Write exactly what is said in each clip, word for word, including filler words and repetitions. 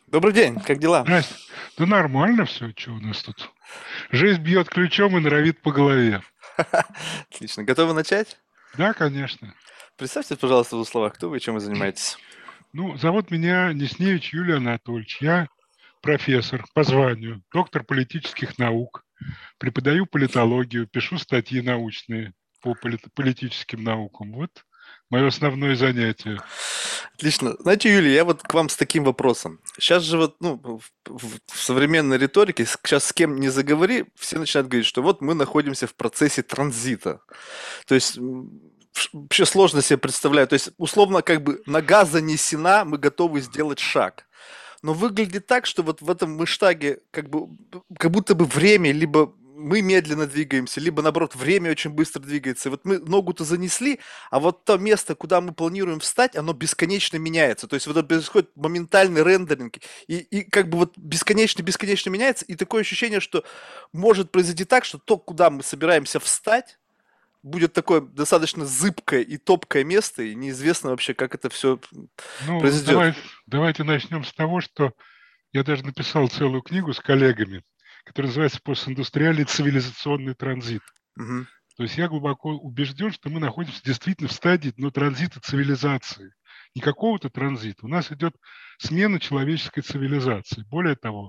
Добрый день, как дела? Здрасте. Да нормально все, что у нас тут? Жизнь бьет ключом и норовит по голове. Отлично. Готовы начать? Да, конечно. Представьте, пожалуйста, в двух словах, кто вы и чем вы занимаетесь. Ну, зовут меня Несневич Юлий Анатольевич. Я профессор по званию, доктор политических наук, преподаю политологию, пишу статьи научные по полит- политическим наукам. Вот мое основное занятие. Отлично. Знаете, Юлия, я вот к вам с таким вопросом. Сейчас же вот, ну, в, в- в современной риторике, сейчас с кем не заговори, все начинают говорить, что вот мы находимся в процессе транзита. То есть м, ш- вообще сложно себе представляю. То есть, условно, как бы нога занесена, мы готовы сделать шаг. Но выглядит так, что вот в этом мэштаге как бы как будто бы время либо мы медленно двигаемся, либо наоборот время очень быстро двигается. И вот мы ногу-то занесли, а вот то место, куда мы планируем встать, оно бесконечно меняется. То есть вот это происходит моментальный рендеринг, и, и как бы вот бесконечно-бесконечно меняется, и такое ощущение, что может произойти так, что то, куда мы собираемся встать, будет такое достаточно зыбкое и топкое место, и неизвестно вообще, как это все Ну, произойдет. давай, давайте начнем с того, что я даже написал целую книгу с коллегами, которая называется «Постиндустриальный цивилизационный транзит». Мгм. То есть я глубоко убежден, что мы находимся действительно в стадии, ну, транзита цивилизации. Не какого-то транзита. У нас идет смена человеческой цивилизации. Более того,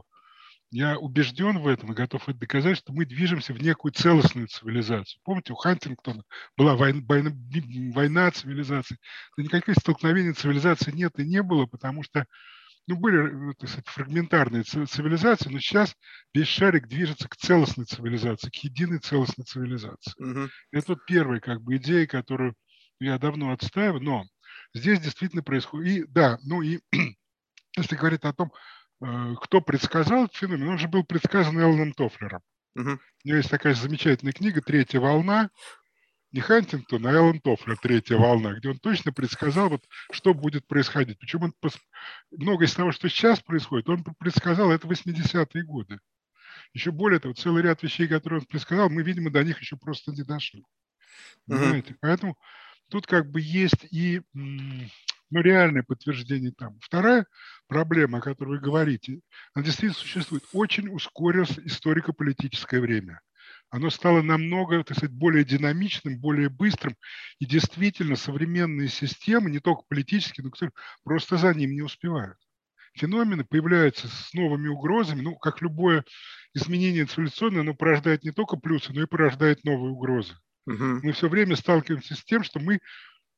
я убежден в этом и готов это доказать, что мы движемся в некую целостную цивилизацию. Помните, у Хантингтона была война, война, война цивилизаций. Да никаких столкновений цивилизации нет и не было, потому что ну, были, э, так сказать, фрагментарные цивилизации, но сейчас весь шарик движется к целостной цивилизации, к единой целостной цивилизации. Мгм. Это вот первая как бы идея, которую я давно отстаиваю, но здесь действительно происходит. И да, ну и если говорить о том, э, кто предсказал этот феномен, он же был предсказан Элленом Тофлером. Мгм. У него есть такая замечательная книга «Третья волна», не Хантингтон, а Эллен Тофлер «Третья волна», где он точно предсказал, вот, что будет происходить. Причем он пос... многое из того, что сейчас происходит, он предсказал это в восьмидесятые годы. Еще более того, целый ряд вещей, которые он предсказал, мы, видимо, до них еще просто не дошли. Мгм. Понимаете? Поэтому тут как бы есть и ну, реальное подтверждение там. Вторая проблема, о которой вы говорите, она действительно существует. Очень ускорилось историко-политическое время. Оно стало намного, так сказать, более динамичным, более быстрым. И действительно современные системы, не только политические, но которые просто за ним не успевают. Феномены появляются с новыми угрозами. Ну, как любое изменение цивилизационное, оно порождает не только плюсы, но и порождает новые угрозы. Мгм. Мы все время сталкиваемся с тем, что мы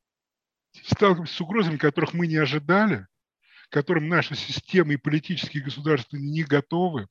сталкиваемся с угрозами, которых мы не ожидали, к которым наши системы и политические государства не готовы.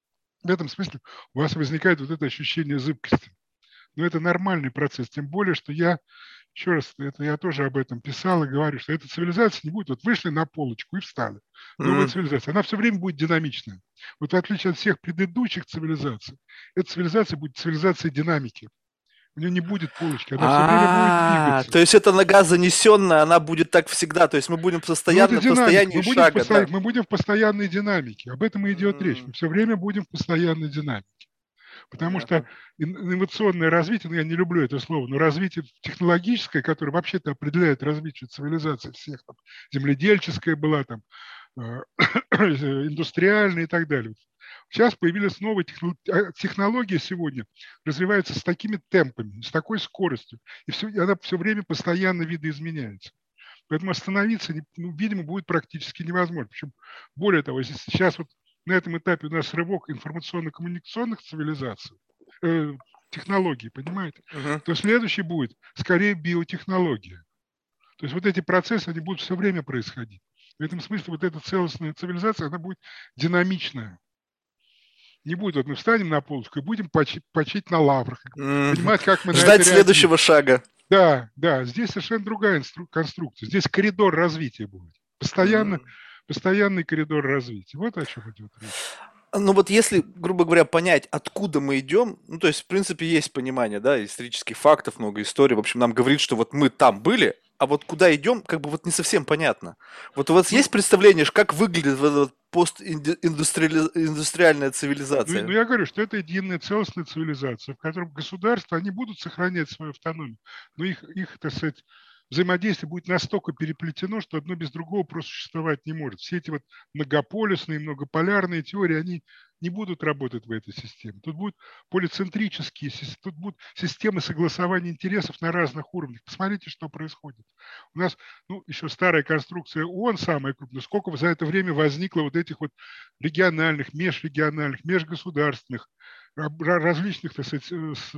В этом смысле у вас возникает вот это ощущение зыбкости. Но это нормальный процесс, тем более, что я, еще раз, это я тоже об этом писал и говорю, что эта цивилизация не будет, вот вышли на полочку и встали. Новая Мгм. цивилизация, она все время будет динамичная. Вот в отличие от всех предыдущих цивилизаций, эта цивилизация будет цивилизацией динамики. У нее не будет полочки, она все время будет А, двигаться. то есть эта нога занесенная, она будет так всегда. То есть мы будем Ну, это постоянно в динамика. состоянии Мы будем, в шага, посто... да. мы будем в постоянной динамике. Об этом и идет речь. М, Мы все время будем в постоянной динамике. Потому что Понятно. инновационное развитие, ну, я не люблю это слово, но развитие технологическое, которое вообще-то определяет развитие цивилизации всех, там, земледельческая была, там, э, индустриальная и так далее. Сейчас появились новые техно- а, технологии сегодня, развиваются с такими темпами, с такой скоростью, и все, и она все время постоянно видоизменяется. Поэтому остановиться, ну, видимо, будет практически невозможно. Причем, более того, если сейчас вот на этом этапе у нас рывок информационно-коммуникационных цивилизаций, э, технологий, понимаете, Мгм. то следующий будет скорее биотехнология. То есть вот эти процессы, они будут все время происходить. В этом смысле вот эта целостная цивилизация, она будет динамичная. Не будет, вот мы встанем на полочку и будем почить, почить на лаврах, М, понимать, как мы на это Ждать реагируем. следующего шага. Да, да, здесь совершенно другая инстру- конструкция. Здесь коридор развития будет. Постоянно, М. постоянный коридор развития. Вот о чем идет речь. Ну вот если, грубо говоря, понять, откуда мы идем, ну то есть в принципе есть понимание, да, исторических фактов, много историй, в общем, нам говорит, что вот мы там были, а вот куда идем, как бы вот не совсем понятно. Вот у вас есть Ну, представление, ш- как выглядит вот эта вот постиндустриальная ну, ну, цивилизация? я говорю, что это единая целостная цивилизация, в котором государства, они будут сохранять свою автономию, но их, их так сказать, взаимодействие будет настолько переплетено, что одно без другого просто существовать не может. Все эти вот многополюсные, многополярные теории, они не будут работать в этой системе. Тут будут полицентрические, тут будут системы согласования интересов на разных уровнях. Посмотрите, что происходит. У нас, ну, еще старая конструкция ООН, самая крупная, сколько за это время возникло вот этих вот региональных, межрегиональных, межгосударственных, различных, так сказать,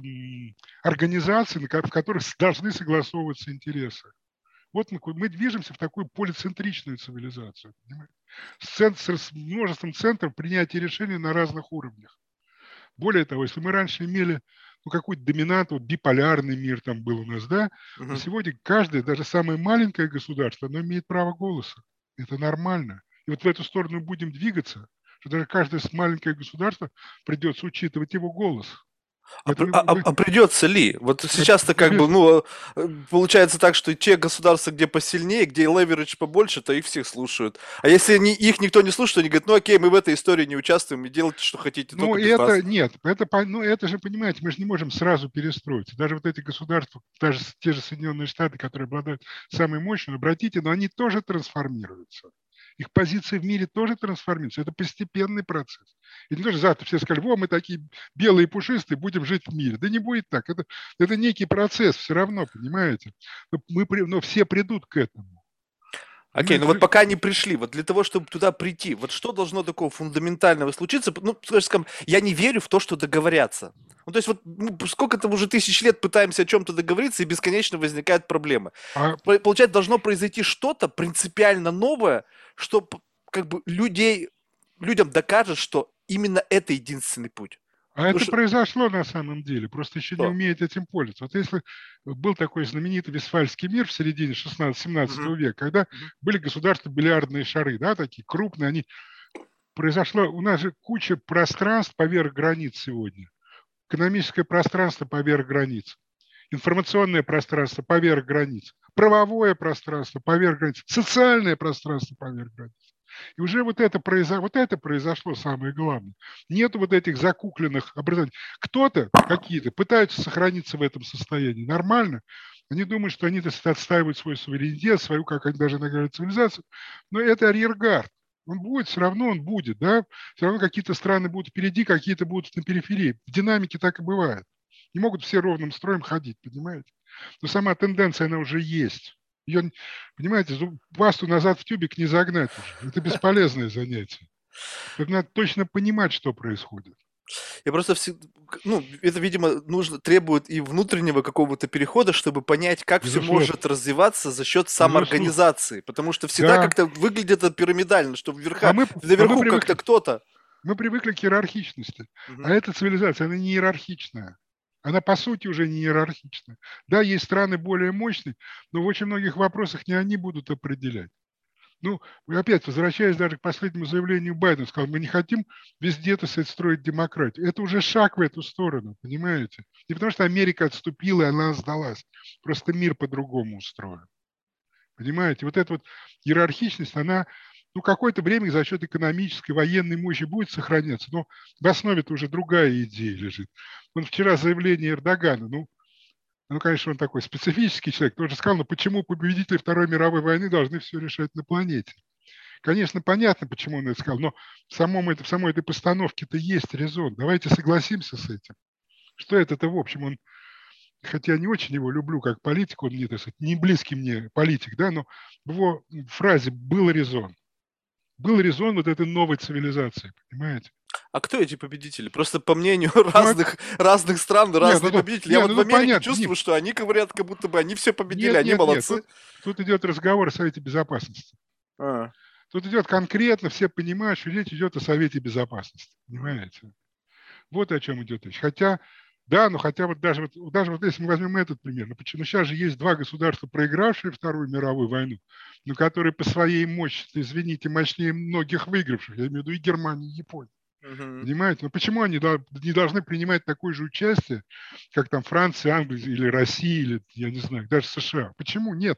организаций, в которых должны согласовываться интересы. Вот мы, мы движемся в такую полицентричную цивилизацию, понимаете? С, центр, с множеством центров принятия решений на разных уровнях. Более того, если мы раньше имели ну, какой-то доминант, вот биполярный мир там был у нас, да, Угу. но сегодня каждое, даже самое маленькое государство, оно имеет право голоса. Это нормально. И вот в эту сторону будем двигаться, что даже каждое маленькое государство придется учитывать его голос. А, Это, а, а, вы, а придется ли? Вот сейчас-то как бы, без, ну, получается так, что те государства, где посильнее, где леверидж побольше, то их всех слушают. А если они, их никто не слушает, они говорят, ну окей, мы в этой истории не участвуем, и делайте, что хотите, Ну, только без нас. это нет, это, ну, это же, понимаете, мы же не можем сразу перестроиться. Даже вот эти государства, даже те же Соединенные Штаты, которые обладают самой мощью, обратите, но они тоже трансформируются. Их позиции в мире тоже трансформируются. Это постепенный процесс. И не то, что завтра все сказали, во, мы такие белые и пушистые, будем жить в мире. Да не будет так. Это, это некий процесс все равно, понимаете. Но, мы, но все придут к этому. Окей, ну вот пока они пришли, вот для того, чтобы туда прийти, вот что должно такого фундаментального случиться? Ну, скажем, я не верю в то, что договорятся. Ну, то есть вот ну, сколько там уже тысяч лет пытаемся о чем-то договориться, и бесконечно возникают проблемы. А, Получается, должно произойти что-то принципиально новое, что как бы людей, людям докажет, что именно это единственный путь. А Потому это что... произошло на самом деле, просто еще не Что? умеет этим пользоваться. Вот если был такой знаменитый Вестфальский мир в середине шестнадцатого-семнадцатого Мгм. века, когда Мгм. были государства бильярдные шары, да, такие крупные, они произошло, у нас же куча пространств поверх границ сегодня. Экономическое пространство поверх границ, информационное пространство поверх границ, правовое пространство поверх границ, социальное пространство поверх границ. И уже вот это, произошло, вот это произошло самое главное. Нет вот этих закукленных образований. Кто-то, какие-то, пытаются сохраниться в этом состоянии. Нормально. Они думают, что они отстаивают свой суверенитет, свою, как они даже говорят, цивилизацию. Но это арьергард. Он будет, все равно он будет. Да? Все равно какие-то страны будут впереди, какие-то будут на периферии. В динамике так и бывает. Не могут все ровным строем ходить, понимаете? Но сама тенденция, она уже есть. Ее, понимаете, пасту назад в тюбик не загнать уже. Это бесполезное занятие. Тут надо точно понимать, что происходит. Я просто всегда, ну, это, видимо, нужно, требует и внутреннего какого-то перехода, чтобы понять, как все Безусловно. может развиваться за счет Безусловно. самоорганизации. Потому что всегда Да. как-то выглядит это пирамидально, что А вверха, мы, а мы наверху привыкли, как-то кто-то. мы привыкли к иерархичности. А Мгм. эта цивилизация, она не иерархичная. Она по сути уже не иерархичная. Да, есть страны более мощные, но в очень многих вопросах не они будут определять. Ну, опять возвращаясь даже к последнему заявлению Байдена, сказал, мы не хотим везде, так сказать, строить демократию. Это уже шаг в эту сторону, понимаете? Не потому что Америка отступила, и она сдалась. Просто мир по-другому устроен. Понимаете? Вот эта вот иерархичность, она, ну, какое-то время за счет экономической, военной мощи будет сохраняться, но в основе-то уже другая идея лежит. Вот вчера заявление Эрдогана, ну, ну, конечно, он такой специфический человек, тоже сказал, но почему победители Второй мировой войны должны все решать на планете? Конечно, понятно, почему он это сказал, но в, самом это, в самой этой постановке-то есть резон. Давайте согласимся с этим. Что это-то, в общем, он, хотя я не очень его люблю как политик, он мне, так сказать, не близкий мне политик, да, но в его фразе был резон. Был резон вот этой новой цивилизации, понимаете? А кто эти победители? Просто по мнению Ну, а, разных, разных стран, нет, разные ну, победители. Я нет, вот ну, в ну Америке понятно, нет, чувствую, что они говорят, как будто бы они все победили, нет, они нет, нет, молодцы. тут, тут идет разговор о Совете Безопасности. А. Тут идет конкретно, все понимают, что речь идет о Совете Безопасности. Понимаете? Вот о чем идет речь. Хотя, да, но хотя вот даже вот, даже вот если мы возьмем этот пример, ну почему сейчас же есть два государства, проигравшие Вторую мировую войну, но которые по своей мощи, извините, мощнее многих выигравших, я имею в виду и Германию, и Японию. Мгм. Понимаете? Но почему они не должны принимать такое же участие, как там Франция, Англия или Россия, или, я не знаю, даже США? Почему нет?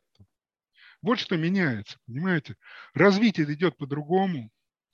Вот что меняется, понимаете? Развитие идет по-другому.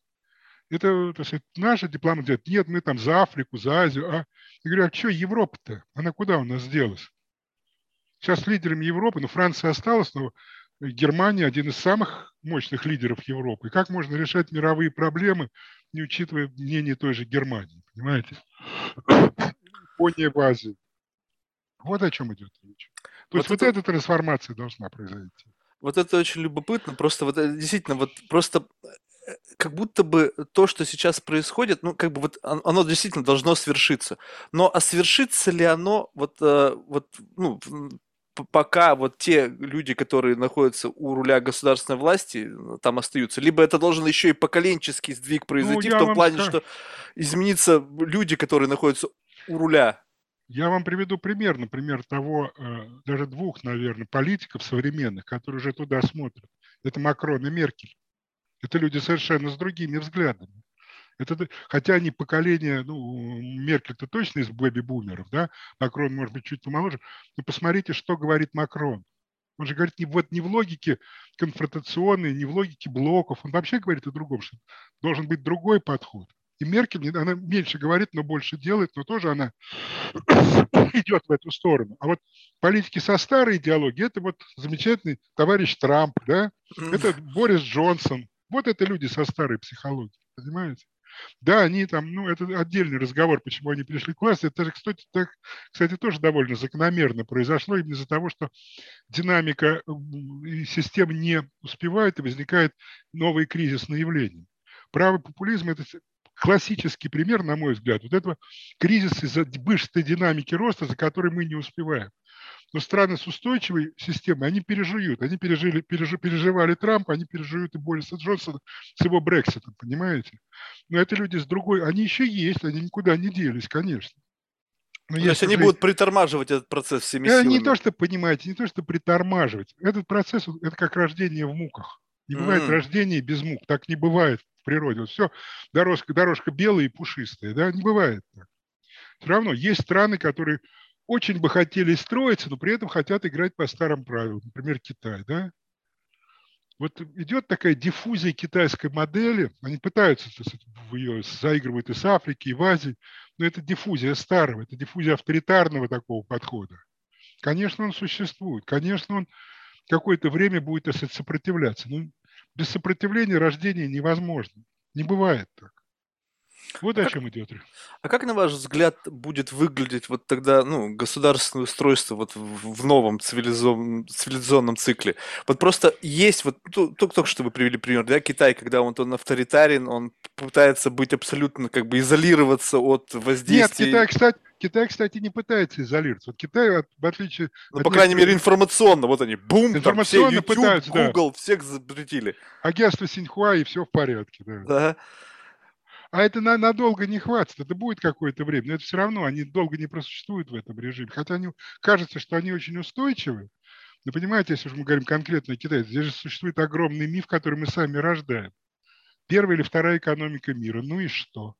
Это, так сказать, наша дипломатия говорит, нет, мы там за Африку, за Азию. А я говорю, а что Европа-то? Она куда у нас делась? сейчас лидерами Европы, ну, Франция осталась, но Германия один из самых мощных лидеров Европы. И как можно решать мировые проблемы, не учитывая мнение той же Германии, понимаете? Япония в Азии. Вот о чем идет речь. То есть Вот вот это, эта трансформация должна произойти. вот это очень любопытно. Просто вот э, действительно, вот просто э, как будто бы то, что сейчас происходит, ну, как бы вот он- оно действительно должно свершиться. Но а свершится ли оно вот, э, вот ну, в- п- пока вот те люди, которые находятся у руля государственной власти, э, там остаются, либо это должен еще и поколенческий сдвиг Ну, произойти в я том вам плане, скажу, что измениться люди, которые находятся у руля. я вам приведу пример, например, того, э, даже двух, наверное, политиков современных, которые уже туда смотрят. Это Макрон и Меркель. Это люди совершенно с другими взглядами. Это, д- хотя они поколение, ну, Меркель-то точно из бэби-бумеров, да, Макрон, может быть, чуть помоложе, но посмотрите, что говорит Макрон. Он же говорит не, вот, не в логике конфронтационной, не в логике блоков, он вообще говорит о другом, что должен быть другой подход. И Меркель, не- она меньше говорит, но больше делает, но тоже она идет в эту сторону. А вот политики со старой идеологией, это вот замечательный товарищ Трамп, да, это Борис Джонсон. Вот это люди со старой психологией, понимаете? Да, они там, ну, это отдельный разговор, почему они пришли к власти. Это же, кстати, так, кстати, тоже довольно закономерно произошло именно из-за того, что динамика м, и система не успевает, и возникает новый кризисное явление. Правый популизм – это классический пример, на мой взгляд, вот этого кризиса из-за быстрой динамики роста, за которой мы не успеваем. Но страны с устойчивой системой, они переживут. Они пережили, пережи, переживали Трампа, они переживут и Бориса Джонсона с его Брекситом, понимаете? Но это люди с другой, они еще есть, они никуда не делись, конечно. Но Ну, то есть есть они уже, будут притормаживать этот процесс всеми это не то, силами. что, понимаете, не то, что притормаживать. Этот процесс, это как рождение в муках. Не бывает М. рождения без мук, так не бывает в природе. Вот все, дорожка, дорожка белая и пушистая, да, не бывает так. Все равно есть страны, которые очень бы хотели строиться, но при этом хотят играть по старым правилам. Например, Китай, да? Вот идет такая диффузия китайской модели, они пытаются, так сказать, в ее заигрывают и с Африки, и в Азии, но это диффузия старого, это диффузия авторитарного такого подхода. Конечно, он существует, конечно, он какое-то время будет, так сказать, сопротивляться, но без сопротивления рождение невозможно, не бывает так. Вот А о как, чем идет. а как, на ваш взгляд, будет выглядеть вот тогда, ну, государственное устройство вот в, в новом цивилизованном, цивилизационном цикле? Вот просто есть, вот ту- только, только что вы привели пример, да, Китай, когда он, он авторитарен, он пытается быть абсолютно как бы изолироваться от Нет, Китай, воздействий, кстати, Китай, кстати, не пытается изолироваться. Вот Китай, в отличие ну, от по крайней некоторых мере, других, информационно, вот они, бум, там все, информационно YouTube, пытаются, да, Google, всех запретили. агентство Синьхуа и все в порядке, да. Да. А это на, надолго не хватит, это будет какое-то время, но это все равно, они долго не просуществуют в этом режиме. Хотя они, кажется, что они очень устойчивы. Но понимаете, если уж мы говорим конкретно о Китае, здесь же существует огромный миф, который мы сами рождаем. Первая или вторая экономика мира. Ну и что?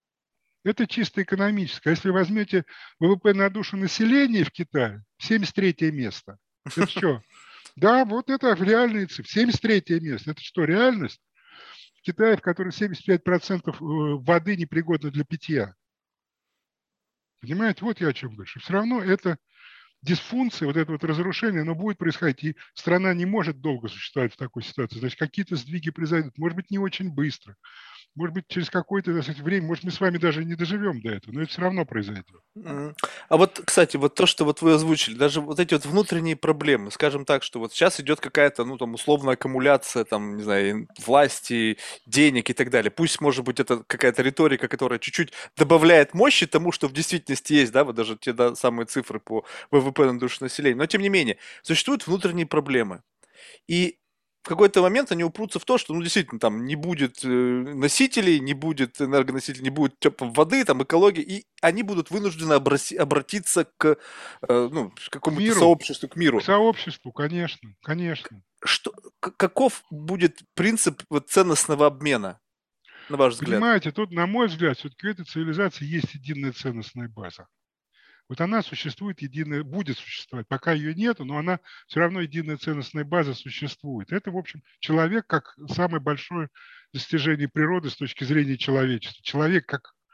Это чисто экономическое. Если возьмете ВВП на душу населения в Китае, семьдесят третье место. Это что? Да, вот это реальные цифры. семьдесят третье место. Это что, реальность? В Китае, в котором семьдесят пять процентов воды непригодна для питья. Понимаете, вот я о чем говорю. Все равно это дисфункция, вот это вот разрушение, оно будет происходить. И страна не может долго существовать в такой ситуации. Значит, какие-то сдвиги произойдут. Может быть, не очень быстро. Может быть, через какое-то, так сказать, время, может, мы с вами даже не доживем до этого, но это все равно произойдет. Мгм. А вот, кстати, вот то, что вот вы озвучили, даже вот эти вот внутренние проблемы, скажем так, что вот сейчас идет какая-то, ну, там, условная аккумуляция, там, не знаю, ин- власти, денег и так далее. Пусть, может быть, это какая-то риторика, которая чуть-чуть добавляет мощи тому, что в действительности есть, да, вот даже те да, самые цифры по ВВП на душу населения. Но, тем не менее, существуют внутренние проблемы. И в какой-то момент они упрутся в то, что, ну, действительно, там не будет э, носителей, не будет энергоносителей, не будет тёп- воды, там, экологии, и они будут вынуждены обраси- обратиться к, э, ну, к К какому-то миру, сообществу, к к миру. сообществу, конечно, конечно. Что, к- каков будет принцип вот, ценностного обмена, на ваш взгляд? Понимаете, тут, на мой взгляд, все-таки у этой цивилизации есть единая ценностная база. Вот она существует, единая, будет существовать. Пока ее нету, но она все равно единая ценностная база существует. Это, в общем, человек как самое большое достижение природы с точки зрения человечества. Человек как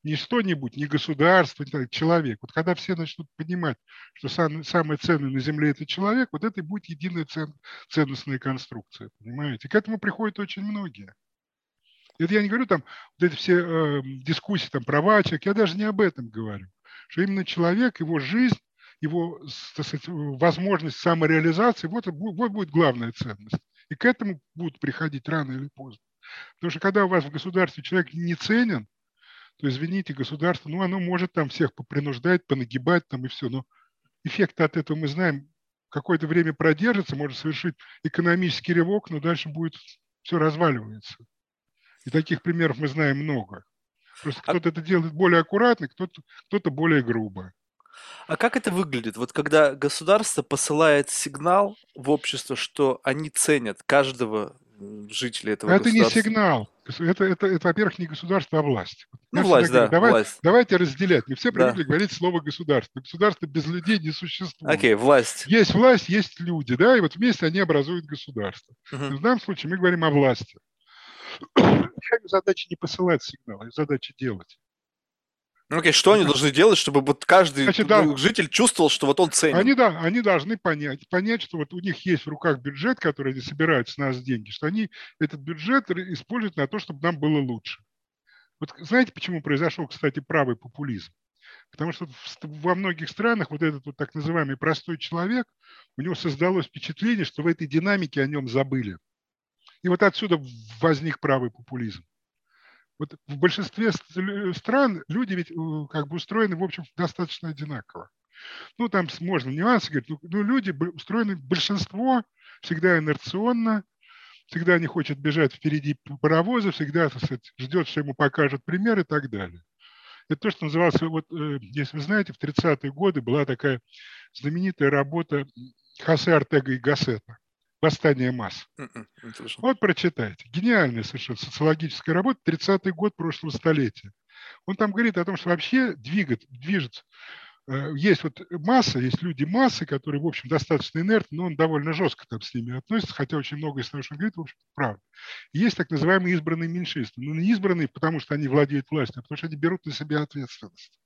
не что-нибудь, не государство, не так, человек. Вот когда все начнут понимать, что сам, самое ценное на Земле – это человек, вот это и будет единая цен, ценностная конструкция, понимаете? К этому приходят очень многие. Это я не говорю там, вот эти все э, дискуссии там про вачек, я даже не об этом говорю. Что именно человек, его жизнь, его, так сказать, возможность самореализации, вот, вот будет главная ценность. И к этому будут приходить рано или поздно. Потому что когда у вас в государстве человек не ценен, то, извините, государство, ну, оно может там всех попринуждать, понагибать там и все, но эффект от этого мы знаем, какое-то время продержится, может совершить экономический рывок, но дальше будет все разваливается. И таких примеров мы знаем много. Просто А, кто-то это делает более аккуратно, кто-то кто более грубо. а как это выглядит? Вот когда государство посылает сигнал в общество, что они ценят каждого м, жителя этого А это не государства. сигнал. Это, это, это во-первых, не государство, а власть. Ну, Я всегда власть, говорю, да, давай, власть. давайте разделять. Мы все Да. привыкли говорить слово государство. Государство без людей не существует. Окей, власть. Есть власть, есть люди, да, и вот вместе они образуют государство. Мгм. В данном случае мы говорим о власти. Ее задача не посылать сигнал, ее задача делать. Ну, окей, что они должны делать, чтобы вот каждый Значит, да, житель чувствовал, что вот он ценен? они, да, они должны понять, понять, что вот у них есть в руках бюджет, который они собирают с нас деньги, что они этот бюджет используют на то, чтобы нам было лучше. Вот знаете, почему произошел, кстати, правый популизм? Потому что во многих странах вот этот вот так называемый простой человек, у него создалось впечатление, что в этой динамике о нем забыли. И вот отсюда возник правый популизм. Вот в большинстве стран люди ведь как бы устроены, в общем, достаточно одинаково. Ну, там можно нюансы говорить, но, но люди устроены, большинство всегда инерционно, всегда не хочет бежать впереди паровоза, всегда, так сказать, ждет, что ему покажут пример и так далее. Это то, что называлось, вот, если вы знаете, в тридцатые годы была такая знаменитая работа Хосе Ортега и Гассета «Восстание масс». М-м, не слышал. Вот прочитайте. Гениальная совершенно социологическая работа, тридцатый год прошлого столетия. Он там говорит о том, что вообще двигает, движется. Есть вот масса, есть люди массы, которые, в общем, достаточно инертны, но он довольно жестко там с ними относится, хотя очень многое из того, что он говорит, в общем, правда. Есть так называемые избранные меньшинства. Но не избранные, потому что они владеют властью, а потому что они берут на себя ответственность.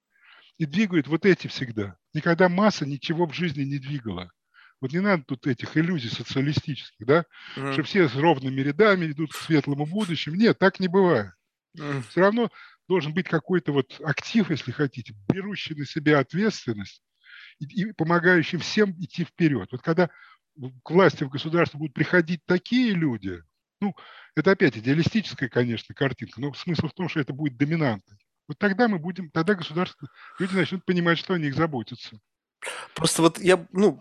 И двигают вот эти всегда. Никогда масса ничего в жизни не двигала. Вот не надо тут этих иллюзий социалистических, да, Мгм. что все с ровными рядами идут к светлому будущему. Нет, так не бывает. М. Все равно должен быть какой-то вот актив, если хотите, берущий на себя ответственность и, и помогающий всем идти вперед. Вот когда к власти в государстве будут приходить такие люди, ну, это опять идеалистическая, конечно, картинка, но смысл в том, что это будет доминантой. Вот тогда мы будем, тогда государство, люди начнут понимать, что о них заботятся. Просто вот я, ну,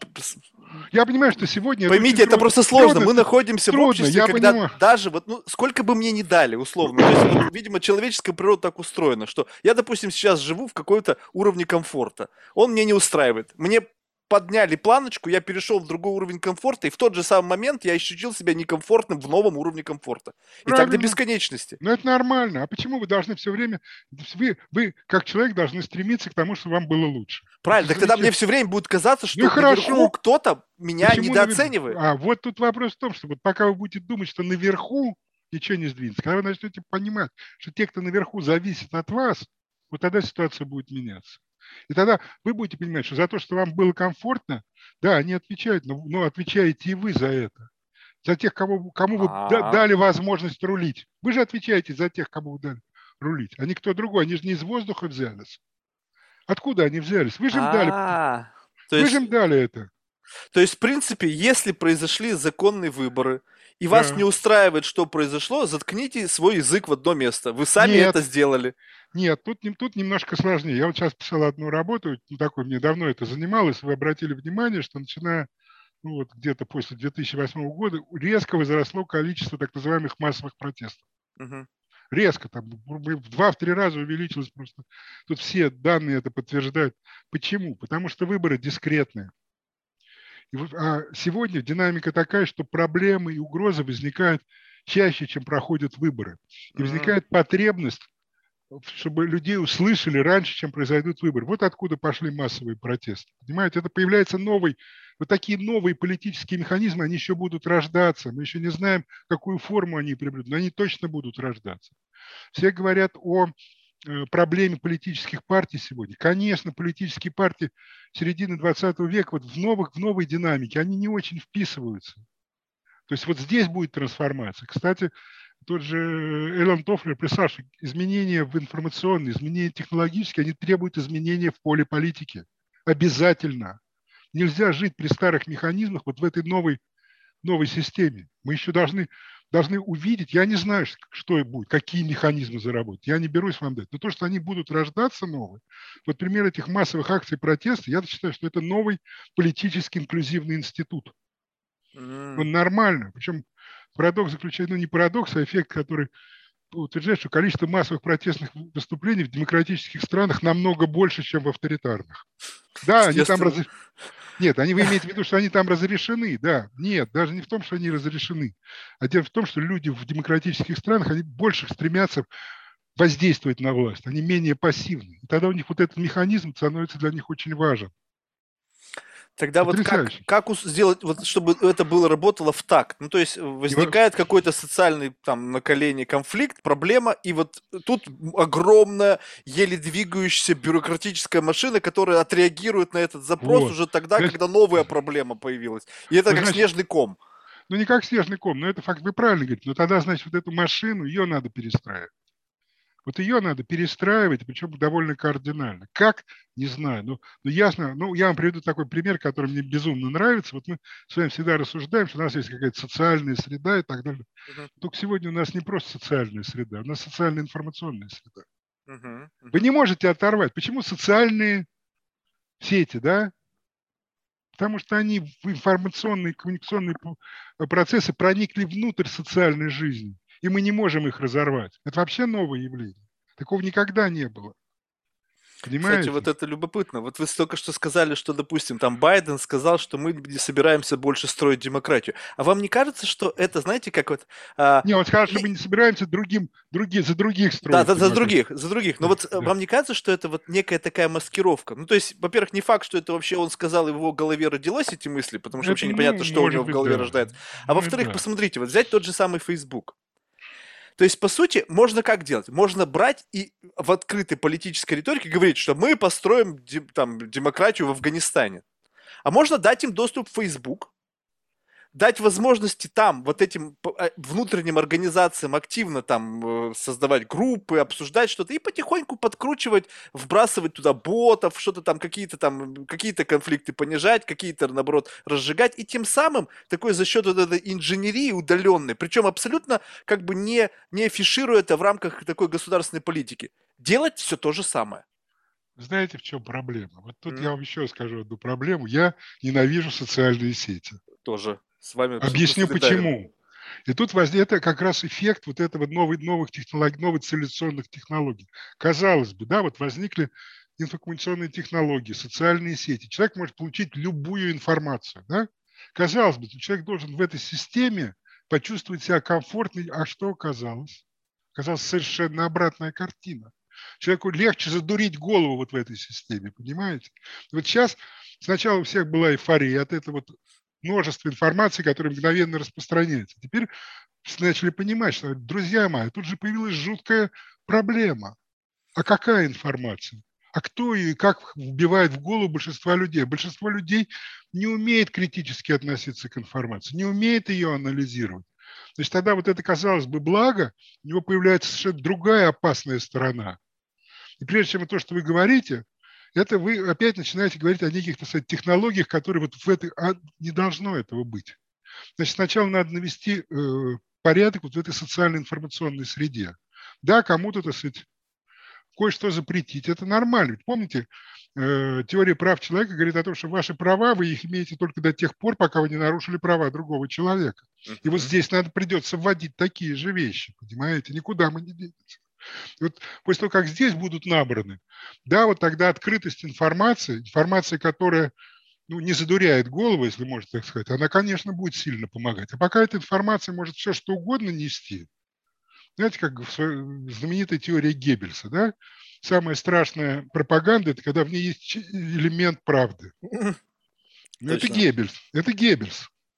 Я понимаю, что сегодня поймите, это, это очень просто трудно, сложно. Мы трудно, находимся в трудно, обществе, я когда понимаю. даже вот, ну, сколько бы мне ни дали, условно. То есть, вот, видимо, человеческая природа так устроена, что я, допустим, сейчас живу в какой-то уровне комфорта. Он меня не устраивает. Мне подняли планочку, я перешел в другой уровень комфорта, и в тот же самый момент я ощутил себя некомфортным в новом уровне комфорта. И так до Правильно. бесконечности. Но это нормально. А почему вы должны все время... Вы, вы как человек, должны стремиться к тому, чтобы вам было лучше. Правильно, Это так тогда мне замечательно. все время будет казаться, Ну и что наверху хорошо. кто-то меня Почему наверху? недооценивает. А вот тут вопрос в том, что вот пока вы будете думать, что наверху ничего не сдвинется, когда вы начнете понимать, что те, кто наверху, зависят от вас, вот тогда ситуация будет меняться. И тогда вы будете понимать, что за то, что вам было комфортно, да, они отвечают, но, но отвечаете и вы за это. За тех, кого, кому вы А, дали возможность рулить. Вы же отвечаете за тех, кому вы дали рулить, а не кто другой. Они же не из воздуха взялись. Откуда они взялись? Вы же им дали, а, то вы же есть, им дали это. то есть, в принципе, если произошли законные выборы, и вас не Да. устраивает, что произошло, заткните свой язык в одно место. Вы сами Нет, это сделали. нет, тут, тут немножко сложнее. Я вот сейчас писал одну работу, ну, такой, мне давно это занималось, вы обратили внимание, что начиная ну, вот где-то после две тысячи восьмого года резко возросло количество так называемых массовых протестов. Мгм. Резко, там, в два-три раза увеличилось просто. Тут все данные это подтверждают. Почему? Потому что выборы дискретные. И вот, а сегодня динамика такая, что проблемы и угрозы возникают чаще, чем проходят выборы. И М. возникает потребность, чтобы людей услышали раньше, чем произойдут выборы. Вот откуда пошли массовые протесты. Понимаете, это появляется новый, вот такие новые политические механизмы, они еще будут рождаться. Мы еще не знаем, какую форму они приобретут, но они точно будут рождаться. Все говорят о э, проблеме политических партий сегодня. Конечно, политические партии середины двадцатого века вот в, новых, в новой динамике, они не очень вписываются. То есть вот здесь будет трансформация. Кстати, тот же Эллен Тофлер писал, что изменения в информационные, изменения технологические, они требуют изменения в поле политики. Обязательно. Нельзя жить при старых механизмах вот в этой новой, новой системе. Мы еще должны, должны увидеть, я не знаю, что будет, какие механизмы заработать. Я не берусь вам дать. Но то, что они будут рождаться новые, вот пример этих массовых акций протеста, я считаю, что это новый политически инклюзивный институт. Он нормально. Причем парадокс заключается, ну не парадокс, а эффект, который утверждает, что количество массовых протестных выступлений в демократических странах намного больше, чем в авторитарных. Да, они там раз... Нет, они, вы имеете в виду, что они там разрешены, да. Нет, даже не в том, что они разрешены, а дело в том, что люди в демократических странах, они больше стремятся воздействовать на власть, они менее пассивны. И тогда у них вот этот механизм становится для них очень важен. Тогда вот как, как сделать, вот, чтобы это было работало в такт? Ну, то есть возникает какой-то социальный там наколение, конфликт, проблема, и вот тут огромная, еле двигающаяся бюрократическая машина, которая отреагирует на этот запрос вот. Уже тогда, значит, когда новая проблема появилась. И это ну, как значит, снежный ком. Ну, не как снежный ком, но это факт, вы правильно говорите. Но тогда, значит, вот эту машину, ее надо перестраивать. Вот ее надо перестраивать, причем довольно кардинально. Как? Не знаю. Но, но ясно. Ну, я вам приведу такой пример, который мне безумно нравится. Вот мы с вами всегда рассуждаем, что у нас есть какая-то социальная среда и так далее. Uh-huh. Только сегодня у нас не просто социальная среда, у нас социально-информационная среда. Uh-huh. Uh-huh. Вы не можете оторвать. Почему социальные сети, да? Потому что они в информационные, коммуникационные процессы проникли внутрь социальной жизни. И мы не можем их разорвать. Это вообще новое явление. Такого никогда не было. Понимаете? Кстати, вот это любопытно. Вот вы только что сказали, что, допустим, там Байден сказал, что мы не собираемся больше строить демократию. А вам не кажется, что это, знаете, как вот... А... Не, он сказал, что мы не собираемся другим, другие, за других строить. Да, да, за других, за других. Но да, вот да. Вам не кажется, что это вот некая такая маскировка? Ну, то есть, во-первых, не факт, что это вообще он сказал, и в его голове родилось эти мысли, потому что это, вообще непонятно, ну, что у него быть, в голове да. рождается. А ну, во-вторых, да. посмотрите, вот взять тот же самый Facebook. То есть, по сути, можно как делать? Можно брать и в открытой политической риторике говорить, что мы построим там, демократию в Афганистане. А можно дать им доступ в Facebook, дать возможности там, вот этим внутренним организациям активно там создавать группы, обсуждать что-то и потихоньку подкручивать, вбрасывать туда ботов, что-то там, какие-то там, какие-то конфликты понижать, какие-то, наоборот, разжигать. И тем самым, такой за счет вот этой инженерии удаленной, причем абсолютно как бы не, не афишируя это в рамках такой государственной политики, делать все то же самое. Знаете, в чем проблема? Вот тут mm. я вам еще скажу одну проблему. Я ненавижу социальные сети. Тоже. С вами объясню почему. И тут возник это как раз эффект вот этого новых, новых технологий, новых цивилизационных технологий. Казалось бы, да, вот возникли информационные технологии, социальные сети. Человек может получить любую информацию, да? Казалось бы, человек должен в этой системе почувствовать себя комфортно. А что оказалось? Оказалась совершенно обратная картина. Человеку легче задурить голову вот в этой системе, понимаете? И вот сейчас сначала у всех была эйфория от этого вот множество информации, которая мгновенно распространяется. Теперь начали понимать, что, друзья мои, тут же появилась жуткая проблема. А какая информация? А кто и как вбивает в голову большинство людей? Большинство людей не умеет критически относиться к информации, не умеет ее анализировать. То есть тогда вот это, казалось бы, благо, у него появляется совершенно другая опасная сторона. И прежде чем то, что вы говорите, это вы опять начинаете говорить о неких, так сказать, технологиях, которые вот в этой... А не должно этого быть. Значит, сначала надо навести э, порядок вот в этой социально-информационной среде. Да, кому-то, так сказать, кое-что запретить. Это нормально. Ведь помните, э, теория прав человека говорит о том, что ваши права, вы их имеете только до тех пор, пока вы не нарушили права другого человека. И вот здесь надо придется вводить такие же вещи, понимаете? Никуда мы не денемся. И вот после того, как здесь будут набраны, да, вот тогда открытость информации, информация, которая ну, не задуряет голову, если можно так сказать, она, конечно, будет сильно помогать. А пока эта информация может все что угодно нести, знаете, как в знаменитой теории Геббельса, да, самая страшная пропаганда – это когда в ней есть элемент правды. Ну, это Геббельс, это Геббельс.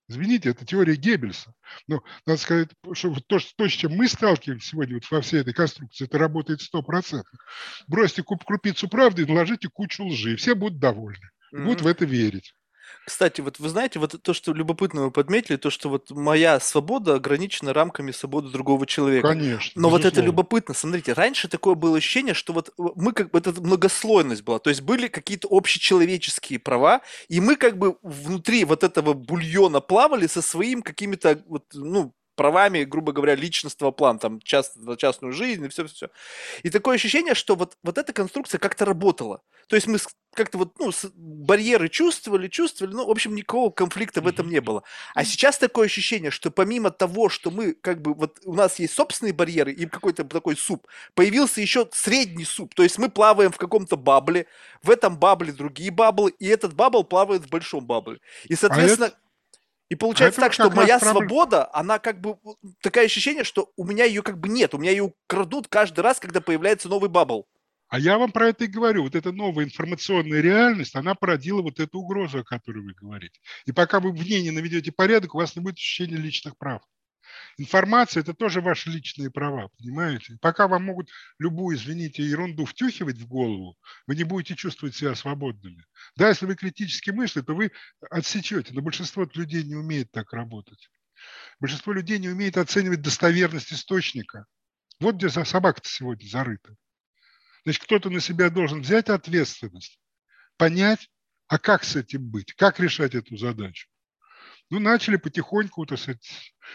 Извините, это теория Геббельса. Но надо сказать, что то, то, с чем мы сталкиваемся сегодня вот во всей этой конструкции, это работает сто процентов. Бросьте крупицу правды и наложите кучу лжи, и все будут довольны. И будут в это верить. Кстати, вот вы знаете, вот то, что любопытно вы подметили, то, что вот моя свобода ограничена рамками свободы другого человека. Конечно, Но вот это безусловно. любопытно. Смотрите, раньше такое было ощущение, что вот мы как бы, это многослойность была, то есть были какие-то общечеловеческие права, и мы как бы внутри вот этого бульона плавали со своим какими-то вот, ну, правами, грубо говоря, личностного плана, там, част, частную жизнь и все-все-все. И такое ощущение, что вот, вот эта конструкция как-то работала. То есть мы как-то вот, ну, барьеры чувствовали, чувствовали, ну, в общем, никакого конфликта в этом не было. А сейчас такое ощущение, что помимо того, что мы как бы, вот у нас есть собственные барьеры и какой-то такой суп, появился еще средний суп. То есть мы плаваем в каком-то бабле, в этом бабле другие баблы, и этот бабл плавает в большом бабле. И, А это, соответственно, и а получается это так, вот что как раз моя проблема. свобода, она как бы, такое ощущение, что у меня ее как бы нет, у меня ее крадут каждый раз, когда появляется новый бабл. А я вам про это и говорю. Вот эта новая информационная реальность, она породила вот эту угрозу, о которой вы говорите. И пока вы в ней не наведете порядок, у вас не будет ощущения личных прав. Информация – это тоже ваши личные права, понимаете? И пока вам могут любую, извините, ерунду втюхивать в голову, вы не будете чувствовать себя свободными. Да, если вы критически мыслите, то вы отсечете. Но большинство людей не умеет так работать. Большинство людей не умеет оценивать достоверность источника. Вот где собака-то сегодня зарыта. Значит, кто-то на себя должен взять ответственность, понять, а как с этим быть, как решать эту задачу. Ну, начали потихоньку, так сказать,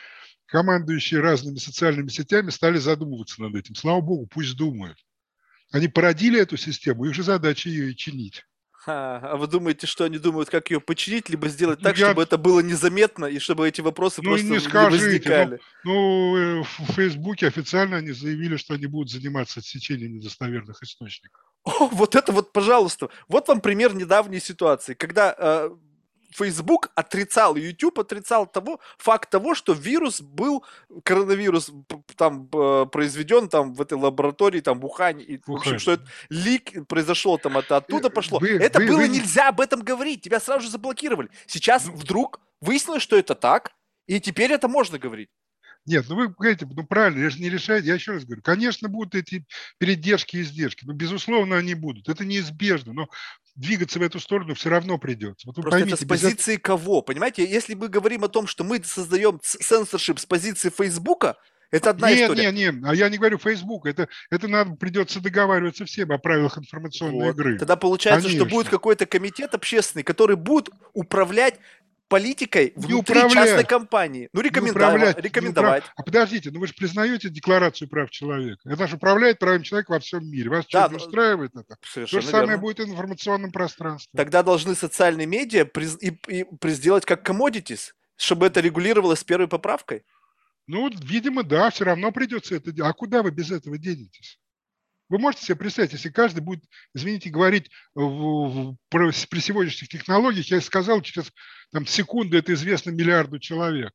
командующие разными социальными сетями стали задумываться над этим. Слава богу, пусть думают. Они породили эту систему, их же задача ее и чинить. А, а вы думаете, что они думают, как ее починить, либо сделать Ну, так, я, чтобы это было незаметно и чтобы эти вопросы ну и просто не не скажите, ну, возникали? ну, э, в Фейсбуке официально они заявили, что они будут заниматься отсечением недостоверных источников. О, вот это вот, пожалуйста. Вот вам пример недавней ситуации, когда э, Facebook отрицал, YouTube отрицал того, факт того, что вирус был, коронавирус п- там э, произведен там в этой лаборатории, там в Ухане, и, в общем, что Ухань. это лик произошел там, это Э, оттуда пошло. Вы, Это вы, было вы, не- нельзя об этом говорить, тебя сразу же заблокировали. Сейчас ну, вдруг выяснилось, что это так, и теперь это можно говорить. нет, ну вы говорите, ну правильно, я же не решаю, я еще раз говорю, конечно, будут эти передержки и издержки, но безусловно они будут, это неизбежно, но двигаться в эту сторону все равно придется. Вот вы Просто это с поймите, без этого... позиции кого? Понимаете, если мы говорим о том, что мы создаем censorship с позиции Фейсбука, это одна Нет, история. нет, нет, а я не говорю Facebook, это, это надо, придется договариваться всем о правилах информационной Вот. игры. Тогда получается, что будет Конечно. какой-то комитет общественный, который будет управлять политикой Не внутри частной управлять, компании. Ну, не рекомендовать. управлять, не управ... рекомендовать. А подождите, ну вы же признаете Декларацию прав человека. Это же управляет правами человека во всем мире. Вас что, Да, не ну, устраивает это? То же совершенно самое верно. будет и в информационном пространстве. Тогда должны социальные медиа приз- и, и приз- сделать как commodities, чтобы это регулировалось с первой поправкой. Ну, видимо, да, все равно придется это делать. А куда вы без этого денетесь? Вы можете себе представить, если каждый будет, извините, говорить в, в, про, при сегодняшних технологиях, я сказал, через там, секунду это известно миллиарду человек.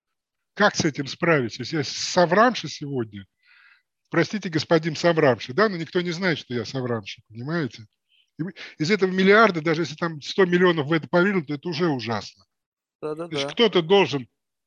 Как с этим справиться? Если я соврамши сегодня, простите, господин соврамши, да, но никто не знает, что я соврамши, понимаете? И из этого миллиарда, даже если там сто миллионов в это поверили, то это уже ужасно. Значит, Да-да-да. кто-то должен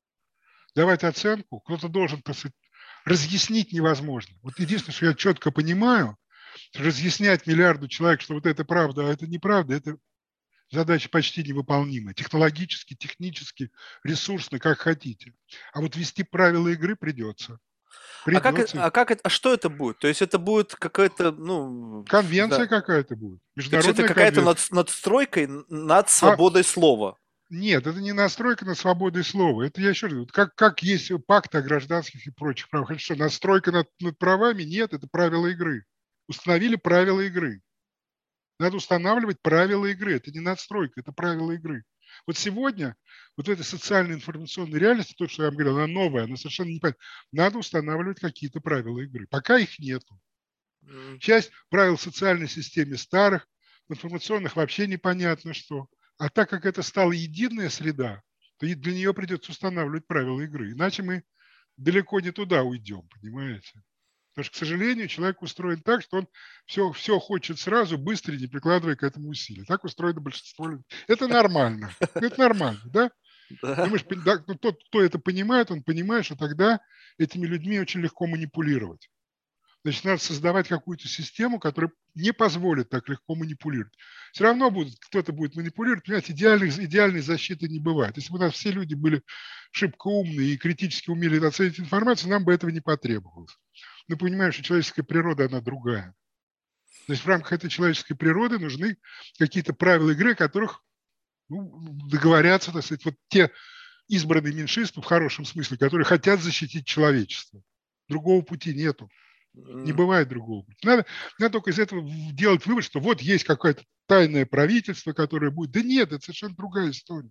давать оценку, кто-то должен, так сказать, разъяснить невозможно. Вот единственное, что я четко понимаю, разъяснять миллиарду человек, что вот это правда, а это неправда, это задача почти невыполнимая. Технологически, технически, ресурсно, как хотите. А вот вести правила игры придется. А как, это- Придется. а как это, а что это будет? То есть это будет какая-то, ну, не Конвенция знаю, какая-то будет. то есть это Международная какая-то конвенция. над- надстройкой над А свободой слова. нет, это не настройка на свободу слова. Это я еще раз говорю, как, как есть пакт о гражданских и прочих правах. Это что, настройка над, над правами? Нет, это правила игры. Установили правила игры. Надо устанавливать правила игры. Это не надстройка, это правила игры. Вот сегодня, вот в этой социальной информационной реальности, то, что я вам говорил, она новая, она совершенно непонятна. Надо устанавливать какие-то правила игры. Пока их нету. М. Часть правил в социальной системе старых, в информационных вообще непонятно что. А так как это стала единая среда, то и для нее придется устанавливать правила игры. Иначе мы далеко не туда уйдем, понимаете? Потому что, к сожалению, человек устроен так, что он все, все хочет сразу, быстро, не прикладывая к этому усилия. Так устроено большинство людей. Это нормально. Это нормально, да? Да. Думаешь, пон- да, ну, тот, кто это понимает, он понимает, что тогда этими людьми очень легко манипулировать. Значит, надо создавать какую-то систему, которая не позволит так легко манипулировать. Все равно будет, кто-то будет манипулировать. Понимаете, идеальной, идеальной защиты не бывает. Если бы у нас все люди были шибко умные и критически умели оценить информацию, нам бы этого не потребовалось. Мы понимаем, что человеческая природа, она другая. Значит, в рамках этой человеческой природы нужны какие-то правила игры, о которых ну, договорятся, так сказать, вот те избранные меньшинства в хорошем смысле, которые хотят защитить человечество. Другого пути нету. Не М, бывает другого пути. Надо, надо только из этого делать вывод, что вот есть какое-то тайное правительство, которое будет. Да нет, это совершенно другая история.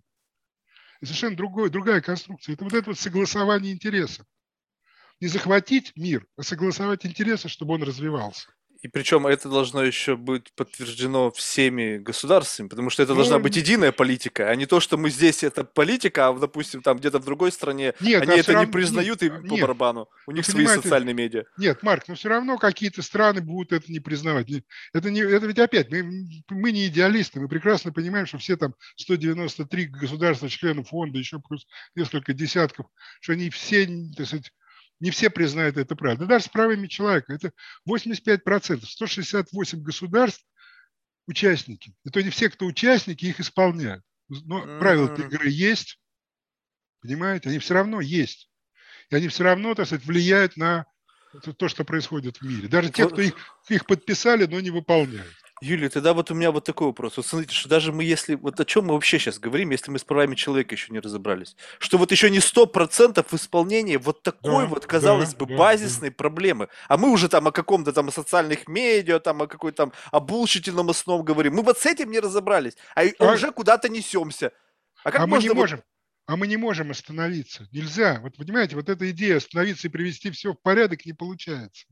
Это совершенно другое, другая конструкция. Это вот это вот согласование интересов. Не захватить мир, а согласовать интересы, чтобы он развивался. И причем это должно еще быть подтверждено всеми государствами, потому что это должна быть Ну, единая политика, а не то, что мы здесь это политика, а, допустим, там где-то в другой стране нет, они а все это не равно, нет, признают и а, по нет, барабану. У вы них свои понимаете, социальные медиа. нет, Марк, но все равно какие-то страны будут это не признавать. Это, не, это ведь опять, мы, мы не идеалисты, мы прекрасно понимаем, что все там сто девяносто три государства, членов фонда, еще плюс несколько десятков, что они все, так сказать, не все признают это правильно. Да даже с правами человека. Это восемьдесят пять процентов, сто шестьдесят восемь государств участники. И то не все, кто участники, их исполняют. Но правила М, игры есть, понимаете, они все равно есть. И они все равно, так сказать, влияют на то, что происходит в мире. Даже те, вот, кто их, их подписали, но не выполняют. Юлия, тогда вот у меня вот такой вопрос. Вот смотрите, что даже мы, если... Вот о чем мы вообще сейчас говорим, если мы с правами человека еще не разобрались? Что вот еще не сто процентов исполнения вот такой Да, вот, казалось да, бы, да, да. базисной проблемы. А мы уже там о каком-то там о социальных медиа, там о какой-то там о булщительном основном говорим. Мы вот с этим не разобрались, а, и- а А, уже куда-то несемся. А как а мы не можно вот... можем, а мы не можем остановиться. Нельзя. Вот понимаете, вот эта идея остановиться и привести все в порядок не получается.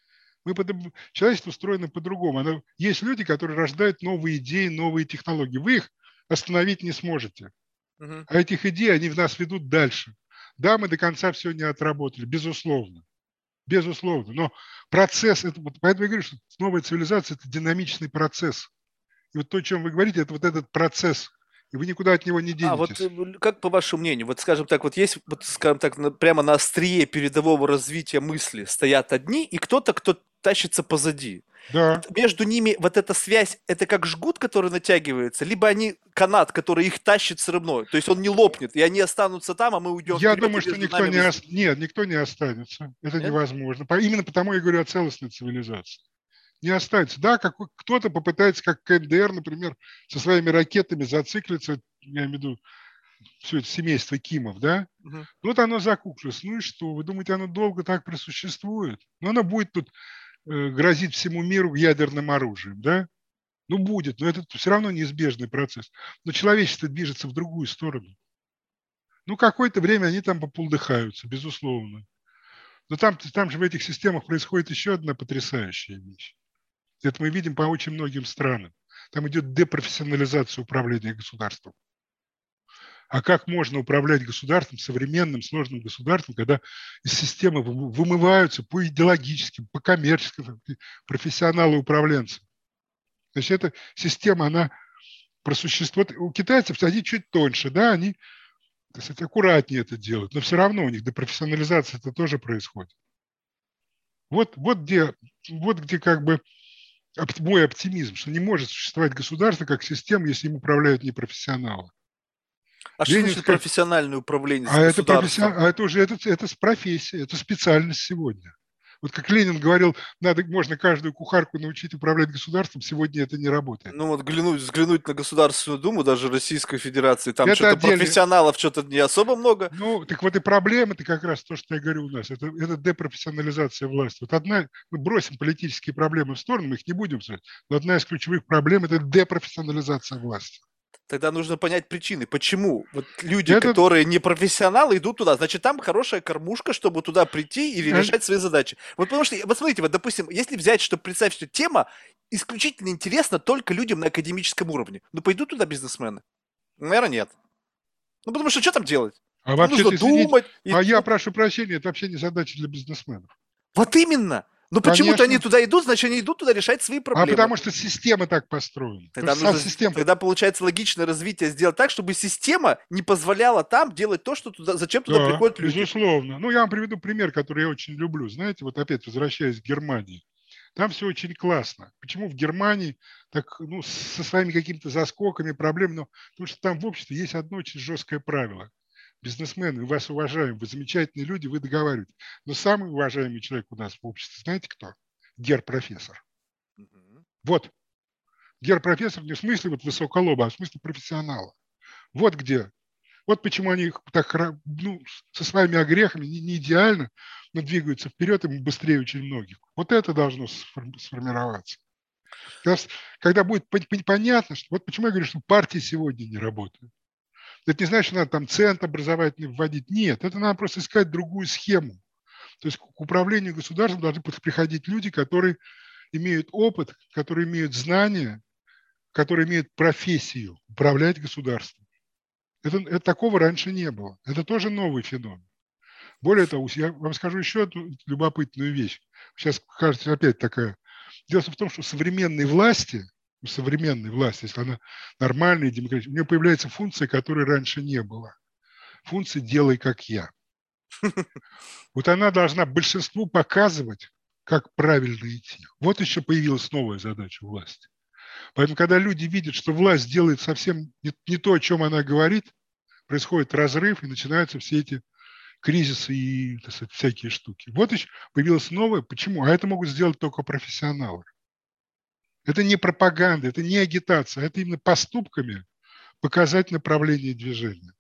Мы под... Человечество устроено по-другому. Оно... Есть люди, которые рождают новые идеи, новые технологии. Вы их остановить не сможете. Мгм. А этих идей, они в нас ведут дальше. Да, мы до конца все не отработали, безусловно. Безусловно. Но процесс, это, вот, поэтому я говорю, что новая цивилизация – это динамичный процесс. И вот то, о чем вы говорите, это вот этот процесс. И вы никуда от него не А вот э, денетесь. как по вашему мнению, вот скажем так, вот есть, вот скажем так, на- прямо на острие передового развития мысли стоят одни, и кто-то, кто тащится позади. Да. Вот между ними вот эта связь, это как жгут, который натягивается, либо они канат, который их тащит все равно. То есть он не лопнет, и они останутся там, а мы уйдем Я вперед, и думаю, что между никто нами не, воз... ос- нет, никто не останется. Это Нет? невозможно. По- Именно потому я говорю о целостной цивилизации. Не останется. Да, как, кто-то попытается, как КНДР, например, со своими ракетами зациклиться, я имею в виду все это семейство Кимов, да, Мгм. вот оно закуклилось. Ну и что? Вы думаете, оно долго так просуществует? Ну, оно будет тут э, грозить всему миру ядерным оружием, да? Ну, будет, но это все равно неизбежный процесс. Но человечество движется в другую сторону. Ну, какое-то время они там популдыхаются, безусловно. Но там, там же в этих системах происходит еще одна потрясающая вещь. Это мы видим по очень многим странам. Там идет депрофессионализация управления государством. А как можно управлять государством, современным сложным государством, когда из системы вымываются по идеологическим, по коммерческим профессионалы-управленцы? То есть эта система, она просуществует. У китайцев они чуть тоньше, да, они, так сказать, аккуратнее это делают, но все равно у них депрофессионализация это тоже происходит. Вот, вот, где, вот где как бы мой оптимизм, что не может существовать государство как система, если им управляют непрофессионалы. А что Ленин значит сказал, профессиональный управленец а это, профессион... государством? а это уже это, это профессия, это специальность сегодня. Вот как Ленин говорил, надо, можно каждую кухарку научить управлять государством, сегодня это не работает. Ну вот глянуть, взглянуть на Государственную Думу, даже Российской Федерации, там Это что-то отдельный. профессионалов, что-то не особо много. Ну, так вот и проблема, это как раз то, что я говорю у нас, это, это депрофессионализация власти. Вот одна, мы бросим политические проблемы в сторону, мы их не будем обсуждать, но одна из ключевых проблем – это депрофессионализация власти. Тогда нужно понять причины, почему вот люди, Это, которые не профессионалы, идут туда. Значит, там хорошая кормушка, чтобы туда прийти или э, решать свои задачи. Вот потому что, вот смотрите, вот, допустим, если взять, чтобы представить, что тема исключительно интересна только людям на академическом уровне, ну, пойдут туда бизнесмены? Наверное, нет. Ну, потому что что там делать? а Там нужно вообще-то, извините, думать. И, а я ну, прошу прощения, это вообще не задача для бизнесменов. вот именно. Ну почему-то они Конечно. туда идут, значит, они идут туда решать свои А проблемы. потому что система так построена. Потому Тогда что сама нужно, система. тогда получается логичное развитие сделать так, чтобы система не позволяла там делать то, что туда, зачем туда Да, приходят люди. безусловно. Ну, я вам приведу пример, который я очень люблю. Знаете, вот опять возвращаясь к Германии. Там все очень классно. Почему в Германии так, ну, со своими какими-то заскоками, проблемами? Ну, потому что там в обществе есть одно очень жесткое правило. Бизнесмены, мы вас уважаем, вы замечательные люди, вы договариваетесь. Но самый уважаемый человек у нас в обществе, знаете кто? Гер-профессор. Мгм. Вот. Гер-профессор не в смысле вот высоколоба, а в смысле профессионала. Вот где. Вот почему они так, ну, со своими огрехами не, не идеально, но двигаются вперед им быстрее очень многих. Вот это должно сформироваться. Когда, когда будет понятно, что вот почему я говорю, что партии сегодня не работают. Это не значит, что надо там центр образовательный вводить. Нет, это надо просто искать другую схему. То есть к управлению государством должны приходить люди, которые имеют опыт, которые имеют знания, которые имеют профессию управлять государством. Это, это такого раньше не было. Это тоже новый феномен. Более того, я вам скажу еще одну любопытную вещь. Сейчас кажется опять такая. Дело в том, что современной власти, у современной власти, если она нормальная, демократическая, у нее появляется функция, которой раньше не было. Функция «делай как я». Вот она должна большинству показывать, как правильно идти. Вот еще появилась новая задача власти. Поэтому, когда люди видят, что власть делает совсем не, не то, о чем она говорит, происходит разрыв, и начинаются все эти кризисы и, так сказать, всякие штуки. Вот еще появилось новое. Почему? А это могут сделать только профессионалы. Это не пропаганда, это не агитация, это именно поступками показать направление движения.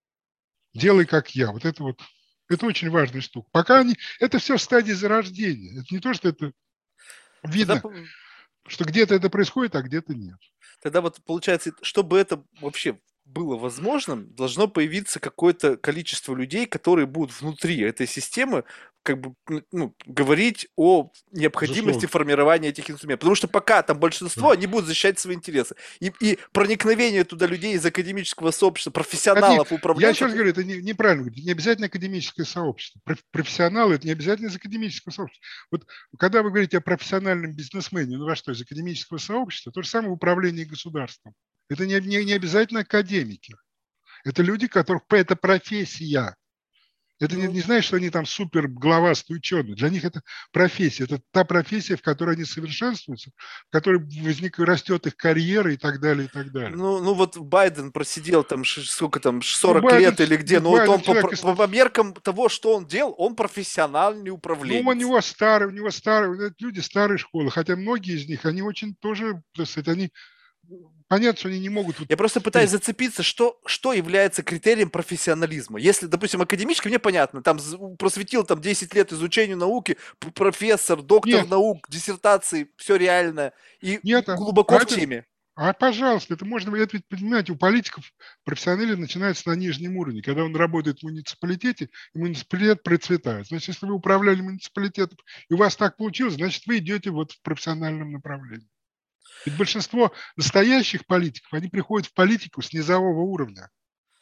Делай как я. Вот это вот, это очень важная штука. Пока они, это все в стадии зарождения. Это не то, что это Тогда, видно, что где-то это происходит, а где-то нет. тогда вот получается, чтобы это вообще было возможным, должно появиться какое-то количество людей, которые будут внутри этой системы как бы ну, говорить о необходимости Безусловно. формирования этих инструментов. Потому что пока там большинство, Да. они будут защищать свои интересы. И, и проникновение туда людей из академического сообщества, Одни, профессионалов, я еще управленцев. раз говорю, это не, неправильно говорить, не обязательно академическое сообщество. Профессионалы – это не обязательно из академического сообщества. Вот когда вы говорите о профессиональном бизнесмене, ну во что, из академического сообщества, то же самое в управлении государством. Это не, не, не обязательно академики. Это люди, которых это профессия. Это не, Ну, не значит, что они там супер главастые ученые. Для них это профессия. Это та профессия, в которой они совершенствуются, в которой возникает, растет их карьера и так далее, и так далее. Ну, ну вот Байден просидел там, ш- сколько там, Ну, сорок Байден, лет или где, ну, но вот Байден он по, человек, по- по меркам того, что он делал, он профессиональный ну, у управленец. него старый, у него старый, люди старой школы, хотя многие из них, они очень тоже, так сказать, они, понятно, что они не могут вот Я просто пытаюсь перед- зацепиться, что, что является критерием профессионализма. Если, допустим, академический, мне понятно, там з- просветил там десять лет изучению науки, п- профессор, доктор Нет, наук, диссертации, все реальное и нет, а глубоко а в это, теме. а пожалуйста, это можно, это ведь, понимаете, у политиков профессионализм начинается на нижнем уровне, когда он работает в муниципалитете, и муниципалитет процветает. Значит, если вы управляли муниципалитетом, и у вас так получилось, значит, вы идете вот в профессиональном направлении. Ведь большинство настоящих политиков, они приходят в политику с низового уровня.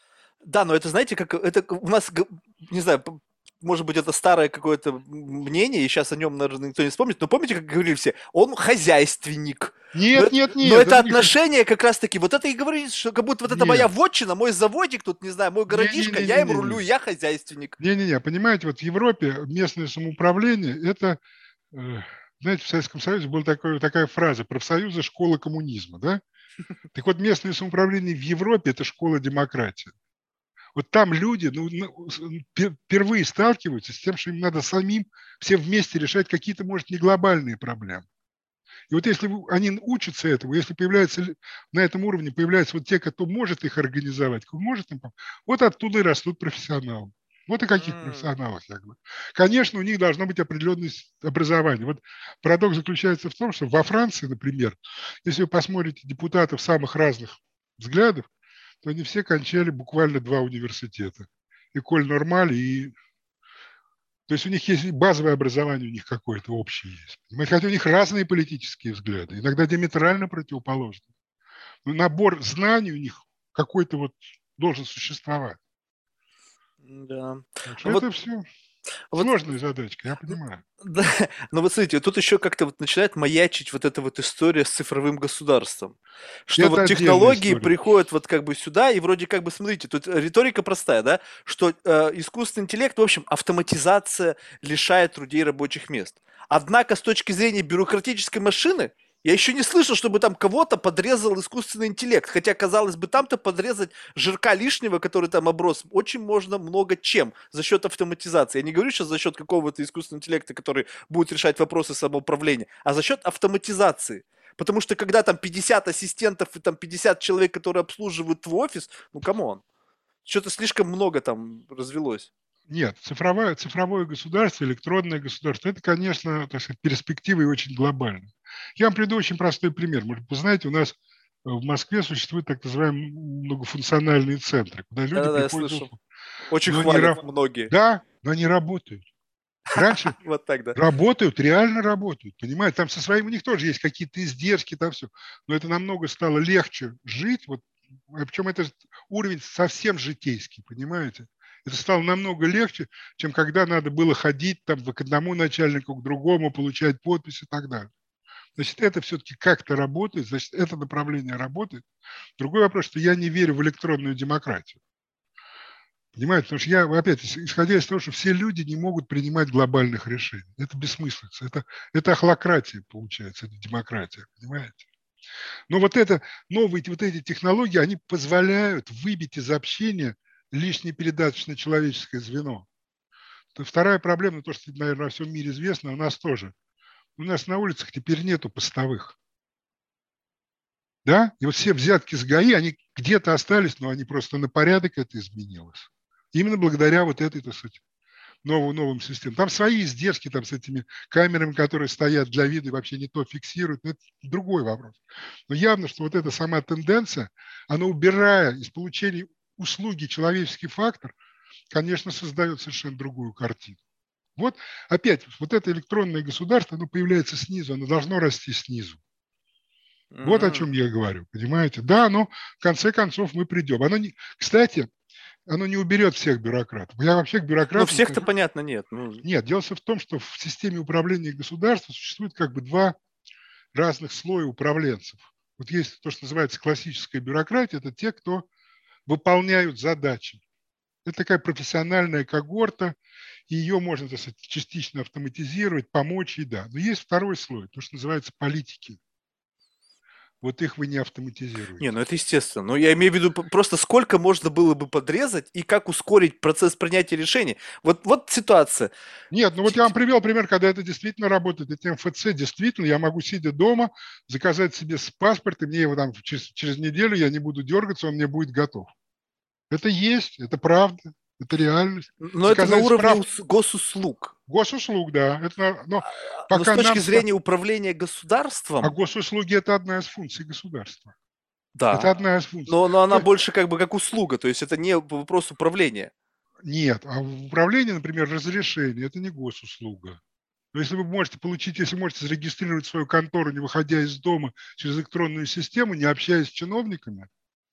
Да, но это, знаете, как это у нас, г- не знаю, п- может быть, это старое какое-то мнение, и сейчас о нем, наверное, никто не вспомнит, но помните, как говорили все, он хозяйственник. Но Нет, это, нет, но нет, это это не... хо- отношение как раз-таки, вот это и говорит, что как будто вот это моя Нет, вотчина, мой заводик тут, не знаю, мой городишко, я им рулю, не-не-не-не-не. я хозяйственник. Не-не-не, понимаете, вот в Европе местное самоуправление – это, э, знаете, в Советском Союзе была такая, такая фраза «профсоюзы – школа коммунизма», да? Так вот, местное самоуправление в Европе – это школа демократии. Вот там люди ну, ну, с- м, пе- впервые сталкиваются с тем, что им надо самим все вместе решать какие-то, может, не глобальные проблемы. И вот если вы- они учатся этому, если появляются лю- на этом уровне появляются вот те, кто может их организовать, кто может им пом- вот оттуда и растут профессионалы. Вот о каких М. профессионалах я говорю. Конечно, у них должно быть определенное с- образование. Вот парадокс заключается в том, что во Франции, например, если вы посмотрите депутатов самых разных взглядов, то они все кончали буквально два университета. Эколь Нормаль и то есть у них есть базовое образование, у них какое-то общее есть. Понимаете? Хотя у них разные политические взгляды, иногда диаметрально противоположные. Но набор знаний у них какой-то вот должен существовать. Да. Так что Ну вот это все. Вот, Сложная задачка, я понимаю. да, но вот смотрите, тут еще как-то вот начинает маячить вот эта вот история с цифровым государством. Что Это вот отдельная технологии история. приходят вот как бы сюда, и вроде как бы, смотрите, тут риторика простая, да, что э, искусственный интеллект, в общем, автоматизация лишает людей рабочих мест. Однако с точки зрения бюрократической машины, я еще не слышал, чтобы там кого-то подрезал искусственный интеллект. Хотя, казалось бы, там-то подрезать жирка лишнего, который там оброс, очень можно много чем за счет автоматизации. Я не говорю сейчас за счет какого-то искусственного интеллекта, который будет решать вопросы самоуправления, а за счет автоматизации. Потому что когда там пятьдесят ассистентов и там пятьдесят человек, которые обслуживают твой офис, ну камон, что-то слишком много там развелось. Нет, цифровое, цифровое государство, электронное государство, это, конечно, так сказать, перспектива и очень глобально. Я вам приведу очень простой пример. Может, вы знаете, у нас в Москве существуют так называемые многофункциональные центры, куда люди Да-да-да, я приходят за слышал. услугой. Очень Но не, хвалят ра- многие. да, но не работают. Раньше Вот так, да. работают, реально работают, понимаете? Там со своим у них тоже есть какие-то издержки, там все. Но это намного стало легче жить, вот, причем это уровень совсем житейский, понимаете? Это стало намного легче, чем когда надо было ходить там к одному начальнику, к другому, получать подпись и так далее. Значит, это все-таки как-то работает, значит, это направление работает. Другой вопрос, что я не верю в электронную демократию. Понимаете, потому что я, опять, исходя из того, что все люди не могут принимать глобальных решений. Это бессмыслица, это, это охлократия получается, это демократия, понимаете? Но вот это, новые вот эти технологии, они позволяют выбить из общения лишнее передаточно-человеческое звено. Вторая проблема, то, что, наверное, во всем мире известно, у нас тоже. У нас на улицах теперь нету постовых. Да? И вот все взятки с ГАИ, они где-то остались, но они просто на порядок это изменилось. Именно благодаря вот этой, так сказать, новым, новым системам. Там свои издержки там, с этими камерами, которые стоят для вида и вообще не то фиксируют. Но это другой вопрос. Но явно, что вот эта сама тенденция, она, убирая из получения услуги человеческий фактор, конечно, создает совершенно другую картину. Вот опять, вот это электронное государство, оно появляется снизу, оно должно расти снизу. Вот о чем я говорю, понимаете? Да, но в конце концов мы придем. Оно не, кстати, оно не уберет всех бюрократов. Я вообще к Ну, бюрократам всех-то скажу. понятно, нет. Ну, Нет, дело в том, что в системе управления государством существует как бы два разных слоя управленцев. Вот есть то, что называется классическая бюрократия, это те, кто выполняют задачи. Это такая профессиональная когорта, и ее можно, так сказать, частично автоматизировать, помочь, и да. Но есть второй слой, то, что называется политики. Вот их вы не не, автоматизируете. ну это естественно. Но я имею в виду п- просто сколько можно было бы подрезать и как ускорить процесс принятия решений. Вот, вот ситуация. Нет, ну вот Т- я вам т- привел пример, когда это действительно работает. Это эм эф це, действительно, я могу, сидя дома, заказать себе с паспорт, и мне его там через, через неделю, я не буду дергаться, он мне будет готов. Это есть, это правда, это реальность. Но это на Заказать уровне справку. ус- госуслуг. Госуслуг, да. Это, но А, Но с пока точки нам... ста- зрения управления А государством, госуслуги – это одна из функций государства. Это да. одна из функций. Но, но То она есть, больше как бы как услуга. То есть это не вопрос управления. нет, а в управлении, например, разрешение – это не госуслуга. Но если вы можете получить, если можете зарегистрировать свою контору, не выходя из дома через электронную систему, не общаясь с чиновниками,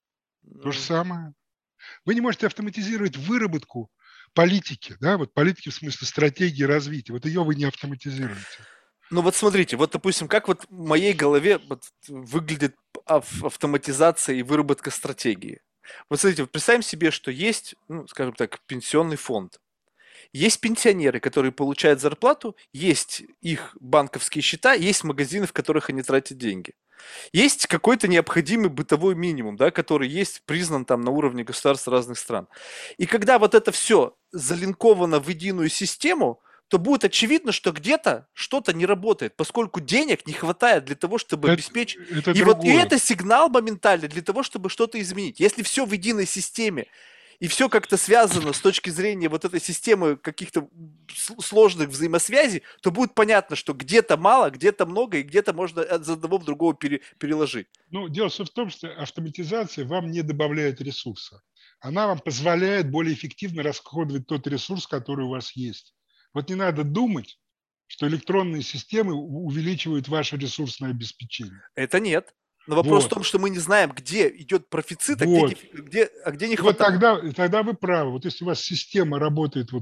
то же М. самое. Вы не можете автоматизировать выработку политики, да, вот политики в смысле стратегии развития. Вот ее вы не автоматизируете. Ну вот смотрите, вот допустим, как вот в моей голове вот выглядит ав- автоматизация и выработка стратегии. Вот смотрите, вот представим себе, что есть, ну, скажем так, пенсионный фонд. Есть пенсионеры, которые получают зарплату, есть их банковские счета, есть магазины, в которых они тратят деньги. Есть какой-то необходимый бытовой минимум, да, который есть признан там на уровне государств разных стран. И когда вот это все залинковано в единую систему, то будет очевидно, что где-то что-то не работает, поскольку денег не хватает для того, чтобы Это, обеспечить. это И вот и другое. это сигнал моментальный для того, чтобы что-то изменить. Если все в единой системе, и все как-то связано с точки зрения вот этой системы каких-то сложных взаимосвязей, то будет понятно, что где-то мало, где-то много, и где-то можно от одного в другого пере- переложить. Ну, дело все в том, что автоматизация вам не добавляет ресурса. Она вам позволяет более эффективно расходовать тот ресурс, который у вас есть. Вот не надо думать, что электронные системы у- увеличивают ваше ресурсное обеспечение. Это нет. Но вопрос в Вот, том, что мы не знаем, где идет профицит, а где, вот. дефи- где, а где не И вот хватает. тогда, тогда вы правы. Вот если у вас система работает вот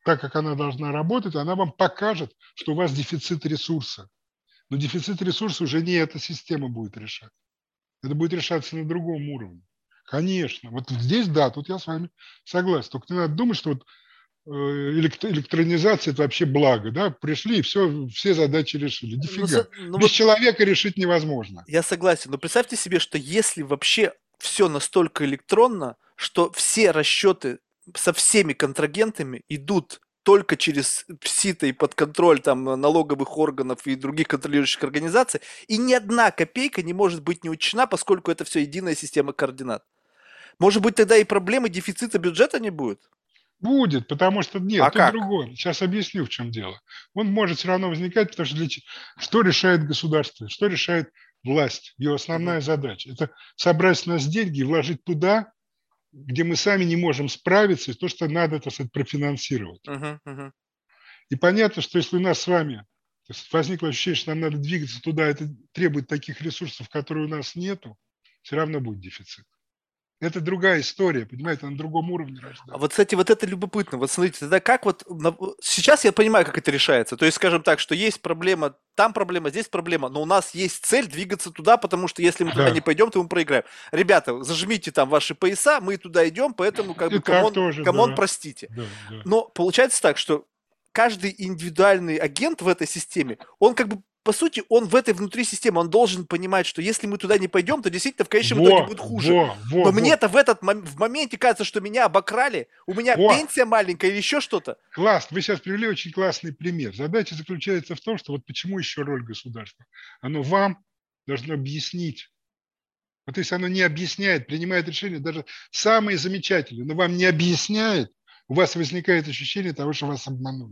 так, как она должна работать, она вам покажет, что у вас дефицит ресурса. Но дефицит ресурса уже не эта система будет решать. Это будет решаться на другом уровне. Конечно. Вот здесь, да, тут я с вами согласен. Только не надо думать, что вот электронизация – это вообще благо. Да? Пришли и все, все задачи решили. Ну, Нифига. со- ну Без вот человека решить невозможно. я согласен, но представьте себе, что если вообще все настолько электронно, что все расчеты со всеми контрагентами идут только через сито и под контроль там налоговых органов и других контролирующих организаций, и ни одна копейка не может быть не учтена, поскольку это все единая система координат. Может быть, тогда и проблемы дефицита бюджета не будет? Будет, потому что А нет, тут как? другое. Сейчас объясню, в чем дело. Он может все равно возникать, потому что для, ч- что решает государство, что решает власть. Ее Мгм. основная задача – это собрать с нас деньги и вложить туда, где мы сами не можем справиться, и то, что надо, так сказать, профинансировать. Мгм, мгм. И понятно, что если у нас с вами так сказать, возникло ощущение, что нам надо двигаться туда, это требует таких ресурсов, которые у нас нету, все равно будет дефицит. Это другая история, понимаете, на другом уровне А рождается. вот, кстати, вот это любопытно. Вот смотрите, тогда как вот на- сейчас я понимаю, как это решается. То есть, скажем так, что есть проблема, там проблема, здесь проблема, но у нас есть цель двигаться туда, потому что если мы туда не Да, пойдем, то мы проиграем. Ребята, зажмите там ваши пояса, мы туда идем, поэтому как и бы так камон, тоже, камон, да. простите. Да, да. Но получается так, что каждый индивидуальный агент в этой системе, он как бы по сути, он в этой внутри системы, он должен понимать, что если мы туда не пойдем, то действительно в конечном итоге Во, будет хуже. во, во, Но во, мне-то в этот мом- в моменте кажется, что меня обокрали, у меня во. пенсия маленькая или еще что-то. Класс, вы сейчас привели очень классный пример. Задача заключается в том, что вот почему еще роль государства. Оно вам должно объяснить. Вот если оно не объясняет, принимает решения, даже самые замечательные, но вам не объясняет, у вас возникает ощущение того, что вас обманули.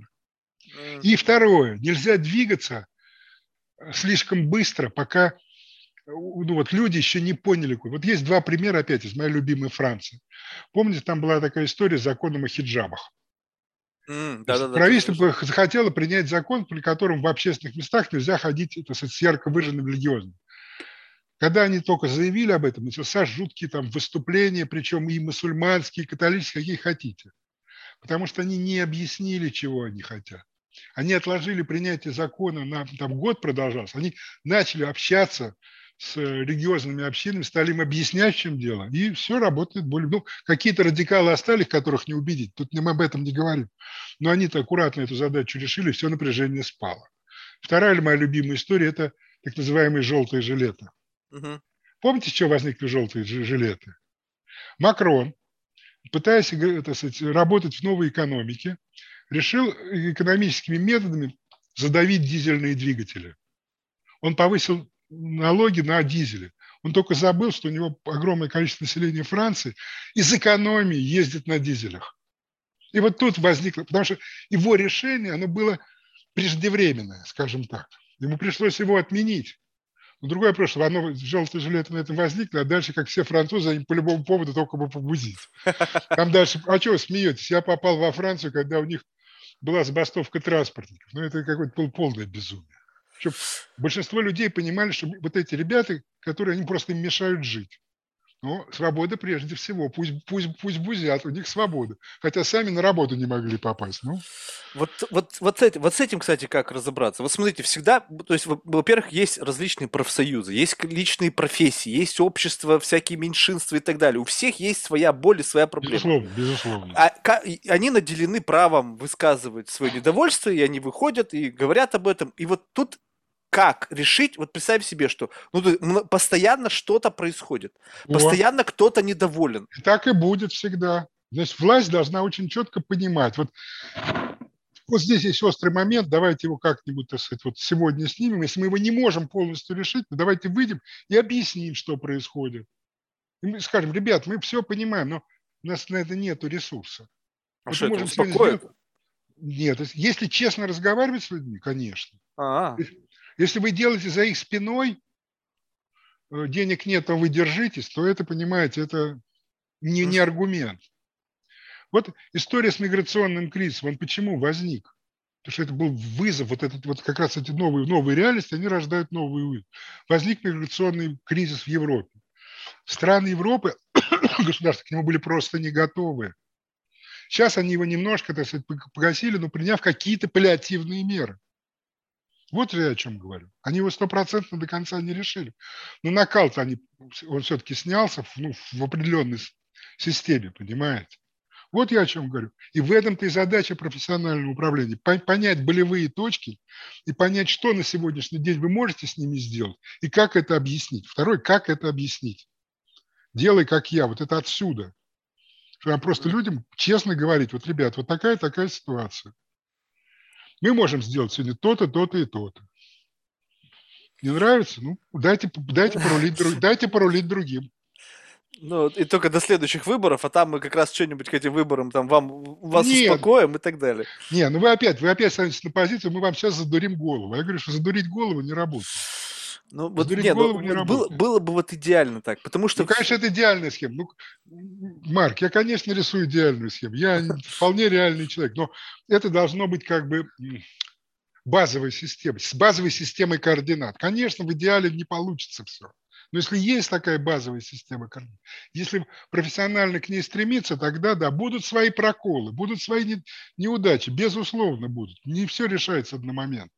М, И второе, нельзя двигаться слишком быстро, пока ну, вот люди еще не поняли. Вот есть два примера опять из моей любимой Франции. Помните, там была такая история с законом о хиджабах. м, То есть Да-да-да, тоже правительство слышал. бы захотело принять закон, при котором в общественных местах нельзя ходить так сказать, с ярко Мгм. выраженным религиозным. Когда они только заявили об этом, начался жуткие там выступления, причем и мусульманские, и католические, какие хотите. Потому что они не объяснили, чего они хотят. Они отложили принятие закона на там, год продолжался. Они начали общаться с религиозными общинами, стали им объяснять, в чем дело. И все работает более... Ну, какие-то радикалы остались, которых не убедить. Тут мы об этом не говорим. Но они-то аккуратно эту задачу решили, все напряжение спало. Вторая моя любимая история – это так называемые желтые жилеты. Мгм. Помните, с чего возникли желтые жилеты? Макрон, пытаясь так сказать, работать в новой экономике, решил экономическими методами задавить дизельные двигатели. Он повысил налоги на дизели. Он только забыл, что у него огромное количество населения Франции из экономии ездит на дизелях. И вот тут возникло, потому что его решение, оно было преждевременное, скажем так. Ему пришлось его отменить. Но другое вопрос, что оно, желтые жилеты на этом возникли, а дальше, как все французы, они по любому поводу только бы побудить. Там дальше, а что вы смеетесь? Я попал во Францию, когда у них была забастовка транспортников. Ну, это какое-то полное безумие. Чтоб большинство людей понимали, что вот эти ребята, которые они просто им мешают жить. Но свобода прежде всего. Пусть, пусть, пусть бузят, у них свобода. Хотя сами на работу не могли попасть. Ну, Вот, вот, вот, с этим, вот с этим, кстати, как разобраться? Вот смотрите, всегда, то есть, во- во-первых, есть различные профсоюзы, есть к- личные профессии, есть общество, всякие меньшинства и так далее. У всех есть своя боль и своя проблема. безусловно, безусловно. А ка- и они наделены правом высказывать свое недовольство, и они выходят и говорят об этом. И вот тут как решить? Вот представь себе, что ну, ты- м, постоянно что-то происходит, О, постоянно кто-то недоволен. и так и будет всегда. Значит, власть должна очень четко понимать. Вот, вот здесь есть острый момент, давайте его как-нибудь, так сказать, вот сегодня снимем. Если мы его не можем полностью решить, то давайте выйдем и объясним, что происходит. И мы скажем, ребят, мы все понимаем, но у нас на это нет ресурса. А Вот что мы это можем сегодня сделать... успокоит? Нет, если честно разговаривать с людьми, конечно. А, Если вы делаете за их спиной, э, денег нет, а вы держитесь, то это, понимаете, это не, м, не аргумент. Вот история с миграционным кризисом, он почему возник? Потому что это был вызов, вот, этот, вот как раз эти новые, новые реальности, они рождают новые вызовы. Возник миграционный кризис в Европе. Страны Европы, государства к нему были просто не готовы. Сейчас они его немножко, так сказать, погасили, но приняв какие-то паллиативные меры. Вот я о чем говорю. Они его стопроцентно до конца не решили. Но накал-то они, он все-таки снялся ну, в определенной системе, понимаете? Вот я о чем говорю. И в этом-то и задача профессионального управления. Понять болевые точки и понять, что на сегодняшний день вы можете с ними сделать и как это объяснить. Второй, как это объяснить. Делай, как я. Вот это отсюда. Чтобы просто людям честно говорить, вот, ребят, вот такая-такая ситуация. Мы можем сделать сегодня то-то, то-то и то-то. Не нравится? Ну, дайте, дайте, порулить, дайте порулить другим. Ну, и только до следующих выборов, а там мы как раз что-нибудь к этим выборам, там, вам, вас Нет, успокоим и так далее. Не, ну вы опять, вы опять становитесь на позицию, мы вам сейчас задурим голову. Я говорю, что задурить голову не работает. Ну, вот, Задурить не, ну, голову не вот было, работает. было бы вот идеально так, потому что... Ну, конечно, это идеальная схема. Ну, Марк, я, конечно, рисую идеальную схему. Я вполне реальный человек, но это должно быть как бы базовой системой, с базовой системой координат. Конечно, в идеале не получится все. Но если есть такая базовая система координат, если профессионально к ней стремиться, тогда да, будут свои проколы, будут свои неудачи, безусловно будут. Не все решается одномоментно.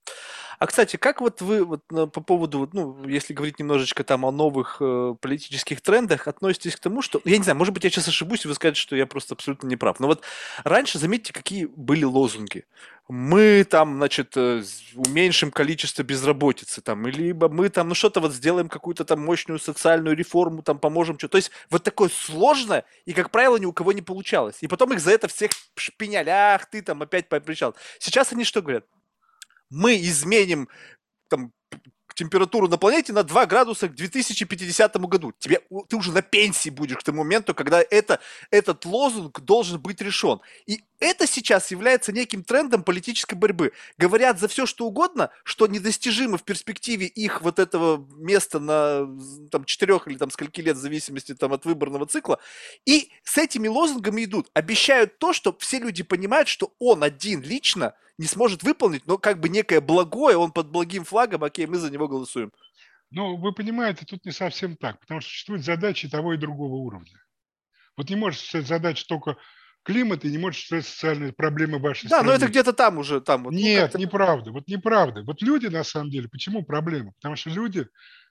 А, кстати, как вот вы вот по поводу, ну, если говорить немножечко там о новых э, политических трендах, относитесь к тому, что, я не знаю, может быть, я сейчас ошибусь, и вы скажете, что я просто абсолютно не прав. Но вот раньше, заметьте, какие были лозунги. Мы там, значит, э, уменьшим количество безработицы, там, либо мы там, ну, что-то вот сделаем, какую-то там мощную социальную реформу, там, поможем, что. То есть вот такое сложное, и, как правило, ни у кого не получалось. И потом их за это всех шпиняли. Ах, ты там опять пообещал. Сейчас они что говорят? Мы изменим там, температуру на планете на два градуса к две тысячи пятидесятому году. Тебе, ты уже на пенсии будешь к тому моменту, когда это, этот лозунг должен быть решен. И это сейчас является неким трендом политической борьбы. Говорят за все, что угодно, что недостижимо в перспективе их вот этого места на там, четырех или там скольки лет, в зависимости там, от выборного цикла. И с этими лозунгами идут. Обещают то, что все люди понимают, что он один лично не сможет выполнить, но как бы некое благое, он под благим флагом, окей, мы за него голосуем. Ну, вы понимаете, тут не совсем так, потому что существуют задачи того и другого уровня. Вот не может стоять задача только климата и не может стоять социальные проблемы вашей да, страны. но это где-то там уже. Там, вот, Нет, ну, неправда. Вот неправда. Вот люди, на самом деле, почему проблема? Потому что люди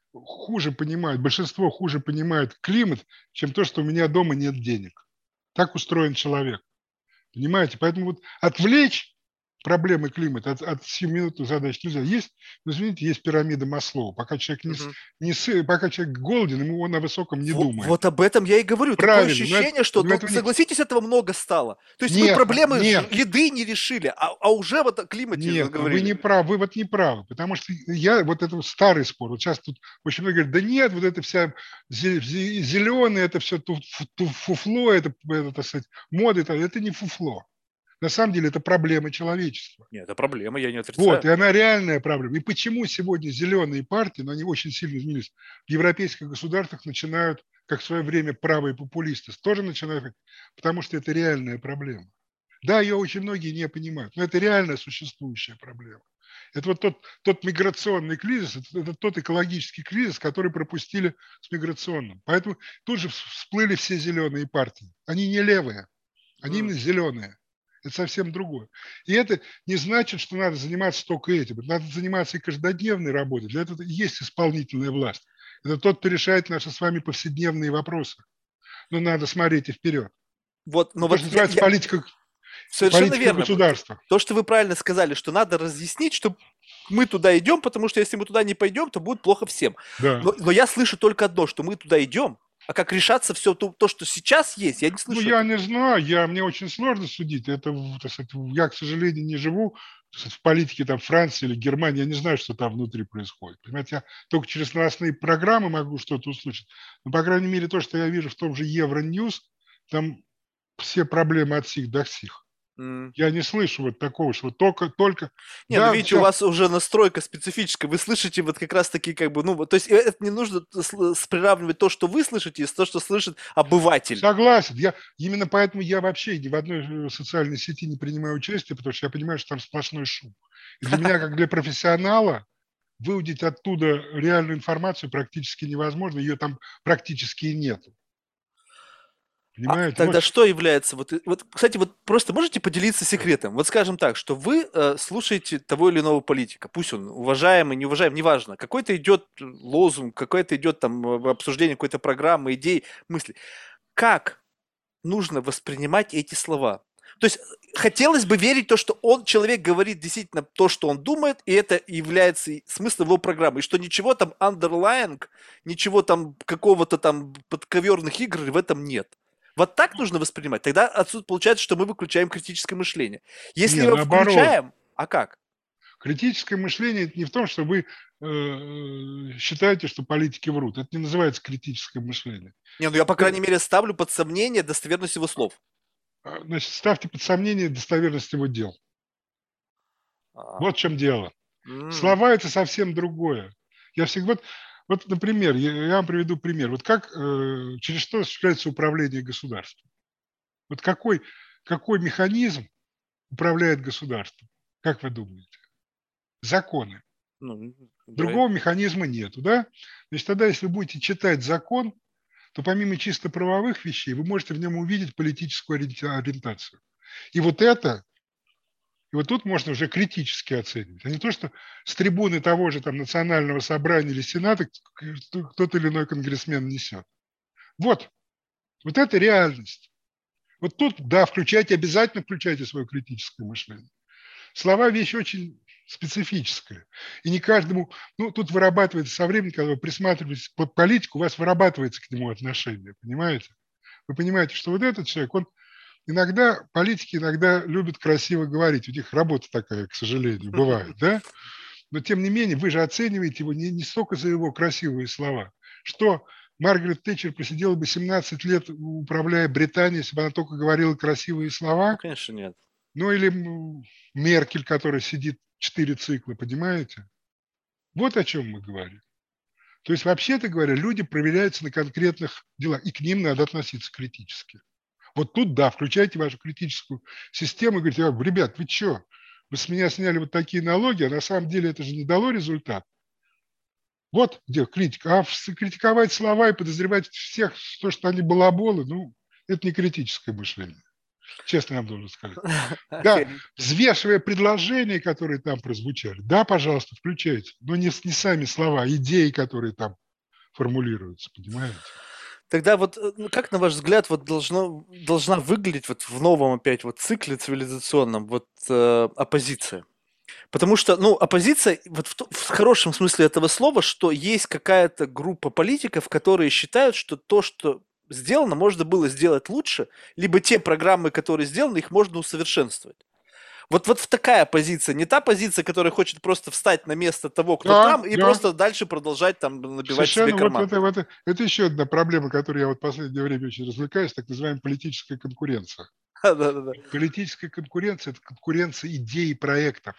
хуже понимают, большинство хуже понимают климат, чем то, что у меня дома нет денег. Так устроен человек. Понимаете? Поэтому вот отвлечь проблемы климата от, от сиюминутных задач нельзя. Есть, ну, извините, есть пирамида Маслоу. Пока человек, не, угу. не, пока человек голоден, ему он о высоком не вот, думает. вот об этом я и говорю. Правильно. Такое ощущение, что, ну, это согласитесь, этого много стало. То есть нет, мы проблемы нет. еды не решили, а, а уже вот о климате Нет, говорили. вы не правы, вы вот не правы, потому что я, вот это старый спор, вот сейчас тут очень много говорят, да нет, вот это вся зеленое, это все фуфло, это, это, так сказать, мода, это, это не фуфло. На самом деле это проблема человечества. Нет, это проблема, я не отрицаю. Вот, и она реальная проблема. И почему сегодня зеленые партии, но они очень сильно изменились, в европейских государствах начинают, как в свое время правые популисты, тоже начинают, потому что это реальная проблема. Да, ее очень многие не понимают, но это реально существующая проблема. Это вот тот, тот миграционный кризис, это, это тот экологический кризис, который пропустили с миграционным. Поэтому тут же всплыли все зеленые партии. Они не левые, они mm. именно зеленые. Это совсем другое. И это не значит, что надо заниматься только этим. Надо заниматься и каждодневной работой. Для этого есть исполнительная власть. Это тот, кто решает наши с вами повседневные вопросы. Но надо смотреть и вперед. Вот, но то, вот что называется я, политика, совершенно политика верно. государства. То, что вы правильно сказали, что надо разъяснить, что мы туда идем, потому что если мы туда не пойдем, то будет плохо всем. Да. Но, но я слышу только одно, что мы туда идем, а как решаться все то, то, что сейчас есть, я не слышу. Ну, я не знаю, я, мне очень сложно судить. Это, так сказать, я, к сожалению, не живу так сказать, в политике там, Франции или Германии. Я не знаю, что там внутри происходит. Понимаете, я только через новостные программы могу что-то услышать. Но, по крайней мере, то, что я вижу в том же Евроньюз, там все проблемы от сих до сих. Mm. Я не слышу вот такого, что только, только... Не, да, ну видите, вся... у вас уже настройка специфическая, вы слышите вот как раз-таки как бы, ну, то есть это не нужно приравнивать то, что вы слышите, с то, что слышит обыватель. Согласен, я, именно поэтому я вообще ни в одной социальной сети не принимаю участие, потому что я понимаю, что там сплошной шум. И для меня, как для профессионала, выудить оттуда реальную информацию практически невозможно, ее там практически и нету. А Понимаете? тогда Вот, что является вот, э, вот, кстати, вот просто можете поделиться секретом? Вот скажем так, что вы э, слушаете того или иного политика, пусть он уважаемый, неуважаемый, неважно, какой-то идет э, лозунг, какое-то идет там э, обсуждение какой-то программы, идей, мысли. Как нужно воспринимать эти слова? То есть э, хотелось бы верить в то, что он, человек говорит действительно то, что он думает, и это является и смыслом его программы, и что ничего там underlying, ничего там какого-то там подковерных игр в этом нет. Вот так нужно воспринимать. Тогда отсюда получается, что мы выключаем критическое мышление. Если не, мы наоборот. включаем, а как? Критическое мышление – это не в том, что вы э, считаете, что политики врут. Это не называется критическое мышление. Не, ну я, по Это, крайней мере, ставлю под сомнение достоверность его слов. а, значит, ставьте под сомнение достоверность его дел. А, Вот в чем дело. м, Слова – это совсем другое. Я всегда, вот, вот, например, я, я вам приведу пример. Вот как, э, через что осуществляется управление государством? Вот какой, какой механизм управляет государством? Как вы думаете? Законы. ну, да. Другого механизма нету, да? Значит, тогда, если вы будете читать закон, то помимо чисто правовых вещей вы можете в нем увидеть политическую ориентацию. И вот это, и вот тут можно уже критически оценивать, а не то, что с трибуны того же там национального собрания или сената кто-то или иной конгрессмен несет. Вот, вот это реальность. Вот тут, да, включайте, обязательно включайте свое критическое мышление. Слова – вещь очень специфическая. И не каждому… Ну, тут вырабатывается со временем, когда вы присматриваетесь к политику, у вас вырабатывается к нему отношение, понимаете? Вы понимаете, что вот этот человек, он иногда, политики иногда любят красиво говорить. У них работа такая, к сожалению, бывает, да? Но, тем не менее, вы же оцениваете его не, не столько за его красивые слова, что Маргарет Тэтчер просидела бы семнадцать лет, управляя Британией, если бы она только говорила красивые Ну, слова, конечно, нет. ну или Меркель, которая сидит четыре цикла, понимаете? Вот о чем мы говорим. То есть, вообще-то говоря, люди проверяются на конкретных делах, и к ним надо относиться критически. Вот тут, да, включайте вашу критическую систему и говорите: ребят, вы что, вы с меня сняли вот такие налоги, а на самом деле это же не дало результат. Вот где критика. А критиковать слова и подозревать всех, то, что они балаболы, ну, это не критическое мышление. Честно я вам должен сказать. Да, Окей. взвешивая предложения, которые там прозвучали, да, пожалуйста, включайте. Но не, не сами слова, а идеи, которые там формулируются, понимаете? Тогда вот, э, ну, как на ваш взгляд, вот должно, должна выглядеть вот в новом опять вот цикле цивилизационном вот э, оппозиция? Потому что, ну, оппозиция, вот в, то- в хорошем смысле этого слова, что есть какая-то группа политиков, которые считают, что то, что сделано, можно было сделать лучше, либо те программы, которые сделаны, их можно усовершенствовать. Вот, вот в такая позиция, не та позиция, которая хочет просто встать на место того, кто Да, там, и да, просто дальше продолжать там набивать себе совершенно. Вот, карман. вот, вот это еще одна проблема, которой я вот в последнее время очень развлекаюсь, так называемая политическая конкуренция. Да-да-да. Политическая конкуренция – это конкуренция идей и проектов.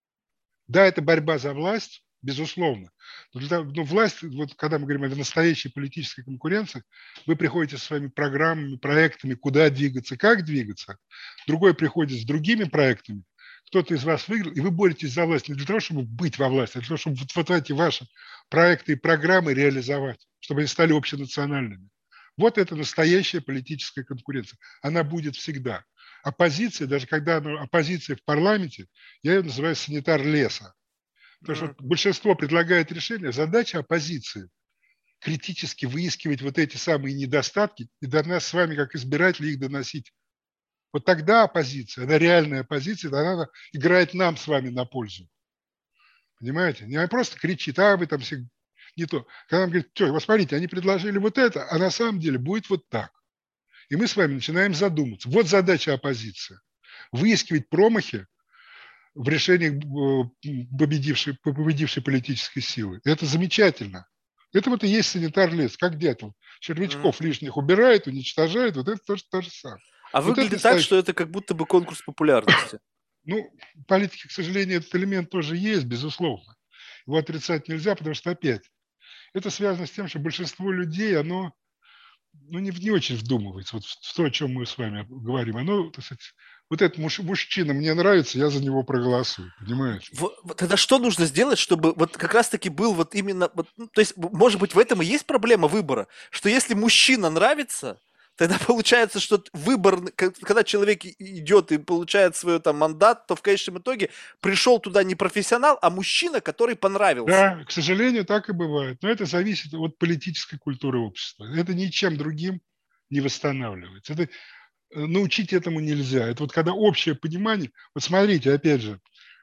Да, это борьба за власть, безусловно. Но, для того- но власть, вот когда мы говорим о настоящей политической конкуренции, вы приходите со своими программами, проектами, куда двигаться, как двигаться. Другой приходит с другими проектами. Кто-то из вас выиграл, и вы боретесь за власть не для того, чтобы быть во власти, а для того, чтобы вот, вот эти ваши проекты и программы реализовать, чтобы они стали общенациональными. Вот это настоящая политическая конкуренция. Она будет всегда. Оппозиция, даже когда она, оппозиция в парламенте, я ее называю санитар леса. Потому что М. вот большинство предлагает решение. Задача оппозиции – критически выискивать вот эти самые недостатки и до нас с вами, как избирателей, их доносить. Вот тогда оппозиция, она реальная оппозиция, она играет нам с вами на пользу. Понимаете? Не просто кричит: а вы там все не то. Когда он говорит: что, вот смотрите, они предложили вот это, а на самом деле будет вот так. И мы с вами начинаем задуматься. Вот задача оппозиции – выискивать промахи в решениях э, победившей, победившей политической силы. Это замечательно. Это вот и есть санитар лес. Как дятел. Мгм. Червячков лишних убирает, уничтожает. Вот это тоже то же самое. А Вот это выглядит так, что настоящий. это как будто бы конкурс популярности. Ну, в политике, к сожалению, этот элемент тоже есть, безусловно. Его отрицать нельзя, потому что, опять, это связано с тем, что большинство людей, оно ну, не, не очень вдумывается вот в то, о чем мы с вами говорим. Оно, так сказать, вот этот муж, мужчина мне нравится, я за него проголосую, понимаете? В- вот тогда что нужно сделать, чтобы вот как раз-таки был вот именно, вот, ну, то есть, м- может быть, в этом и есть проблема выбора, что если мужчина нравится, Тогда получается, что выбор, когда человек идет и получает свой там мандат, то в конечном итоге пришел туда не профессионал, а мужчина, который понравился. Да, к сожалению, так и бывает. Но это зависит от политической культуры общества. Это ничем другим не восстанавливается. Это, научить этому нельзя. Это вот когда общее понимание. Вот смотрите, опять же,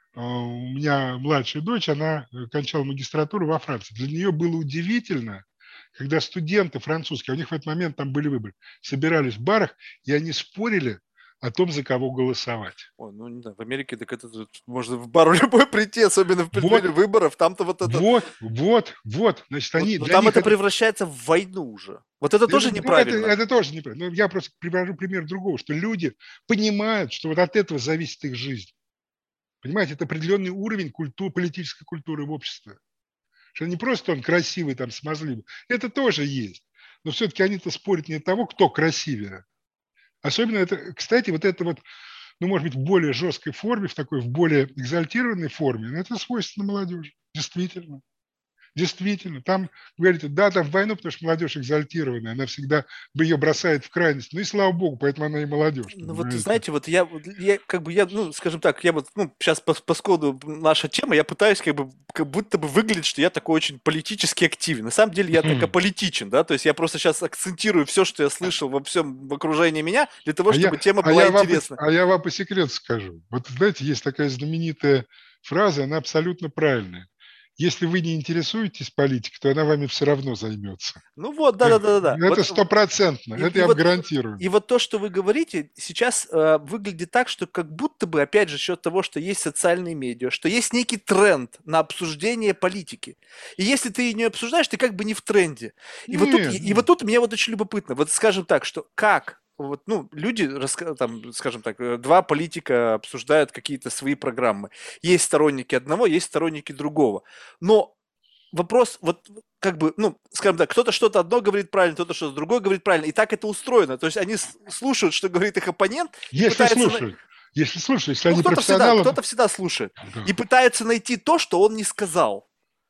у меня младшая дочь, она кончала магистратуру во Франции. Для нее было удивительно, когда студенты французские, у них в этот момент там были выборы, собирались в барах, и они спорили о том, за кого голосовать. Ой, ну не знаю, в Америке так это можно в бар любой прийти, особенно в преддверии вот, выборов, там-то вот это... Вот, вот, вот, значит, они... Вот, для там них это, это превращается в войну уже. Вот это, это тоже неправильно. Ну, это, это тоже неправильно. Но я просто привожу пример другого, что люди понимают, что вот от этого зависит их жизнь. Понимаете, это определенный уровень культуры, политической культуры в обществе. Что не просто он красивый, там, смазливый. Это тоже есть. Но все-таки они-то спорят не от того, кто красивее. Особенно это, кстати, вот это вот, ну, может быть, в более жесткой форме, в такой, в более экзальтированной форме, но это свойственно молодежи. Действительно. Действительно, там, говорите, да, там в войну, потому что молодежь экзальтированная, она всегда ее бросает в крайность. Ну и слава богу, поэтому она и молодежь. Ну вот, знаете, вот я, я как бы, я, ну, скажем так, я вот, ну, сейчас по, по сходу наша тема, я пытаюсь как бы, как будто бы выглядеть, что я такой очень политически активен. На самом деле я так аполитичен, да, то есть я просто сейчас акцентирую все, что я слышал во всем в окружении меня, для того, а чтобы я, тема а была я интересна. Вам, а я вам по секрету скажу. Вот, знаете, есть такая знаменитая фраза, она абсолютно правильная. Если вы не интересуетесь политикой, то она вами все равно займется. Ну вот, да-да-да. Это стопроцентно, это я вам гарантирую. И вот то, что вы говорите, сейчас э, выглядит так, что как будто бы, опять же, за счет того, что есть социальные медиа, что есть некий тренд на обсуждение политики. И если ты ее не обсуждаешь, ты как бы не в тренде. И, вот, тут, и, и вот тут мне вот очень любопытно, вот скажем так, что как вот, ну, люди, там, скажем так, два политика обсуждают какие-то свои программы. Есть сторонники одного, есть сторонники другого. Но вопрос, вот как бы, ну, скажем так, кто-то что-то одно говорит правильно, кто-то что-то другое говорит правильно, и так это устроено. То есть они слушают, что говорит их оппонент, и если пытаются... слушают, если слушают, если ну, они кто-то профессионалы... Всегда, кто-то всегда слушает. Да. И пытаются найти то, что он не сказал.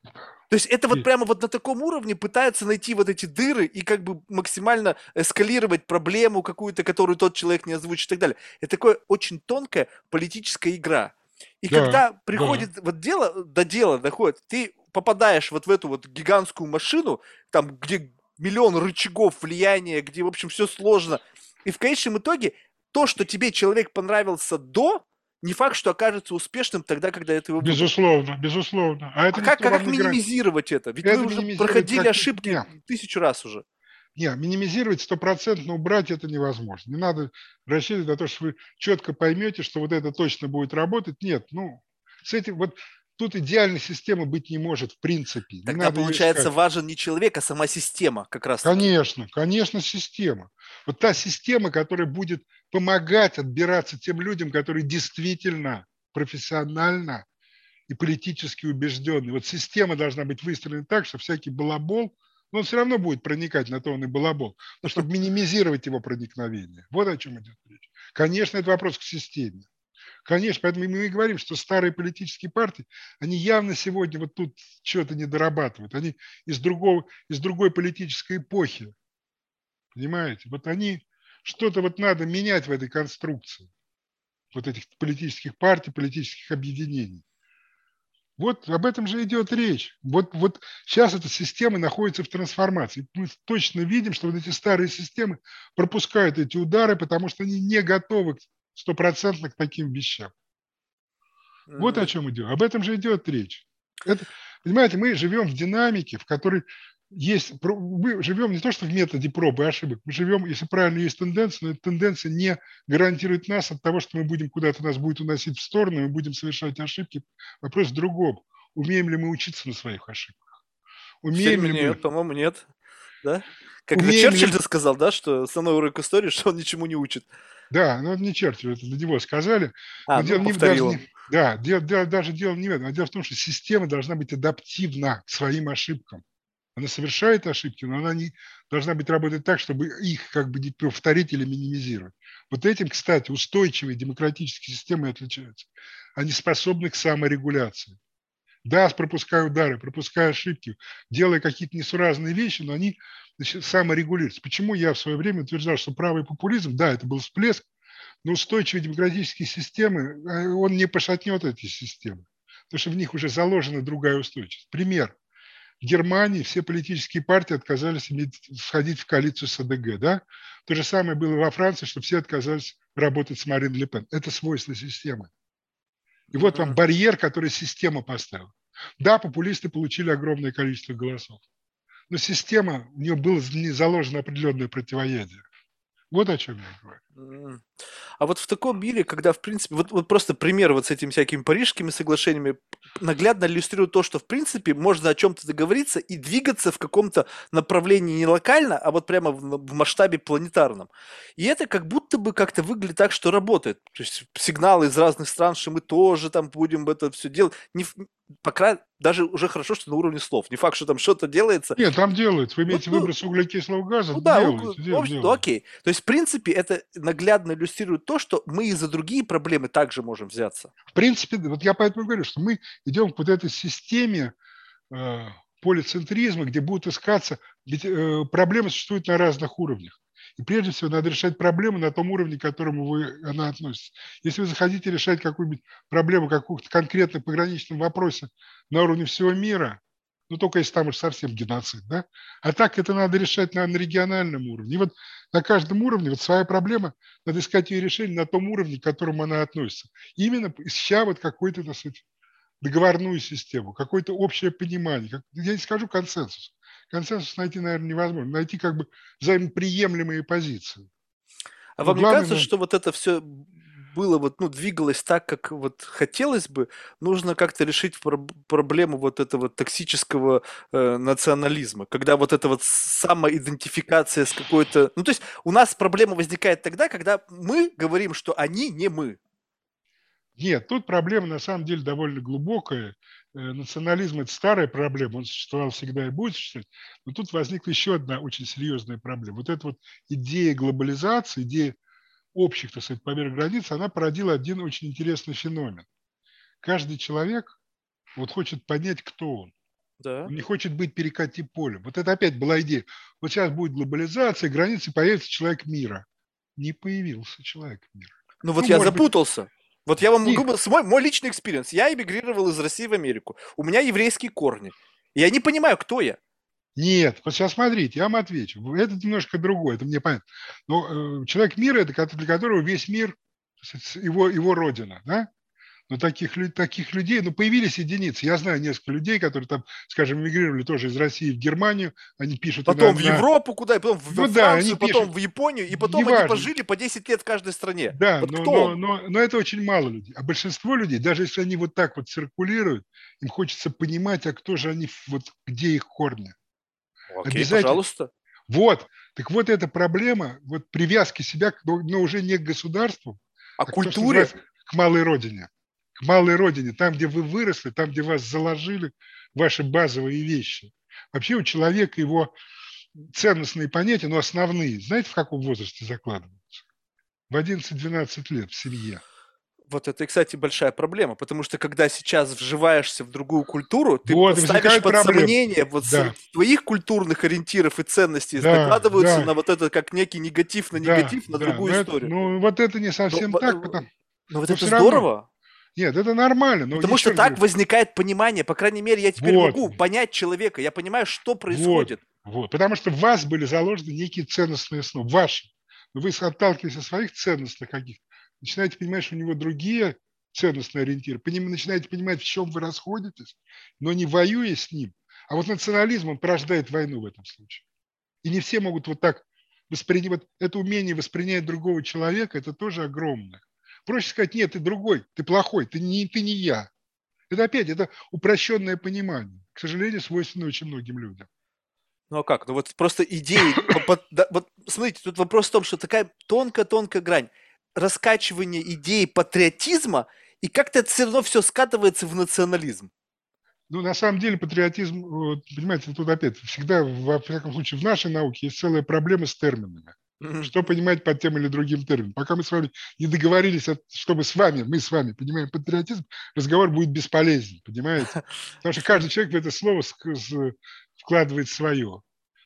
То есть это вот прямо вот на таком уровне пытаются найти вот эти дыры и как бы максимально эскалировать проблему какую-то, которую тот человек не озвучит и так далее. Это такое очень тонкая политическая игра. И да, когда приходит да. вот дело, до дела доходит, ты попадаешь вот в эту вот гигантскую машину, там, где миллион рычагов влияния, где, в общем, все сложно. И в конечном итоге то, что тебе человек понравился до, не факт, что окажется успешным тогда, когда это его выбор. Безусловно, безусловно. А, это а как, как минимизировать грани... это? Ведь это вы уже проходили как... ошибки Нет. тысячу раз уже. Нет, минимизировать стопроцентно, убрать это невозможно. Не надо рассчитывать на то, что вы четко поймете, что вот это точно будет работать. Нет, ну, с этим вот тут идеальной системы быть не может в принципе. Не Тогда, надо получается, важен не человек, а сама система как раз. Конечно, конечно, система. Вот та система, которая будет помогать отбираться тем людям, которые действительно профессионально и политически убежденные. Вот система должна быть выстроена так, что всякий балабол, но он все равно будет проникать, на то он и балабол, но чтобы минимизировать его проникновение. Вот о чем идет речь. Конечно, это вопрос к системе. Конечно, поэтому мы и говорим, что старые политические партии, они явно сегодня вот тут что-то не дорабатывают. Они из, другого, из другой политической эпохи. Понимаете? Вот они, что-то вот надо менять в этой конструкции. Вот этих политических партий, политических объединений. Вот об этом же идет речь. Вот, вот сейчас эта система находится в трансформации. Мы точно видим, что вот эти старые системы пропускают эти удары, потому что они не готовы стопроцентно к таким вещам. Mm-hmm. Вот о чем идет. Об этом же идет речь. Это, понимаете, мы живем в динамике, в которой есть... Мы живем не то, что в методе проб и ошибок. Мы живем, если правильно есть тенденция, но эта тенденция не гарантирует нас от того, что мы будем куда-то, нас будет уносить в сторону, мы будем совершать ошибки. Вопрос в другом. Умеем ли мы учиться на своих ошибках? Умеем ли нет, мы... по-моему, нет. Да? Как Черчилль ли... сказал, да, что основной урок истории, что он ничему не учит. Да, но это не Черчилль, это для него сказали. А, но ну, дело не, даже не, да, дело, дело, даже дело не в этом, а дело в том, что система должна быть адаптивна к своим ошибкам. Она совершает ошибки, но она не должна быть работать так, чтобы их как бы повторить или минимизировать. Вот этим, кстати, устойчивые демократические системы отличаются. Они способны к саморегуляции. Да, пропуская удары, пропуская ошибки, делая какие-то несуразные вещи, но они значит, саморегулируется. Почему я в свое время утверждал, что правый популизм, да, это был всплеск, но устойчивые демократические системы, он не пошатнет эти системы, потому что в них уже заложена другая устойчивость. Пример. В Германии все политические партии отказались иметь, входить в коалицию с АДГ. Да? То же самое было во Франции, что все отказались работать с Марин Ле Пен. Это свойство системы. И вот вам барьер, который система поставила. Да, популисты получили огромное количество голосов, но система, у нее было заложено определенное противоядие. Вот о чем я говорю. А вот в таком мире, когда, в принципе, вот, вот просто пример вот с этими всякими парижскими соглашениями наглядно иллюстрирует то, что, в принципе, можно о чем-то договориться и двигаться в каком-то направлении не локально, а вот прямо в, в масштабе планетарном. И это как будто бы как-то выглядит так, что работает. То есть сигналы из разных стран, что мы тоже там будем это все делать. Не, пока даже уже хорошо, что на уровне слов. Не факт, что там что-то делается. Нет, там делается. Вы имеете ну, выброс углекислого газа? Ну да, делается, угол, дел, общем, ну делается. окей. То есть, в принципе, это наглядно иллюстрирует то, что мы и за другие проблемы также можем взяться. В принципе, вот я поэтому говорю, что мы идем к вот этой системе э, полицентризма, где будут искаться, ведь э, проблемы существуют на разных уровнях. И прежде всего надо решать проблему на том уровне, к которому вы, она относится. Если вы захотите решать какую-нибудь проблему, какую-то конкретно пограничном вопросе на уровне всего мира, ну только если там уж совсем геноцид, да? А так это надо решать на, на региональном уровне. И вот на каждом уровне вот своя проблема, надо искать ее решение на том уровне, к которому она относится. Именно ища вот какую-то, так сказать, договорную систему, какое-то общее понимание. Как, я не скажу консенсус. Консенсус найти, наверное, невозможно. Найти как бы взаимоприемлемые позиции. А Но вам не главное, кажется, что вот это все было вот, ну, двигалось так, как вот хотелось бы, нужно как-то решить проб- проблему вот этого токсического э, национализма, когда вот эта вот самоидентификация с какой-то... Ну, то есть у нас проблема возникает тогда, когда мы говорим, что они не мы. Нет, тут проблема на самом деле довольно глубокая. Э, Национализм – это старая проблема, он существовал всегда и будет существовать. Но тут возникла еще одна очень серьезная проблема. Вот эта вот идея глобализации, идея общих, так сказать, помер границ, она породила один очень интересный феномен. Каждый человек вот хочет понять, кто он. Да. Он не хочет быть перекати полем. Вот это опять была идея. Вот сейчас будет глобализация, границы, появится человек мира. Не появился человек мира. Ну вот Ну, я может быть, запутался. Вот я вам не, могу... Мой, мой личный экспириенс. Я эмигрировал из России в Америку. У меня еврейские корни. Я не понимаю, кто я. нет, вот сейчас смотрите, я вам отвечу. Это немножко другое, это мне понятно. Но э, человек мира – это для которого весь мир, его, его родина, да? Но таких, таких людей, ну, появились единицы. Я знаю несколько людей, которые там, скажем, эмигрировали тоже из России в Германию, они пишут и на… Потом в на... Европу куда, и потом во Ну да, они Францию, потом пишут, в Японию, и потом они неважно. пожили по десять лет в каждой стране. Да, Вот но, кто но, он? но, но это очень мало людей. А большинство людей, даже если они вот так вот циркулируют, им хочется понимать, а кто же они, вот где их корни. Окей, Обязательно. пожалуйста. Вот. Так вот эта проблема вот привязки себя, но уже не к государству, О а к, то, что культуре. называется, к малой родине. К малой родине, там, где вы выросли, там, где вас заложили ваши базовые вещи. Вообще у человека его ценностные понятия, но основные, знаете, в каком возрасте закладываются? В одиннадцать-двенадцать лет в семье. Вот это, кстати, большая проблема, потому что когда сейчас вживаешься в другую культуру, ты Вот, и ставишь возникает под проблема. сомнение вот Да, твоих культурных ориентиров и ценностей, да, накладываются да, на вот это как некий негатив на да, негатив, на да. Но другую это, историю. ну, вот это не Но, совсем так, потому, но вот но это все равно. здорово. Нет, это нормально, но Потому что еще раз так говорю, возникает понимание, по крайней мере, я теперь вот, могу понять человека, я понимаю, что вот, происходит. вот. Потому что в вас были заложены некие ценностные основы, ваши. Но вы, отталкиваясь от своих ценностных каких-то, начинаете понимать, что у него другие ценностные ориентиры, поним, начинаете понимать, в чем вы расходитесь, но не воюя с ним. А вот национализм, он порождает войну в этом случае. И не все могут вот так воспринимать. Это умение воспринять другого человека, это тоже огромное. Проще сказать, нет, ты другой, ты плохой, ты не, ты не я. Это опять, это упрощенное понимание. К сожалению, свойственно очень многим людям. Ну а как? Ну вот просто идеи. по- по- да, вот смотрите, тут вопрос в том, что такая тонкая-тонкая грань. Раскачивание идеи патриотизма, и как-то это все равно все скатывается в национализм. Ну, на самом деле, патриотизм, вот, понимаете, тут опять, всегда, во всяком случае, в нашей науке есть целая проблема с терминами. Мгм. Что понимать под тем или другим термином. Пока мы с вами не договорились, что мы с вами, мы с вами понимаем патриотизм, разговор будет бесполезен, понимаете? Потому что каждый человек в это слово с- с- вкладывает свое.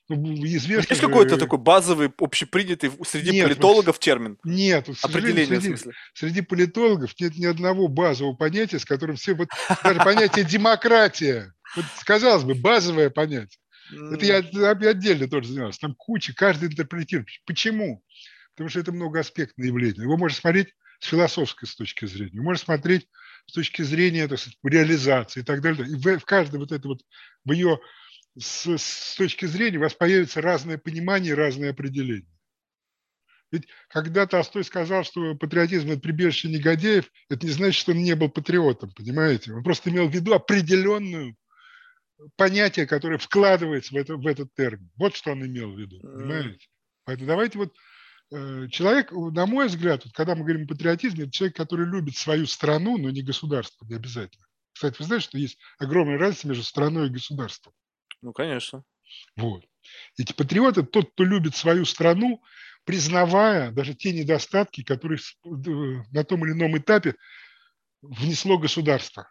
Ну, Ну, известно есть какой-то же... такой базовый, общепринятый среди Нет, вот, политологов термин? нет, вот, к сожалению, Определение в среди, смысле? среди политологов нет ни одного базового понятия, с которым все... Вот даже понятие демократия, вот, казалось бы, базовое понятие. Это я М, отдельно тоже занимался. Там куча, каждый интерпретирует. Почему? Потому что это многоаспектное явление. Его можно смотреть с философской с точки зрения, можно смотреть с точки зрения, так сказать, реализации и так далее. И в, в каждой вот это вот, в ее с, с точки зрения у вас появится разное понимание, разное определение. Ведь когда Толстой сказал, что патриотизм – это прибежище негодяев, это не значит, что он не был патриотом, понимаете? Он просто имел в виду определенную понятие, которое вкладывается в, это, в этот термин. Вот что он имел в виду, м, понимаете? Поэтому давайте вот э, человек, на мой взгляд, вот, когда мы говорим о патриотизме, это человек, который любит свою страну, но не государство, не обязательно. Кстати, вы знаете, что есть огромная разница между страной и государством? Ну, конечно. Вот. Эти патриоты – тот, кто любит свою страну, признавая даже те недостатки, которые на том или ином этапе внесло государство.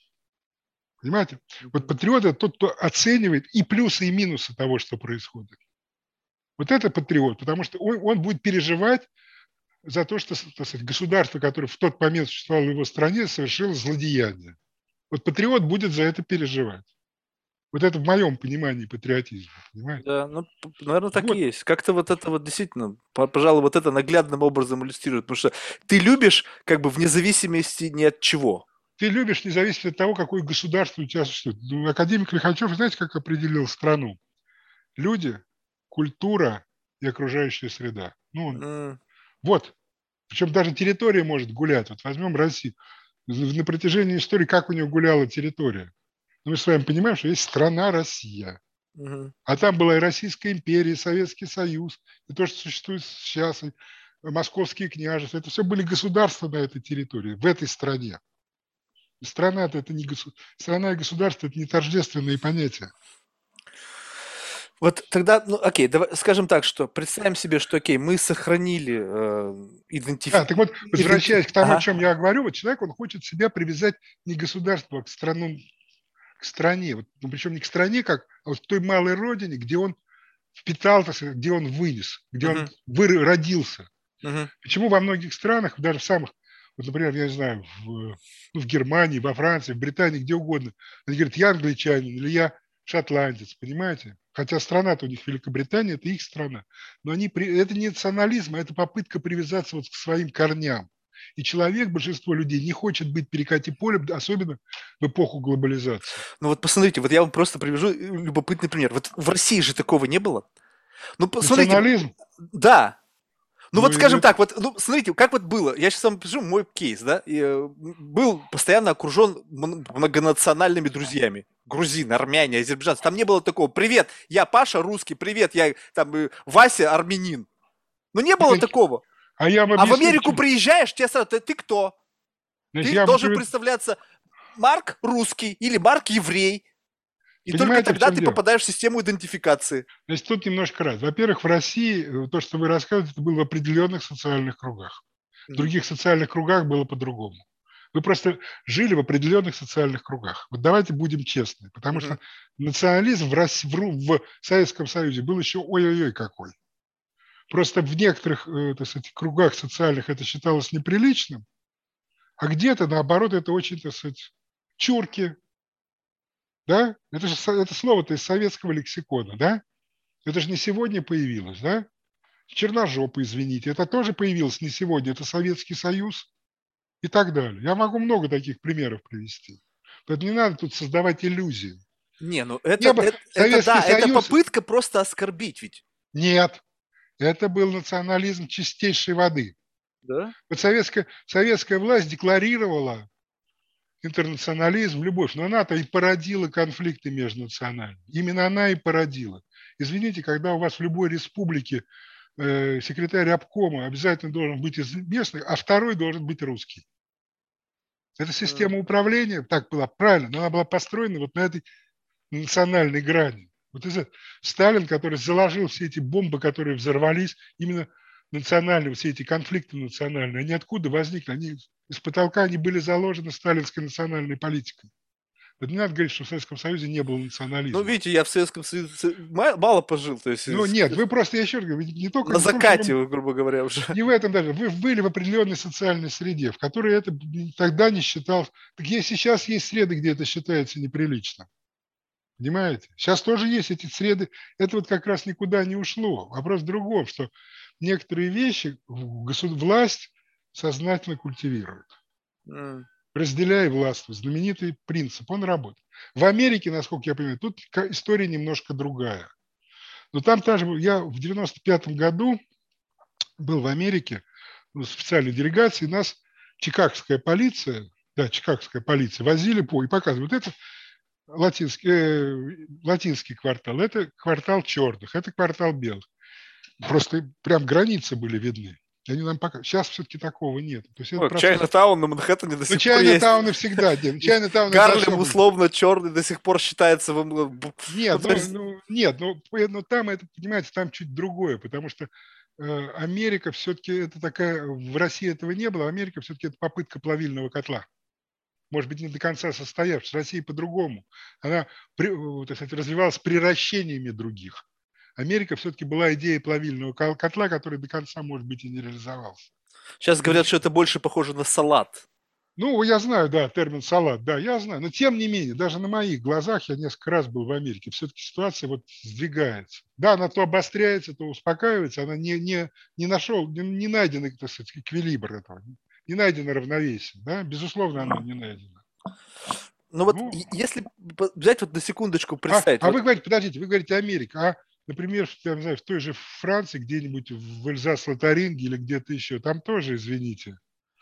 Понимаете? Вот Мгм. патриот – это тот, кто оценивает и плюсы, и минусы того, что происходит. Вот это патриот, потому что он, он будет переживать за то, что, так сказать, государство, которое в тот момент существовало в его стране, совершило злодеяние. Вот патриот будет за это переживать. Вот это в моем понимании патриотизма, понимаете? Да, ну, наверное, так и Вот. есть. Как-то вот это вот действительно, по- пожалуй, вот это наглядным образом иллюстрирует. Потому что ты любишь как бы вне зависимости ни от чего. Ты любишь независимо от того, какое государство у тебя существует. Ну, академик Лихачев, знаете, как определил страну? Люди, культура и окружающая среда. Ну, он- М, вот. Причем даже территория может гулять. Вот возьмем Россию. На протяжении истории как у нее гуляла территория? Ну, мы с вами понимаем, что есть страна Россия. мгм. А там была и Российская империя, и Советский Союз, и то, что существует сейчас, и московские княжества. Это все были государства на этой территории, в этой стране. И страна-то это не госу... страна и государство – это не тождественные понятия. Вот тогда, ну, окей, давай, скажем так, что представим себе, что, окей, мы сохранили э, идентифи... Да, так вот, иденти- возвращаясь к тому, о Ага. чем я говорю, вот человек, он хочет себя привязать не к государству, а к, страну, к стране. Вот, ну, причем не к стране, как, а вот к той малой родине, где он впитал, где он вынес, где он Мгм, выр... родился. мгм, Почему во многих странах, даже в самых, вот, например, я не знаю, в, ну, в Германии, во Франции, в Британии, где угодно, они говорят, я англичанин или я шотландец, понимаете? Хотя страна-то у них Великобритания, это их страна. Но они, это не национализм, а это попытка привязаться вот к своим корням. И человек, большинство людей, не хочет быть перекати полем, особенно в эпоху глобализации. Ну вот посмотрите, вот я вам просто привяжу э, любопытный пример. Вот в России же такого не было. Ну, посмотрите, Национализм, да. Ну ну, вот скажем это, так, вот, ну, смотрите, как вот было. Я сейчас вам пишу мой кейс, да. И, э, был постоянно окружен м- многонациональными друзьями. Грузины, армяне, азербайджанцы. Там не было такого. Привет, я Паша русский. Привет, я там э, Вася армянин. Ну не было значит, такого. а я вам А в объясню, Америку почему. приезжаешь, тебе сразу, ты, ты кто? Значит, Ты я вам должен приведу. представляться Марк русский или Марк еврей. И только Понимаете, в тогда чем ты дело? попадаешь в систему идентификации. Значит, тут немножко раз. Во-первых, в России э, то, что вы рассказываете, это было в определенных социальных кругах. В Мгм. других социальных кругах было по-другому. Вы просто жили в определенных социальных кругах. Вот давайте будем честны, потому Мгм. что национализм в, России, в, Ру- в Советском Союзе был еще ой-ой-ой какой. Просто в некоторых э, так сказать, кругах социальных это считалось неприличным, а где-то, наоборот, это очень, так сказать, чурки, да? Это же со- это слово-то из советского лексикона, да? Это же не сегодня появилось, да? Черножопы, извините, это тоже появилось не сегодня, это Советский Союз и так далее. Я могу много таких примеров привести. Поэтому не надо тут создавать иллюзии. Не, ну это, Не было это, это Советский да, это Союз, попытка просто оскорбить ведь. нет, это был национализм чистейшей воды. Да? Вот советская, советская власть декларировала интернационализм, любовь, но она-то и породила конфликты межнациональные. Именно она и породила. Извините, когда у вас в любой республике э, секретарь обкома обязательно должен быть из местных, а второй должен быть русский. Эта М. система управления, так была правильно, но она была построена вот на этой национальной грани. Вот из Сталин, который заложил все эти бомбы, которые взорвались, именно национальные, все эти конфликты национальные, они откуда возникли? Они из потолка, они были заложены сталинской национальной политикой. Вот не надо говорить, что в Советском Союзе не было Ну, национализма. видите, я в Советском Союзе ма- мало пожил, то есть Ну из- нет, вы просто, я еще раз говорю, не только на не в том, что вы, закате, грубо говоря, уже. не в этом даже, вы были в определенной социальной среде, в которой это тогда не считалось. Так есть сейчас есть среды, где это считается неприлично. Понимаете? Сейчас тоже есть эти среды. Это вот как раз никуда не ушло. Вопрос в другом, что некоторые вещи государ- власть сознательно культивирует. М. Разделяй властвуй. Знаменитый принцип. Он работает. В Америке, насколько я понимаю, тут ка- история немножко другая. Но там тоже я в девяносто пятом году был в Америке, ну, специальной делегации, нас чикагская полиция, да, чикагская полиция, возили по и показывают, вот это латинский, э, латинский квартал, это квартал черных, это квартал белых. Просто прям границы были видны. И они нам пока... Сейчас все-таки такого нет. То есть это Ой, процесс... Чайна-таун на Манхэттене до Ну, сих пор есть. Чайна-тауны всегда нет. И Чайна-таун это Гарлем особый. условно черный до сих пор считается... в м- б- Нет, ну, то ну, есть, ну, нет, ну, п- ну там это, понимаете, там чуть другое, потому что э, Америка все-таки это такая, в России этого не было, Америка все-таки это попытка плавильного котла. Может быть, не до конца состоявшаяся. Россия по-другому. Она, при- э, так сказать, развивалась приращениями других. Америка все-таки была идеей плавильного ко- котла, который до конца, может быть, и не реализовался. сейчас И говорят, что нач- это больше похоже на салат. Ну, я знаю, да, термин салат, да, я знаю. Но тем не менее, даже на моих глазах, я несколько раз был в Америке, все-таки ситуация вот сдвигается. Да, она то обостряется, то успокаивается, она не, не, не нашел, не, не найден, так сказать, эквилибр этого, не найдено равновесие, да, безусловно, оно не найдено. Ну вот Ну, и- если п- взять вот на секундочку а, представить, а вот вы говорите, подождите, вы говорите Америка, а, например, в, я не знаю, в той же Франции, где-нибудь в Эльзас-Лотаринге или где-то еще, там тоже, извините,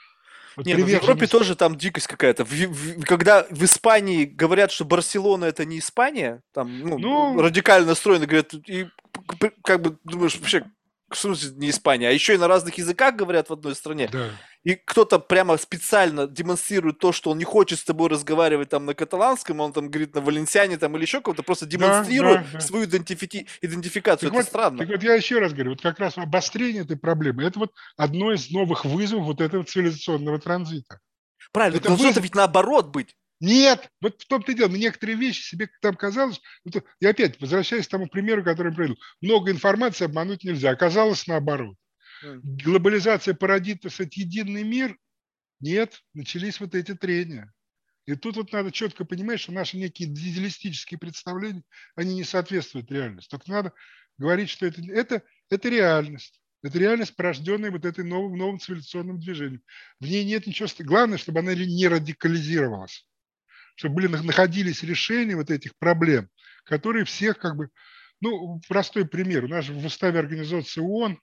вот не, ну в Европе приверженность, тоже там дикость какая-то. В- в- когда в Испании говорят, что Барселона это не Испания, там, ну, ну, радикально настроены, говорят, и п- п- как бы думаешь, вообще, в смысле не Испания, а еще и на разных языках говорят в одной стране. да, И кто-то прямо специально демонстрирует то, что он не хочет с тобой разговаривать там на каталанском, он там говорит на валенсиане там или еще кого-то, просто да, демонстрирует да, да. свою идентифи- идентификацию. Так Это вот, странно. так вот я еще раз говорю, вот как раз обострение этой проблемы, это вот одно из новых вызовов вот этого цивилизационного транзита. Правильно, Это должно-то вызов. ведь наоборот быть. Нет, вот в том-то и дело. Некоторые вещи себе там казалось, ну, то- и опять, возвращаясь к тому примеру, который я привел, много информации обмануть нельзя. Оказалось наоборот. М. Глобализация породит, так сказать, единый мир. Нет, начались вот эти трения. И тут вот надо четко понимать, что наши некие идеалистические представления, они не соответствуют реальности. Только надо говорить, что это, это, это реальность. Это реальность, порожденная вот этой новым, новым цивилизационным движением. В ней нет ничего... ст- Главное, чтобы она не радикализировалась. Чтобы были, находились решения вот этих проблем, которые всех как бы... Ну, простой пример. У нас же в уставе организации ООН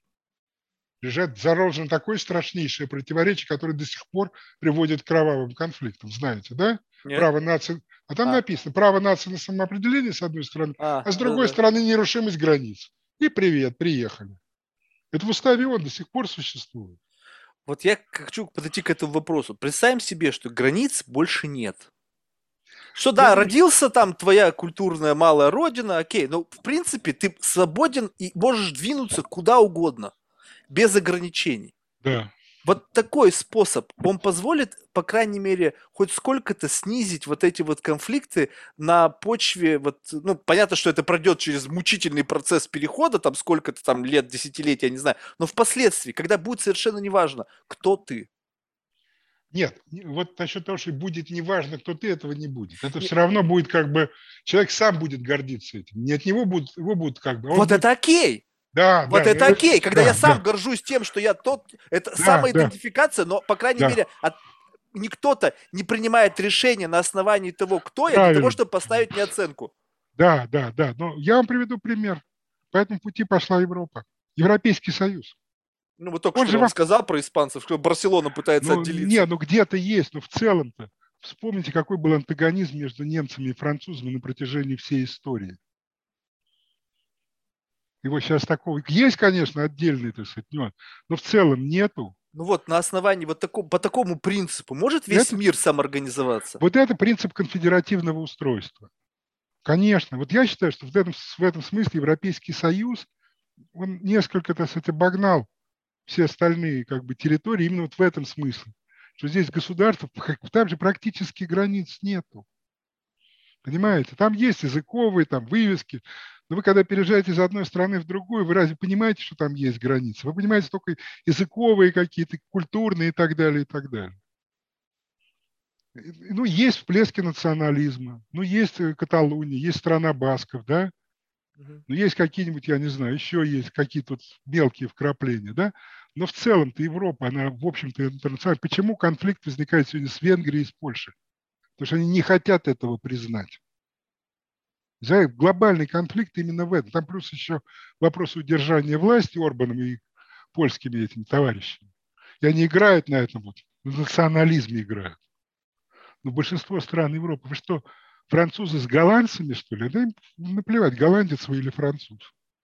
лежат заложено такое страшнейшее противоречие, которое до сих пор приводит к кровавым конфликтам. Знаете, да? Нет? Право нации... А там А, написано, право нации на самоопределение, с одной стороны, а, а с другой да-да. стороны, нерушимость границ. И привет, приехали. Это в уставе ООН до сих пор существует. Вот я хочу подойти к этому вопросу. Представим себе, что границ больше нет. Что Я да, говорю, родился там твоя культурная малая родина, окей, но в принципе ты свободен и можешь двинуться куда угодно, без ограничений. да. Вот такой способ, он позволит, по крайней мере, хоть сколько-то снизить вот эти вот конфликты на почве, вот, ну, понятно, что это пройдет через мучительный процесс перехода, там сколько-то там лет, десятилетий, я не знаю, но впоследствии, когда будет совершенно неважно, кто ты. Нет, не- вот насчет того, что будет неважно, кто ты, этого не будет. Это Не- все равно будет как бы... Человек сам будет гордиться этим. Не от него будут, его будут как бы... Он Вот будет... это окей, Да, вот да, это э, окей, когда я да, сам да, горжусь тем, что я тот, это да, да, самоидентификация, но, по крайней да. мере, от, не кто-то не принимает решение на основании того, кто я, для того, Правильно. чтобы поставить мне оценку. Да, да, да. Но я вам приведу пример. По этому пути пошла Европа. Европейский Союз. Ну, вот только Он что же я вам вам... сказал про испанцев, что Барселона пытается Ну, не, отделиться. ну где-то есть, но в целом-то вспомните, какой был антагонизм между немцами и французами на протяжении всей истории. Его сейчас такого... Есть, конечно, отдельный, так сказать, нюанс, но в целом нету. Ну вот, на основании вот такого, по такому принципу может весь Это, мир самоорганизоваться? вот это принцип конфедеративного устройства. Конечно. Вот я считаю, что в этом, в этом смысле Европейский Союз, он несколько, так сказать, обогнал все остальные как бы территории именно вот в этом смысле. Что здесь государства, там же практически границ нету. Понимаете? Там есть языковые, там вывески. Но вы, когда переезжаете из одной страны в другую, вы разве понимаете, что там есть границы? Вы понимаете только языковые какие-то, культурные и так далее, и так далее. Ну, есть всплески национализма, ну, есть э, Каталуния, есть страна басков, да, Мгм. ну, есть какие-нибудь, я не знаю, еще есть какие-то вот мелкие вкрапления, да, но в целом-то Европа, она, в общем-то, интернациональная. Почему конфликт возникает сегодня с Венгрией и с Польшей? Потому что они не хотят этого признать. За глобальный конфликт именно в этом. Там плюс еще вопрос удержания власти Орбаном и польскими этими товарищами. И они играют на этом вот, на национализме играют. Но большинство стран Европы, вы что, французы с голландцами, что ли? Да им наплевать, голландец вы или француз.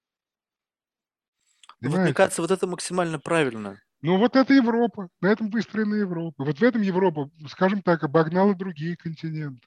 Ну вот мне Понимаете? кажется, вот это максимально правильно. Ну вот это Европа, на этом выстроена Европа. Вот в этом Европа, скажем так, обогнала другие континенты.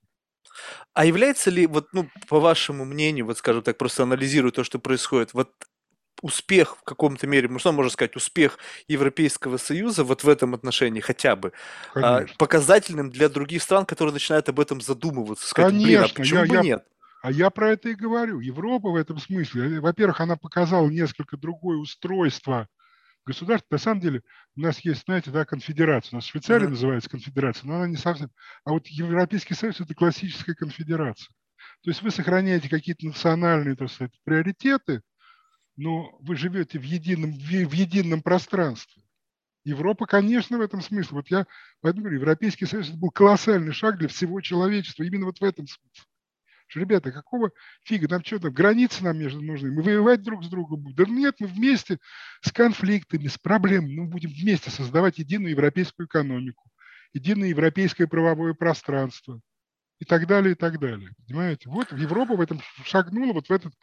А является ли, вот, ну, по вашему мнению, вот скажем так, просто анализируя то, что происходит, вот успех в каком-то мере, ну что можно сказать, успех Европейского Союза вот в этом отношении хотя бы а, Конечно. показательным для других стран, которые начинают об этом задумываться, сказать, блин, а Конечно, почему я, бы я, нет? а я про это и говорю. Европа в этом смысле, э, во-первых, она показала несколько другое устройство государств. На самом деле у нас есть, знаете, да, конфедерация. У нас Швейцария Мгм. называется конфедерация, но она не совсем. А вот Европейский Союз – это классическая конфедерация. То есть вы сохраняете какие-то национальные, так сказать, приоритеты, но вы живете в едином, в в едином пространстве. Европа, конечно, в этом смысле. Вот я поэтому говорю, Европейский Союз – это был колоссальный шаг для всего человечества. Именно вот в этом смысле. Что, ребята, какого фига, нам что там, границы нам между нужны, мы воевать друг с другом будем. Да нет, мы вместе с конфликтами, с проблемами, мы будем вместе создавать единую европейскую экономику, единое европейское правовое пространство и так далее, и так далее. Понимаете? Вот Европа в этом шагнула, вот в этот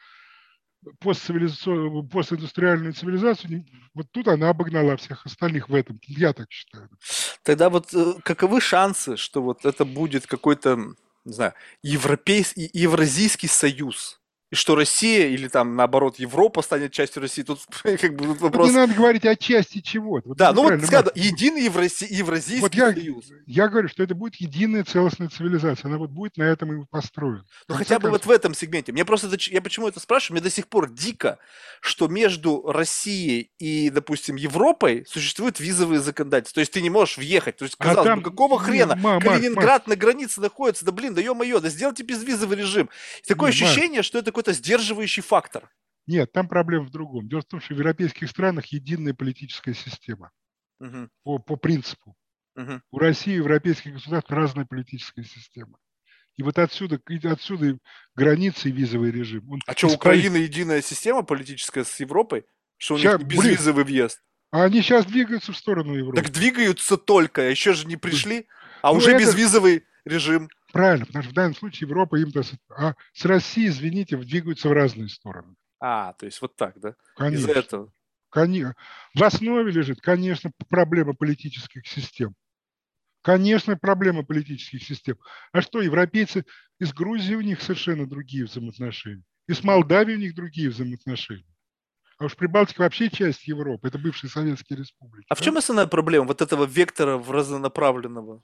постцивилизационную, постиндустриальную цивилизацию, вот тут она обогнала всех остальных в этом, я так считаю. Тогда вот э, каковы шансы, что вот это будет какой-то, м, не знаю, европейский, евразийский союз? И что Россия или там наоборот Европа станет частью России? Тут как бы тут Вот не вопрос. надо говорить о части чего-то. Вот вы Да, ну вот неправильно, Марк. сказано, единый еврази- Вот евразийский я, союз. я говорю, что это будет единая целостная цивилизация. Она вот будет на этом и построена. В Ну конце хотя бы вот концов. в этом сегменте. Мне просто, зач- я почему это спрашиваю, мне до сих пор дико, что между Россией и, допустим, Европой существуют визовые законодательства. То есть ты не можешь въехать. То есть, А казалось бы, там, ну какого не, хрена? Ма- Марк, Марк, Калининград на границе находится, да блин, да ё-моё, да сделайте безвизовый режим. И такое не, Марк, ощущение, что это какой-то сдерживающий фактор. нет, там проблема в другом. Дело в том, что в европейских странах единая политическая система Мгм, по, по принципу. мгм. У России и европейских государств разная политическая система. И вот отсюда, и отсюда и границы и визовый режим. Он А что, исправит. Украина единая система политическая с Европой? Что у них Сейчас, не блин, безвизовый въезд? а они сейчас двигаются в сторону Так Европы. двигаются только, а еще же не пришли, а Ну, уже это безвизовый режим. правильно, потому что в данном случае Европа им... А с Россией, извините, двигаются в разные стороны. А, то есть вот так, да? Из-за Конечно. этого. Коне- В основе лежит, конечно, проблема политических систем. Конечно, проблема политических систем. А что, европейцы, из Грузии у них совершенно другие взаимоотношения. И с Мгм. Молдавией у них другие взаимоотношения. А уж Прибалтика вообще часть Европы, это бывшие советские республики, А в да? чем основная проблема вот этого вектора в разнонаправленного?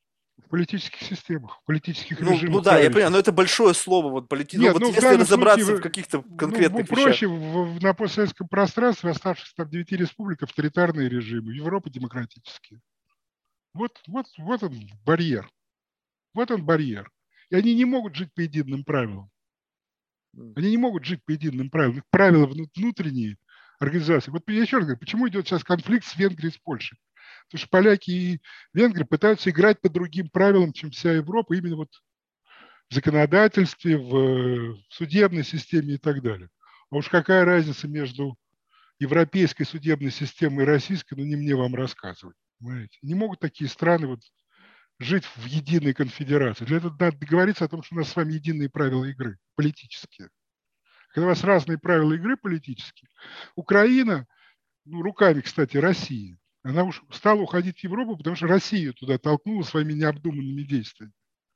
В политических системах, в политических Ну, ну режимах да, я понимаю, но правящих. это большое слово. Вот, полити... ну, Нет, вот ну в если данном разобраться в случае, каких-то ну, конкретных вещах. проще в- на постсоветском пространстве, оставшихся там девяти республик, авторитарные режимы, Европа демократические. Вот, вот, вот он барьер. Вот он барьер. И они не могут жить по единым правилам. М. Они не могут жить по единым правилам. Их правила вну- внутренние организации. Вот я еще раз говорю, почему идет сейчас конфликт с Венгрией и с Польшей? Потому что поляки и венгры пытаются играть по другим правилам, чем вся Европа, именно вот в законодательстве, в судебной системе и так далее. А уж какая разница между европейской судебной системой и российской, ну не мне вам рассказывать. Понимаете? Не могут такие страны вот жить в единой конфедерации. Для этого надо договориться о том, что у нас с вами единые правила игры, политические. Когда у вас разные правила игры политические, Украина, ну, руками, кстати, России, она уж стала уходить в Европу, потому что Россия ее туда толкнула своими необдуманными действиями.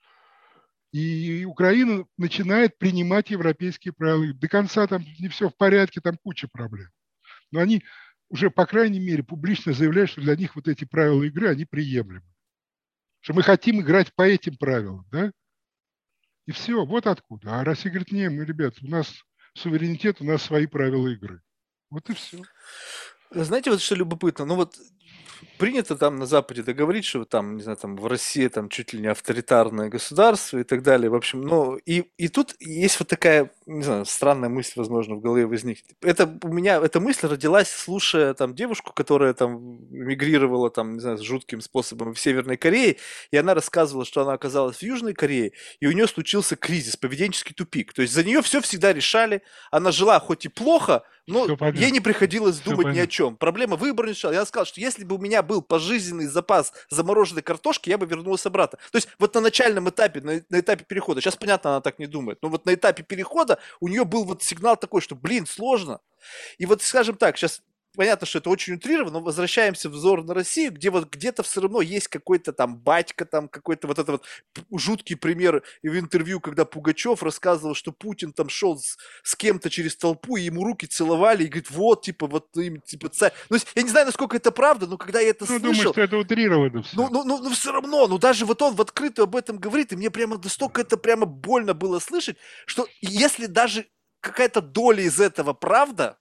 И Украина начинает принимать европейские правила. До конца там не все в порядке, там куча проблем. Но они уже, по крайней мере, публично заявляют, что для них вот эти правила игры, они приемлемы. Что мы хотим играть по этим правилам. Да? И все, вот откуда. А Россия говорит, не, мы, ребят, у нас суверенитет, у нас свои правила игры. Вот и все. Знаете, вот что любопытно? Ну вот принято там на Западе договорить, что там, не знаю, там в России там чуть ли не авторитарное государство и так далее. В общем, ну и, и тут есть вот такая, не знаю, странная мысль, возможно, в голове возникнет. Это у меня, эта мысль родилась, слушая там девушку, которая там мигрировала там, не знаю, с жутким способом в Северной Корее, и она рассказывала, что она оказалась в Южной Корее, и у нее случился кризис, поведенческий тупик. То есть за нее все всегда решали, она жила хоть и плохо, но Все ей понятно. не приходилось Все думать ни о понятно. чем. Проблема выбора не решала. Я сказал, что если бы у меня был пожизненный запас замороженной картошки, я бы вернулась обратно. То есть вот на начальном этапе, на, на этапе перехода, сейчас понятно, она так не думает, но вот на этапе перехода у нее был вот сигнал такой, что, блин, сложно. И вот, скажем так, сейчас понятно, что это очень утрировано, но возвращаемся взор на Россию, где вот где-то все равно есть какой-то там батька, там какой-то вот это вот жуткий пример в интервью, когда Пугачев рассказывал, что Путин там шел с, с кем-то через толпу, и ему руки целовали, и говорит, вот, типа, вот им, типа, царь. Ну, я не знаю, насколько это правда, но когда я это Ну, думаю, слышал, что это утрировано ну, все. ну, ну, ну, все равно, ну, даже вот он в открытую об этом говорит, и мне прямо настолько это прямо больно было слышать, что если даже какая-то доля из этого правда,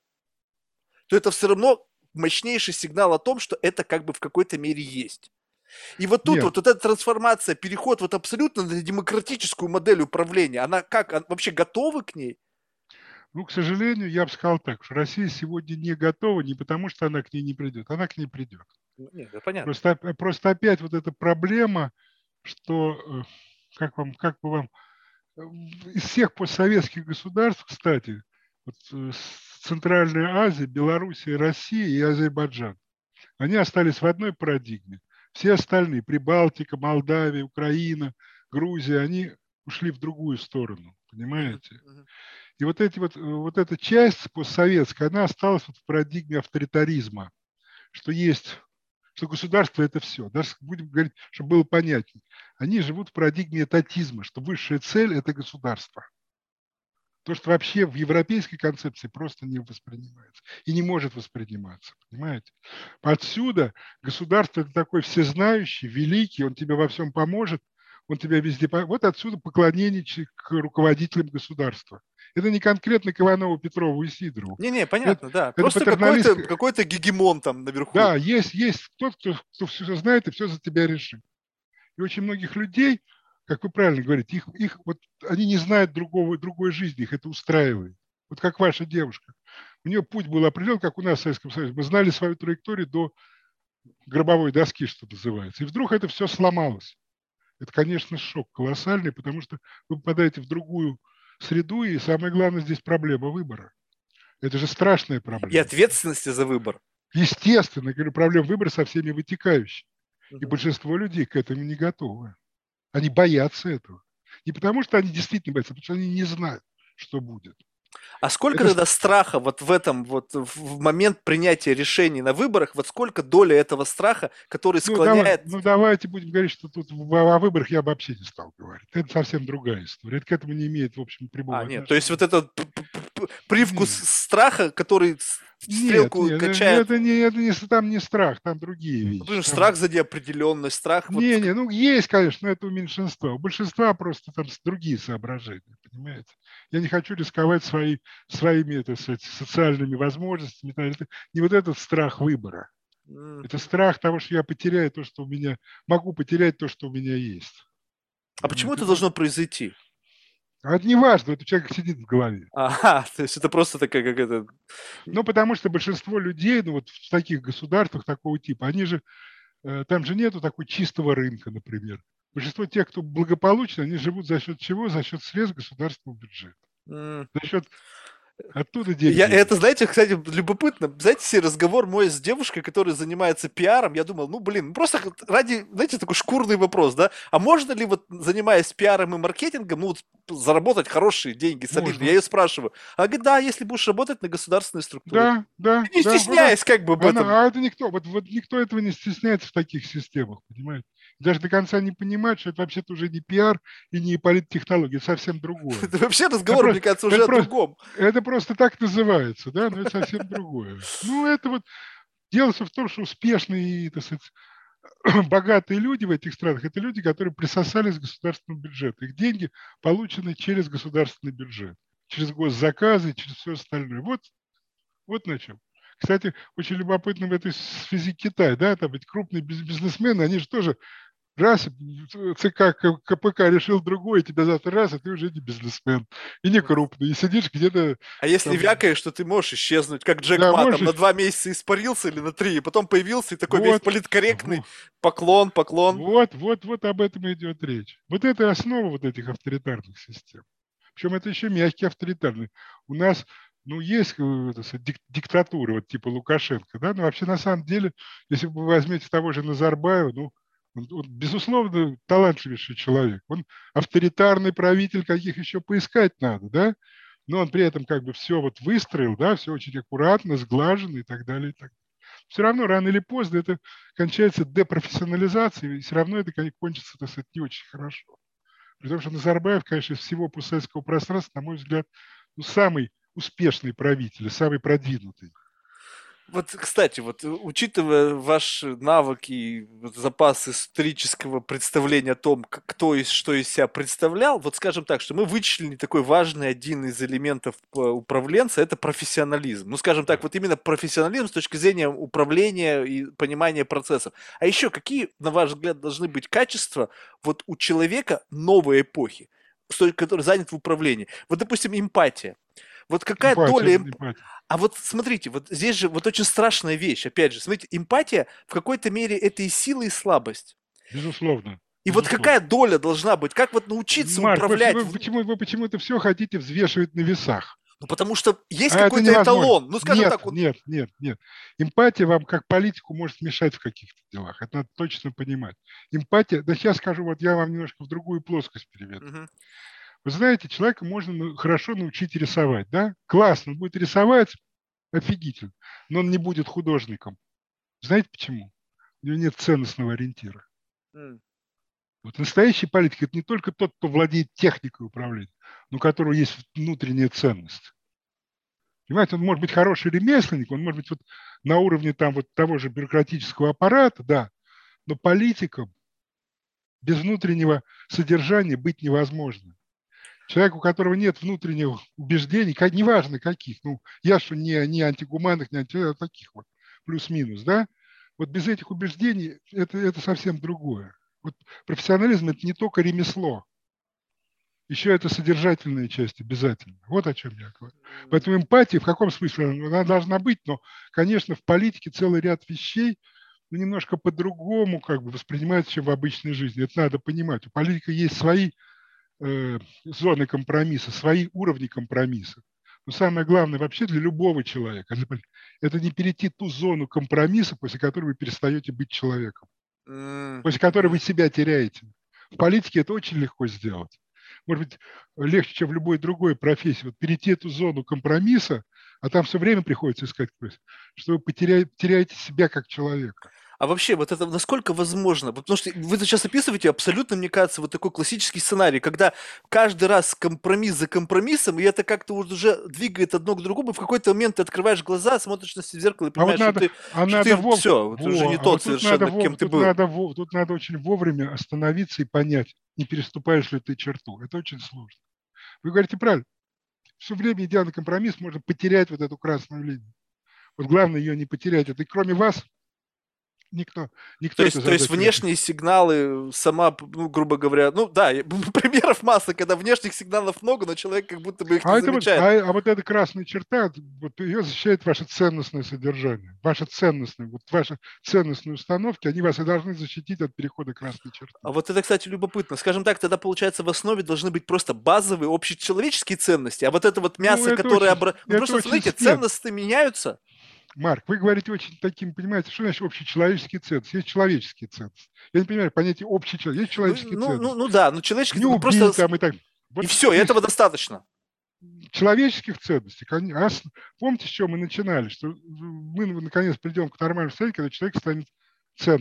то это все равно мощнейший сигнал о том, что это как бы в какой-то мере есть. И вот тут Нет, вот, вот эта трансформация, переход вот абсолютно на демократическую модель управления, она как, она вообще готовы к ней? ну, к сожалению, я бы сказал так, что Россия сегодня не готова не потому, что она к ней не придет, она к ней придет. Ну, нет, да понятно. Просто, просто опять вот эта проблема, что, э, как вам, как бы вам, э, из всех постсоветских государств, кстати, вот, э, Центральная Азия, Белоруссия, Россия и Азербайджан, они остались в одной парадигме. Все остальные, Прибалтика, Молдавия, Украина, Грузия, они ушли в другую сторону, Мгм, понимаете? мгм. И вот, эти вот, вот эта часть постсоветская, она осталась вот в парадигме авторитаризма, что есть, что государство – это все. Даже будем говорить, чтобы было понятнее. Они живут в парадигме этатизма, что высшая цель – это государство. То, что вообще в европейской концепции просто не воспринимается и не может восприниматься, понимаете? Отсюда государство – это такой всезнающий, великий, он тебе во всем поможет, он тебя везде… Вот отсюда поклонение к руководителям государства. Это не конкретно к Иванову, Петрову и Сидорову. Не-не, Это, понятно, да. это Просто какой-то патерналистское… какой-то гегемон там наверху. Да, есть, есть тот, кто, кто все знает и все за тебя решит. И очень многих людей, как вы правильно говорите, их, их, вот, они не знают другого, другой жизни, их это устраивает. Вот как ваша девушка. У нее путь был определен, как у нас в Советском Союзе. Мы знали свою траекторию до гробовой доски, что называется. И вдруг это все сломалось. Это, конечно, шок колоссальный, потому что вы попадаете в другую среду, и самое главное здесь проблема выбора. Это же страшная И проблема. ответственности за выбор. Естественно, говорю, проблема выбора со всеми вытекающими. И Мгм. большинство людей к этому не готовы. Они боятся этого. Не потому, что они действительно боятся, а потому что они не знают, что будет. А сколько Это, тогда страха вот в этом, вот в момент принятия решений на выборах, вот сколько доля этого страха, который ну, давай, склоняет… ну, давайте будем говорить, что тут о выборах я бы вообще не стал говорить. Это совсем другая история. Это к этому не имеет, в общем, А, прямого нет, то есть вот отношения. этот п- п- п- привкус Нет, страха, который с- нет, стрелку нет, качает, это не, это не, там не страх, там другие ну, потому вещи. что Там, страх за неопределенность, страх вот… не, не, ну есть, конечно, но это у меньшинства. У большинства просто там другие соображения, понимаете? Я не хочу рисковать свои, своими, так сказать, социальными возможностями. Это не вот этот страх выбора. М. Это страх того, что я потеряю то, что у меня, могу потерять то, что у меня есть. А почему Понимаете? это Это, должно произойти? а это не важно, это у человека сидит в голове. Ага, то есть это просто такая как это… Ну, потому что большинство людей, ну вот в таких государствах такого типа, они же, э, там же нету такой чистого рынка, например. Большинство тех, кто благополучно, они живут за счет чего? За счет средств государственного бюджета. М. За счет, оттуда Я, деньги это, идут. знаете, кстати, любопытно. Знаете, себе разговор мой с девушкой, которая занимается пиаром, я думал, ну, блин, ну, просто ради, знаете, такой шкурный вопрос, да? А можно ли вот, занимаясь пиаром и маркетингом, ну, вот, заработать хорошие деньги, солидные? Я Можно. ее спрашиваю. Она говорит, да, если будешь работать на государственной структуре. Да, да, Не да. Вот, стесняясь как бы об этом. она, а это никто, вот, вот никто этого не стесняется в таких системах, понимаете? Даже до конца не понимают, что это вообще-то уже не пиар и не политтехнология, это совсем другое. Это вообще Это разговор, мне просто, кажется, уже это о просто, другом. это просто так называется, да, но это совсем другое. Ну, это вот дело в том, что успешный, так сказать, богатые люди в этих странах – это люди, которые присосались к государственному бюджету. Их деньги получены через государственный бюджет, через госзаказы, через все остальное. Вот, вот на чем. Кстати, очень любопытно в этой связи Китай, да, там ведь крупные бизнесмены, они же тоже раз ЦК КПК решил другое, тебя завтра раз, и ты уже не бизнесмен, и не крупный, и сидишь где-то. А если Там, вякаешь, что ты можешь исчезнуть, как Джек да, Ма, там на можешь. два месяца испарился или на три, и потом появился и такой весь Вот, политкорректный, вот, поклон, поклон. вот, вот, вот об этом идет речь. Вот это основа вот этих авторитарных систем. Причем это еще мягкий авторитарный. У нас, ну, есть э, это, сказать, дик- диктатура, вот типа Лукашенко, да, но вообще на самом деле, если вы возьмете того же Назарбаева, ну, он, он, безусловно, талантливейший человек. Он авторитарный правитель, каких еще поискать надо, да, но он при этом как бы все вот выстроил, да, все очень аккуратно, сглажено и так далее, и так далее. Все равно рано или поздно это кончается депрофессионализацией, и все равно это кончится, так сказать, не очень хорошо. При том, что Назарбаев, конечно, из всего постсоветского пространства, на мой взгляд, ну, самый успешный правитель, самый продвинутый. Вот, кстати, вот э, учитывая ваши навыки и вот запас исторического представления о том, к- кто из что из себя представлял, вот скажем так, что мы вычислили такой важный один из элементов э, управленца – это профессионализм. Ну, скажем так, Да. вот именно профессионализм с точки зрения управления и понимания процессов. А еще какие, на ваш взгляд, должны быть качества вот у человека новой эпохи, что- который занят в управлении? Вот, допустим, эмпатия. Вот какая Эмпатия, доля эмп- эмпатия. а вот смотрите, вот здесь же вот очень страшная вещь. Опять же, смотрите, эмпатия в какой-то мере это и сила, и слабость. Безусловно, И вот безусловно. какая доля должна быть? Как вот научиться Марк, вы, управлять? вы в- почему, вы почему-то все хотите взвешивать на весах? Ну, потому что есть А это какой-то невозможно. эталон. Ну, скажем Нет, так, вот, нет, нет, нет. Эмпатия вам как политику может мешать в каких-то делах. Это надо точно понимать. Эмпатия, да сейчас скажу, вот я вам немножко в другую плоскость переведу. мгм. Вы знаете, человека можно ну, хорошо научить рисовать, да? Классно, он будет рисовать, офигительно, но он не будет художником. Знаете почему? У него нет ценностного ориентира. М. Вот настоящий политик – это не только тот, кто владеет техникой управления, но у которого есть внутренняя ценность. Понимаете, он может быть хороший ремесленник, он может быть вот на уровне там вот того же бюрократического аппарата, да, но политиком без внутреннего содержания быть невозможно. Человек, у которого нет внутренних убеждений, как, неважно каких, ну, я что не, не антигуманных, не анти, а таких вот, плюс-минус, да, вот без этих убеждений это, это совсем другое. Вот профессионализм – это не только ремесло, еще это содержательная часть обязательно. Вот о чем я говорю. Поэтому эмпатия в каком смысле? Она должна быть, но, конечно, в политике целый ряд вещей ну, немножко по-другому как бы воспринимается, чем в обычной жизни. Это надо понимать. У политика есть свои э, зоны компромисса, свои уровни компромисса. Но самое главное вообще для любого человека, для политика, это не перейти ту зону компромисса, после которой вы перестаете быть человеком, М, после которой вы мгм. себя теряете. В политике это очень легко сделать. Может быть, легче, чем в любой другой профессии. Вот перейти эту зону компромисса, а там все время приходится искать компромисс, что вы потеряете, теряете себя как человека. А вообще, вот это насколько возможно? Вот потому что вы сейчас описываете абсолютно, мне кажется, вот такой классический сценарий, когда каждый раз компромисс за компромиссом, и это как-то вот уже двигает одно к другому, и в какой-то момент ты открываешь глаза, смотришь на себя в зеркало и А вот понимаешь, что надо, ты, а что надо ты вов, все, ты уже не во, а тот вот тут надо, совершенно, кем вов, ты тут был. надо, вов, тут надо очень вовремя остановиться и понять, не переступаешь ли ты черту. Это очень сложно. Вы говорите правильно. Все время, идя на компромисс, можно потерять вот эту красную линию. Вот главное ее не потерять. Это и кроме вас никто, То никто эту есть, то есть задачу решить. внешние сигналы сама, ну, грубо говоря, ну да, я- примеров масса, когда внешних сигналов много, но человек как будто бы их не А, это вот, замечает. а, а вот эта красная черта, вот ее защищает ваше ценностное содержание. Ваше ценностное, вот ваши ценностные установки, они вас и должны защитить от перехода красной черты. А вот это, кстати, любопытно. Скажем так, тогда, получается, в основе должны быть просто базовые общечеловеческие ценности, а вот это вот Ну, мясо, это которое... очень, Обра... Ну, это просто, очень, смотрите, нет, ценности меняются. Марк, вы говорите очень таким, понимаете, что значит общечеловеческие ценности? Есть человеческие ценности. Я не понимаю понятие общечеловеческие. Есть Ну, человеческие ну, ну, ценности. ну да, ну человеческие... Не Ну, просто... убить с- там и так. И Вот все, и этого есть достаточно. человеческих ценностей. коне- а с- Помните, с чего мы начинали? Что мы наконец придем к нормальному состоянию, когда человек станет центром.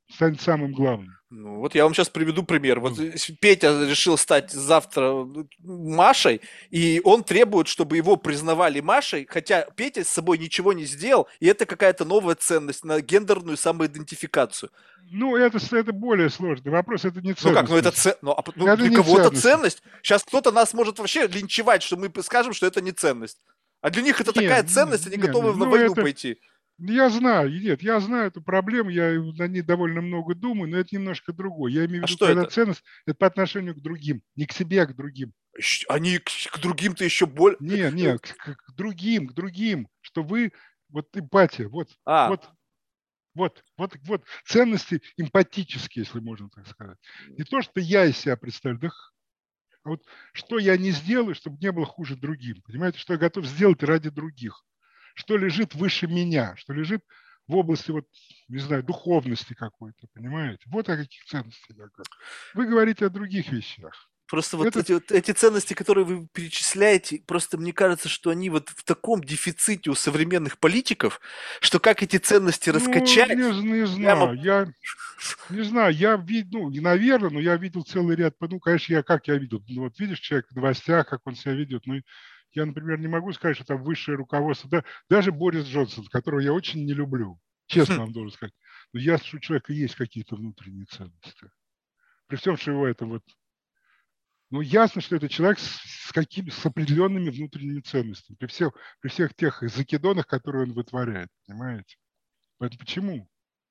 станет самым главным. Ну, вот я вам сейчас приведу пример. Вот Ну, если Петя решил стать завтра Машей, и он требует, чтобы его признавали Машей, хотя Петя с собой ничего не сделал, и это какая-то новая ценность на гендерную самоидентификацию. ну это, это более сложный вопрос, это не Ну как, ну это ценностный. ц... ну, а п- ну, Это для не кого-то ценности. ценность. Сейчас кто-то нас может вообще линчевать, что мы скажем, что это не ценность. А для них это Не, такая не, ценность, они не, не. готовы на Ну войну это, пойти. я знаю, нет, я знаю эту проблему, я на ней довольно много думаю, но это немножко другое. Я имею в А виду, что когда это? ценность, это по отношению к другим, не к себе, а к другим. Щ- Они к, к другим-то еще более... Не, не, к, к- к другим, к другим, что вы, вот эмпатия, вот, А, вот, вот, вот, вот, ценности эмпатические, если можно так сказать. Не то, что я из себя представляю, да, х- а вот что я не сделаю, чтобы не было хуже другим. Понимаете, что я готов сделать ради других. Что лежит выше меня, что лежит в области, вот, не знаю, духовности какой-то, понимаете? Вот о каких ценностях я говорю. Вы говорите о других вещах. просто вот Это, эти, вот эти ценности, которые вы перечисляете, просто мне кажется, что они вот в таком дефиците у современных политиков, что как эти ценности ну, раскачать, не, не прямо... знаю, я не знаю, я видел, ну, не наверное, но я видел целый ряд, ну, конечно, я как я видел, ну, вот видишь, человек в новостях, как он себя ведет, ну, я, например, не могу сказать, что там высшее руководство, да, даже Борис Джонсон, которого я очень не люблю, честно вам должен сказать, но ясно, что у человека есть какие-то внутренние ценности. При всем, что его это вот, ну, ясно, что это человек с, с, какими, с определенными внутренними ценностями, при всех, при всех тех закидонах, которые он вытворяет, понимаете? Поэтому почему?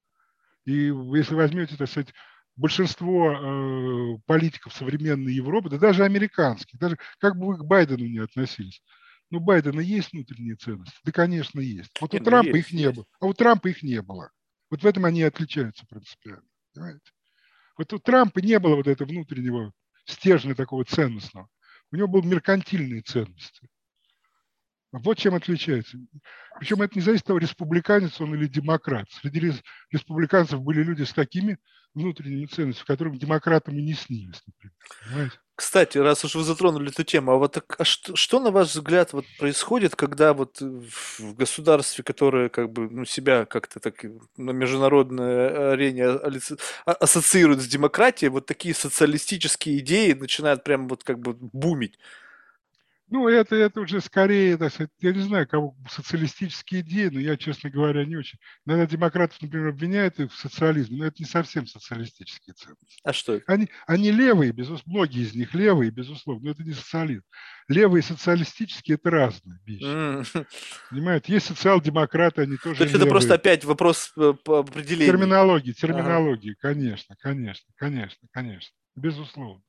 И если возьмете, так сказать, большинство э, политиков современной Европы, да даже американских, даже как бы вы к Байдену не относились, ну, у Байдена есть внутренние ценности? Да, конечно, есть. Вот у Не, ну Трампа их есть, не было. есть. А у Трампа их не было. Вот в этом они и отличаются принципиально. Понимаете? Вот у Трампа не было вот этого внутреннего стержня такого ценностного. У него были меркантильные ценности. Вот чем отличается. Причем это не зависит от того, республиканец он или демократ. Среди республиканцев были люди с такими внутренними ценностями, которым демократам и не снились, например. Понимаете? Кстати, раз уж вы затронули эту тему, а вот так, а что, что, на ваш взгляд, вот происходит, когда вот в государстве, которое как бы ну, себя как-то так на международной арене алиц- а- ассоциирует с демократией, вот такие социалистические идеи начинают прям вот как бы бумить? Ну, это, это уже скорее, так сказать, я не знаю, кого социалистические идеи, но я, честно говоря, не очень. Иногда демократов, например, обвиняют их в социализме, но это не совсем социалистические ценности. А что это? Они, они левые, безусловно, многие из них левые, безусловно, но это не социализм. Левые и социалистические – это разные вещи. М, Понимаете, есть социал-демократы, они То тоже есть это просто левые. опять вопрос э, по определений. Терминологии, Ага. терминологии, конечно, конечно, конечно, конечно, безусловно.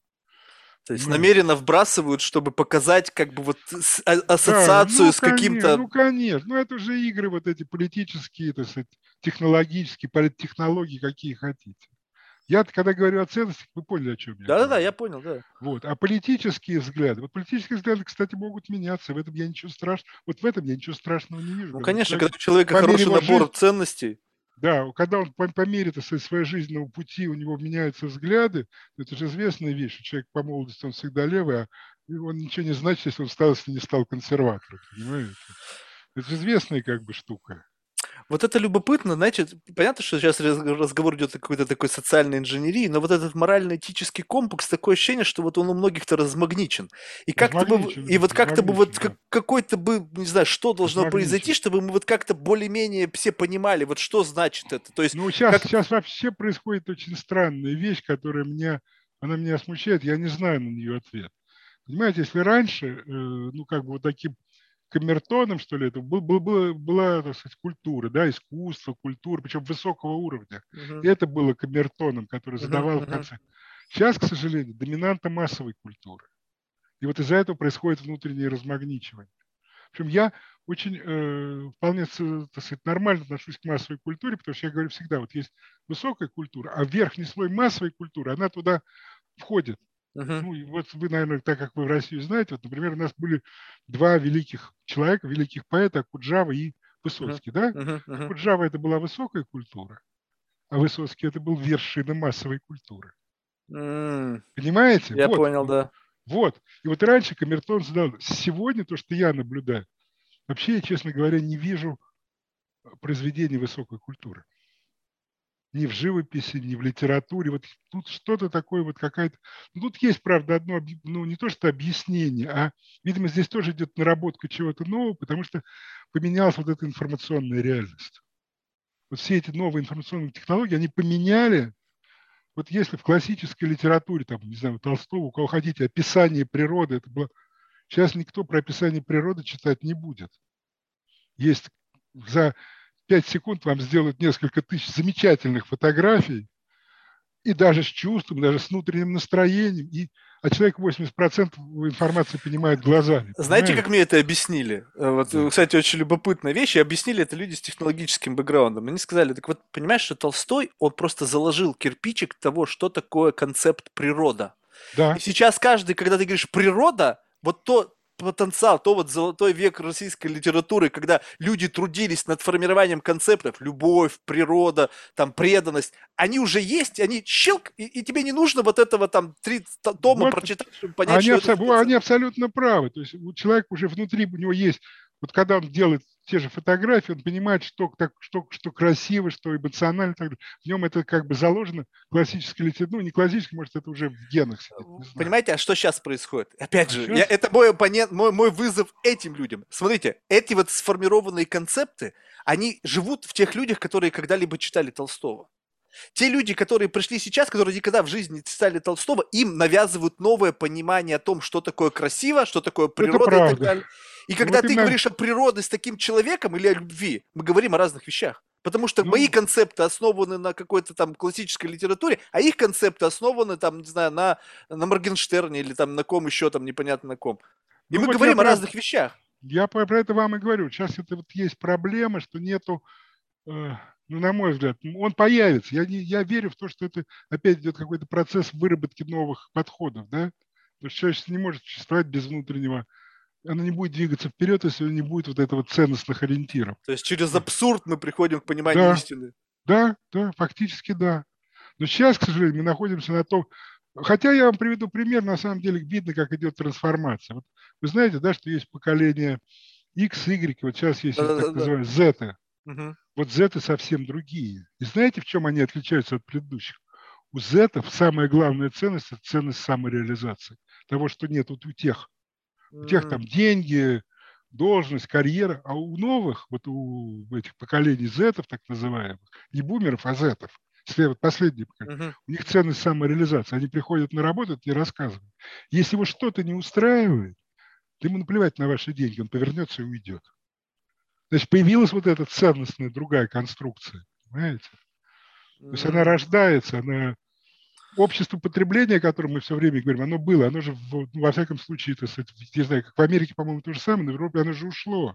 То есть Понимаете? намеренно вбрасывают, чтобы показать как бы вот с- а- Да, ассоциацию ну, с конечно, каким-то... ну, конечно. Ну, это уже игры вот эти политические, так сказать, технологические, политтехнологии, какие хотите. Я когда говорю о ценностях, вы поняли, о чем я Да-да-да, я говорю. понял, да. Вот. А политические взгляды, вот политические взгляды, кстати, могут меняться. В этом я ничего страшного, вот в этом я ничего страшного не вижу. Ну, Когда конечно, человек когда у человека по мере хороший его набор жизни, ценностей, да, когда он по, по мере, так сказать, своего жизненного пути у него меняются взгляды, это же известная вещь, что человек по молодости он всегда левый, а он ничего не значит, если он стал, если не стал консерватором, понимаете? Это же известная как бы штука. вот это любопытно, знаете, понятно, что сейчас раз- разговор идет о какой-то такой социальной инженерии, но вот этот морально-этический комплекс, такое ощущение, что вот он у многих-то размагничен. И как-то бы, Размагничен, и вот как-то бы вот размагничен, как- да. какой-то бы, не знаю, что должно произойти, Размагничен. чтобы мы вот как-то более-менее все понимали, вот что значит это. То есть, Ну, сейчас, как... сейчас вообще происходит очень странная вещь, которая меня, она меня смущает, я не знаю на нее ответ. Понимаете, если раньше, э, ну, как бы вот таким камертоном, что ли, это был, был, была, была, так сказать, культура, да, искусство, культура, причем высокого уровня. И Мгм, это было камертоном, который мгм, задавал в мгм. конце. Сейчас, к сожалению, доминанта массовой культуры. И вот из-за этого происходит внутреннее размагничивание. В общем, я очень э, вполне, так сказать, нормально отношусь к массовой культуре, потому что я говорю всегда, вот есть высокая культура, а верхний слой массовой культуры, она туда входит. Мгм, Ну, и вот вы, наверное, так как вы в России знаете, вот, например, у нас были два великих человека, великих поэта, Акуджава и мгм, Высоцкий, да? мгм, мгм. Акуджава это была высокая культура, а Высоцкий это был вершина массовой культуры. М, Понимаете? Я Вот, понял, да. вот. И вот раньше камертон задал. Сегодня то, что я наблюдаю, вообще я, честно говоря, не вижу произведений высокой культуры. ни в живописи, ни в литературе. Вот тут что-то такое, вот какая-то... Ну, тут есть, правда, одно, ну, не то что объяснение, а, видимо, здесь тоже идет наработка чего-то нового, потому что поменялась вот эта информационная реальность. Вот все эти новые информационные технологии, они поменяли, вот если в классической литературе, там, не знаю, Толстого, у кого хотите, описание природы, это было... Сейчас никто про описание природы читать не будет. Есть за пять секунд вам сделают несколько тысяч замечательных фотографий, и даже с чувством, даже с внутренним настроением, и, а человек восемьдесят процентов информации понимает глазами, Знаете, как понимаете? мне это объяснили? Э, Вот, Да. э, кстати, очень любопытная вещь. И объяснили это люди с технологическим бэкграундом. Они сказали, так вот, понимаешь, что Толстой, он просто заложил кирпичик того, что такое концепт природа. И Да, сейчас каждый, когда ты говоришь природа, вот то потенциал, то вот золотой век российской литературы, когда люди трудились над формированием концептов, любовь, природа, там, преданность, они уже есть, они щелк, и, и тебе не нужно вот этого там три т- тома вот прочитать, чтобы понять, они, что это за абсо- они концепт. абсолютно правы. То есть у человека уже внутри, у него есть, вот когда он делает те же фотографии, он понимает, что, так, что, что красиво, что эмоционально. Так далее. В нем это как бы заложено классической литературе. Ну, не классической, может, это уже в генах сидит, не знаю. Понимаете, а что сейчас происходит? Опять А же, я, сейчас это мой оппонент, мой, мой вызов этим людям. Смотрите, эти вот сформированные концепты, они живут в тех людях, которые когда-либо читали Толстого. Те люди, которые пришли сейчас, которые никогда в жизни не читали Толстого, им навязывают новое понимание о том, что такое красиво, что такое это природа и так правда. далее. И Ну, когда вот им, ты на- говоришь о природе с таким человеком или о любви, мы говорим о разных вещах. Потому что мои ну, концепты основаны на какой-то там классической литературе, а их концепты основаны там, не знаю, на, на Моргенштерне или там на ком еще там непонятно на ком. И ну мы вот я говорим о про, разных вещах. я про, про это вам и говорю. Сейчас это вот есть проблема, что нету, э, ну, на мой взгляд, он появится. Я, не, я верю в то, что это опять идет какой-то процесс выработки новых подходов, да? Потому что человечество не может существовать без внутреннего, оно не будет двигаться вперед, если не будет вот этого ценностных ориентиров. То есть через абсурд мы приходим к пониманию Да, истины. да, да, фактически да. Но сейчас, к сожалению, мы находимся на том, хотя я вам приведу пример, на самом деле видно, как идет трансформация. Вот вы знаете, да, что есть поколение X, Y, вот сейчас есть так Да-да-да. называемые Z. Мгм. Вот Z совсем другие. И знаете, в чем они отличаются от предыдущих? У Z самая главная ценность – это ценность самореализации. Того, что нет вот у тех. У тех М, там деньги, должность, карьера, а у новых, вот у этих поколений Z, так называемых, не бумеров, а Z, если вот последние поколения, мгм. у них ценность самореализации. Они приходят на работу, это не рассказывают. Если его что-то не устраивает, то ему наплевать на ваши деньги, он повернется и уйдет. Значит, появилась вот эта ценностная другая конструкция, понимаете? То есть она М. рождается, она... Общество потребления, о котором мы все время говорим, оно было, оно же, в- ну, во всяком случае, это, не знаю, как в Америке, по-моему, то же самое, но в Европе оно же ушло.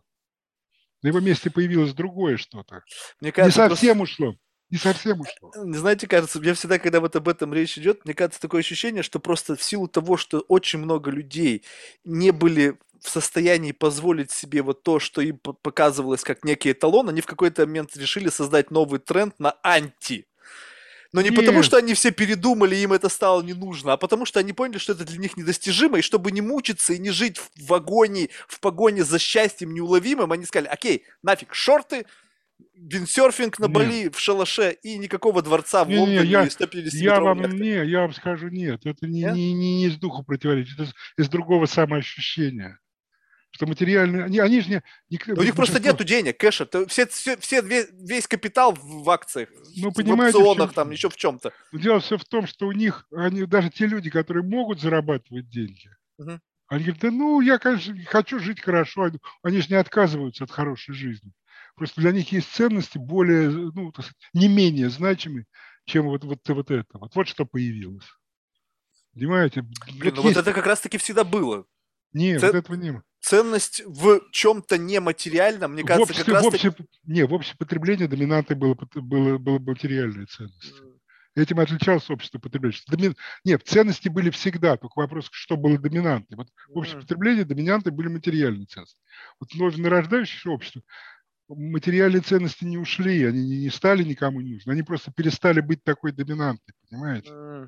На его месте появилось другое что-то. Мне Не кажется, просто совсем ушло, не совсем ушло. Не знаете, кажется, мне всегда, когда вот об этом речь идет, мне кажется такое ощущение, что просто в силу того, что очень много людей не были в состоянии позволить себе вот то, что им п- показывалось как некий эталон, они в какой-то момент решили создать новый тренд на анти. Но не потому, Нет, что они все передумали, им это стало не нужно, а потому что они поняли, что это для них недостижимо, и чтобы не мучиться и не жить в вагоне, в погоне за счастьем неуловимым, они сказали, окей, нафиг шорты, виндсерфинг на нет, Бали в шалаше и никакого дворца в не-не, Лондоне и я, я сто пятидесятиметровой вам, яхты. не, я вам скажу, нет, это не, Нет? не, не, не из духа противоречит, это из другого самоощущения. Что материальные, они, они же не, не- Но у них просто большинство, нету денег, кэша. То все, все, все- ве- весь капитал в в акциях, ну, в понимаете, в опционах, чем, там, еще в чем-то. дело все в том, что у них, они, даже те люди, которые могут зарабатывать деньги, Мгм. они говорят, да ну, я, конечно, хочу жить хорошо. Они они же не отказываются от хорошей жизни. Просто для них есть ценности более, ну, так сказать, не менее значимые, чем вот, вот, вот это. Вот, вот что появилось. Понимаете? Блин, Вот ну вот есть... это как раз-таки всегда было. Не, вот Ц- этого не... Ценность в чем-то нематериальном, мне В кажется, как обществе, в раз-таки... общем, не, в общем потреблении доминантой было, пот- было, было материальные ценности. М, Этим отличалось общество потребления. Доми- Нет, ценности были всегда, только вопрос, что было доминантой. Вот в обществе м. потребления доминантой были материальные ценности. Вот в нарождающемся обществе материальные ценности не ушли, они не не стали никому не нужны, они просто перестали быть такой доминантой, понимаете? М.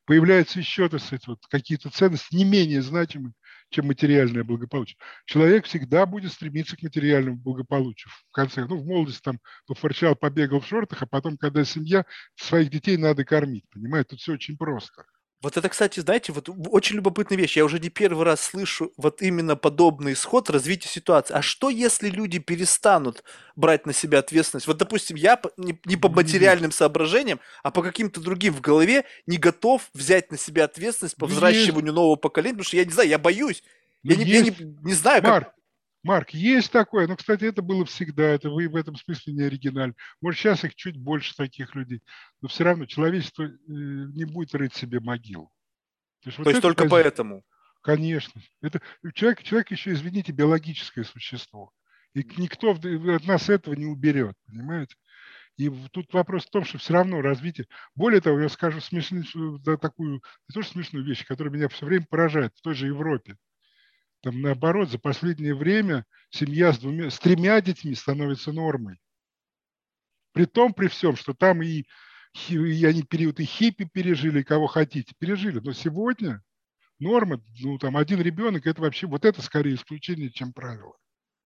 появляются еще, так сказать, вот какие-то ценности не менее значимые, чем материальное благополучие. Человек всегда будет стремиться к материальному благополучию. В конце, ну, в молодости там пофорчал, побегал в шортах, а потом, когда семья, своих детей надо кормить, понимаете? Тут все очень просто. Вот это, кстати, знаете, вот в- очень любопытная вещь. Я уже не первый раз слышу вот именно подобный исход развития ситуации. А что, если люди перестанут брать на себя ответственность? Вот, допустим, я по- не, не по Не будет. материальным соображениям, а по каким-то другим в голове не готов взять на себя ответственность по Ну, есть, взращиванию нового поколения, потому что я не знаю, я боюсь. ну, Я не, я не, есть. не знаю, как... Марк, Марк, есть такое, но, кстати, это было всегда, это вы в этом смысле не оригинально. Может, сейчас их чуть больше таких людей, но все равно человечество э, не будет рыть себе могилу. То есть То вот есть эта только позиция, поэтому. конечно, это человек, человек еще, извините, биологическое существо. И никто от нас этого не уберет, понимаете? И тут вопрос в том, что все равно развитие... Более того, я скажу смешную, да, такую, не то что смешную вещь, которая меня все время поражает в той же Европе. Там наоборот, за последнее время семья с, двумя, с тремя детьми становится нормой. При том, при всем, что там и, и они период и хиппи пережили, и кого хотите, пережили. Но сегодня норма, ну там один ребенок, это вообще, вот это скорее исключение, чем правило.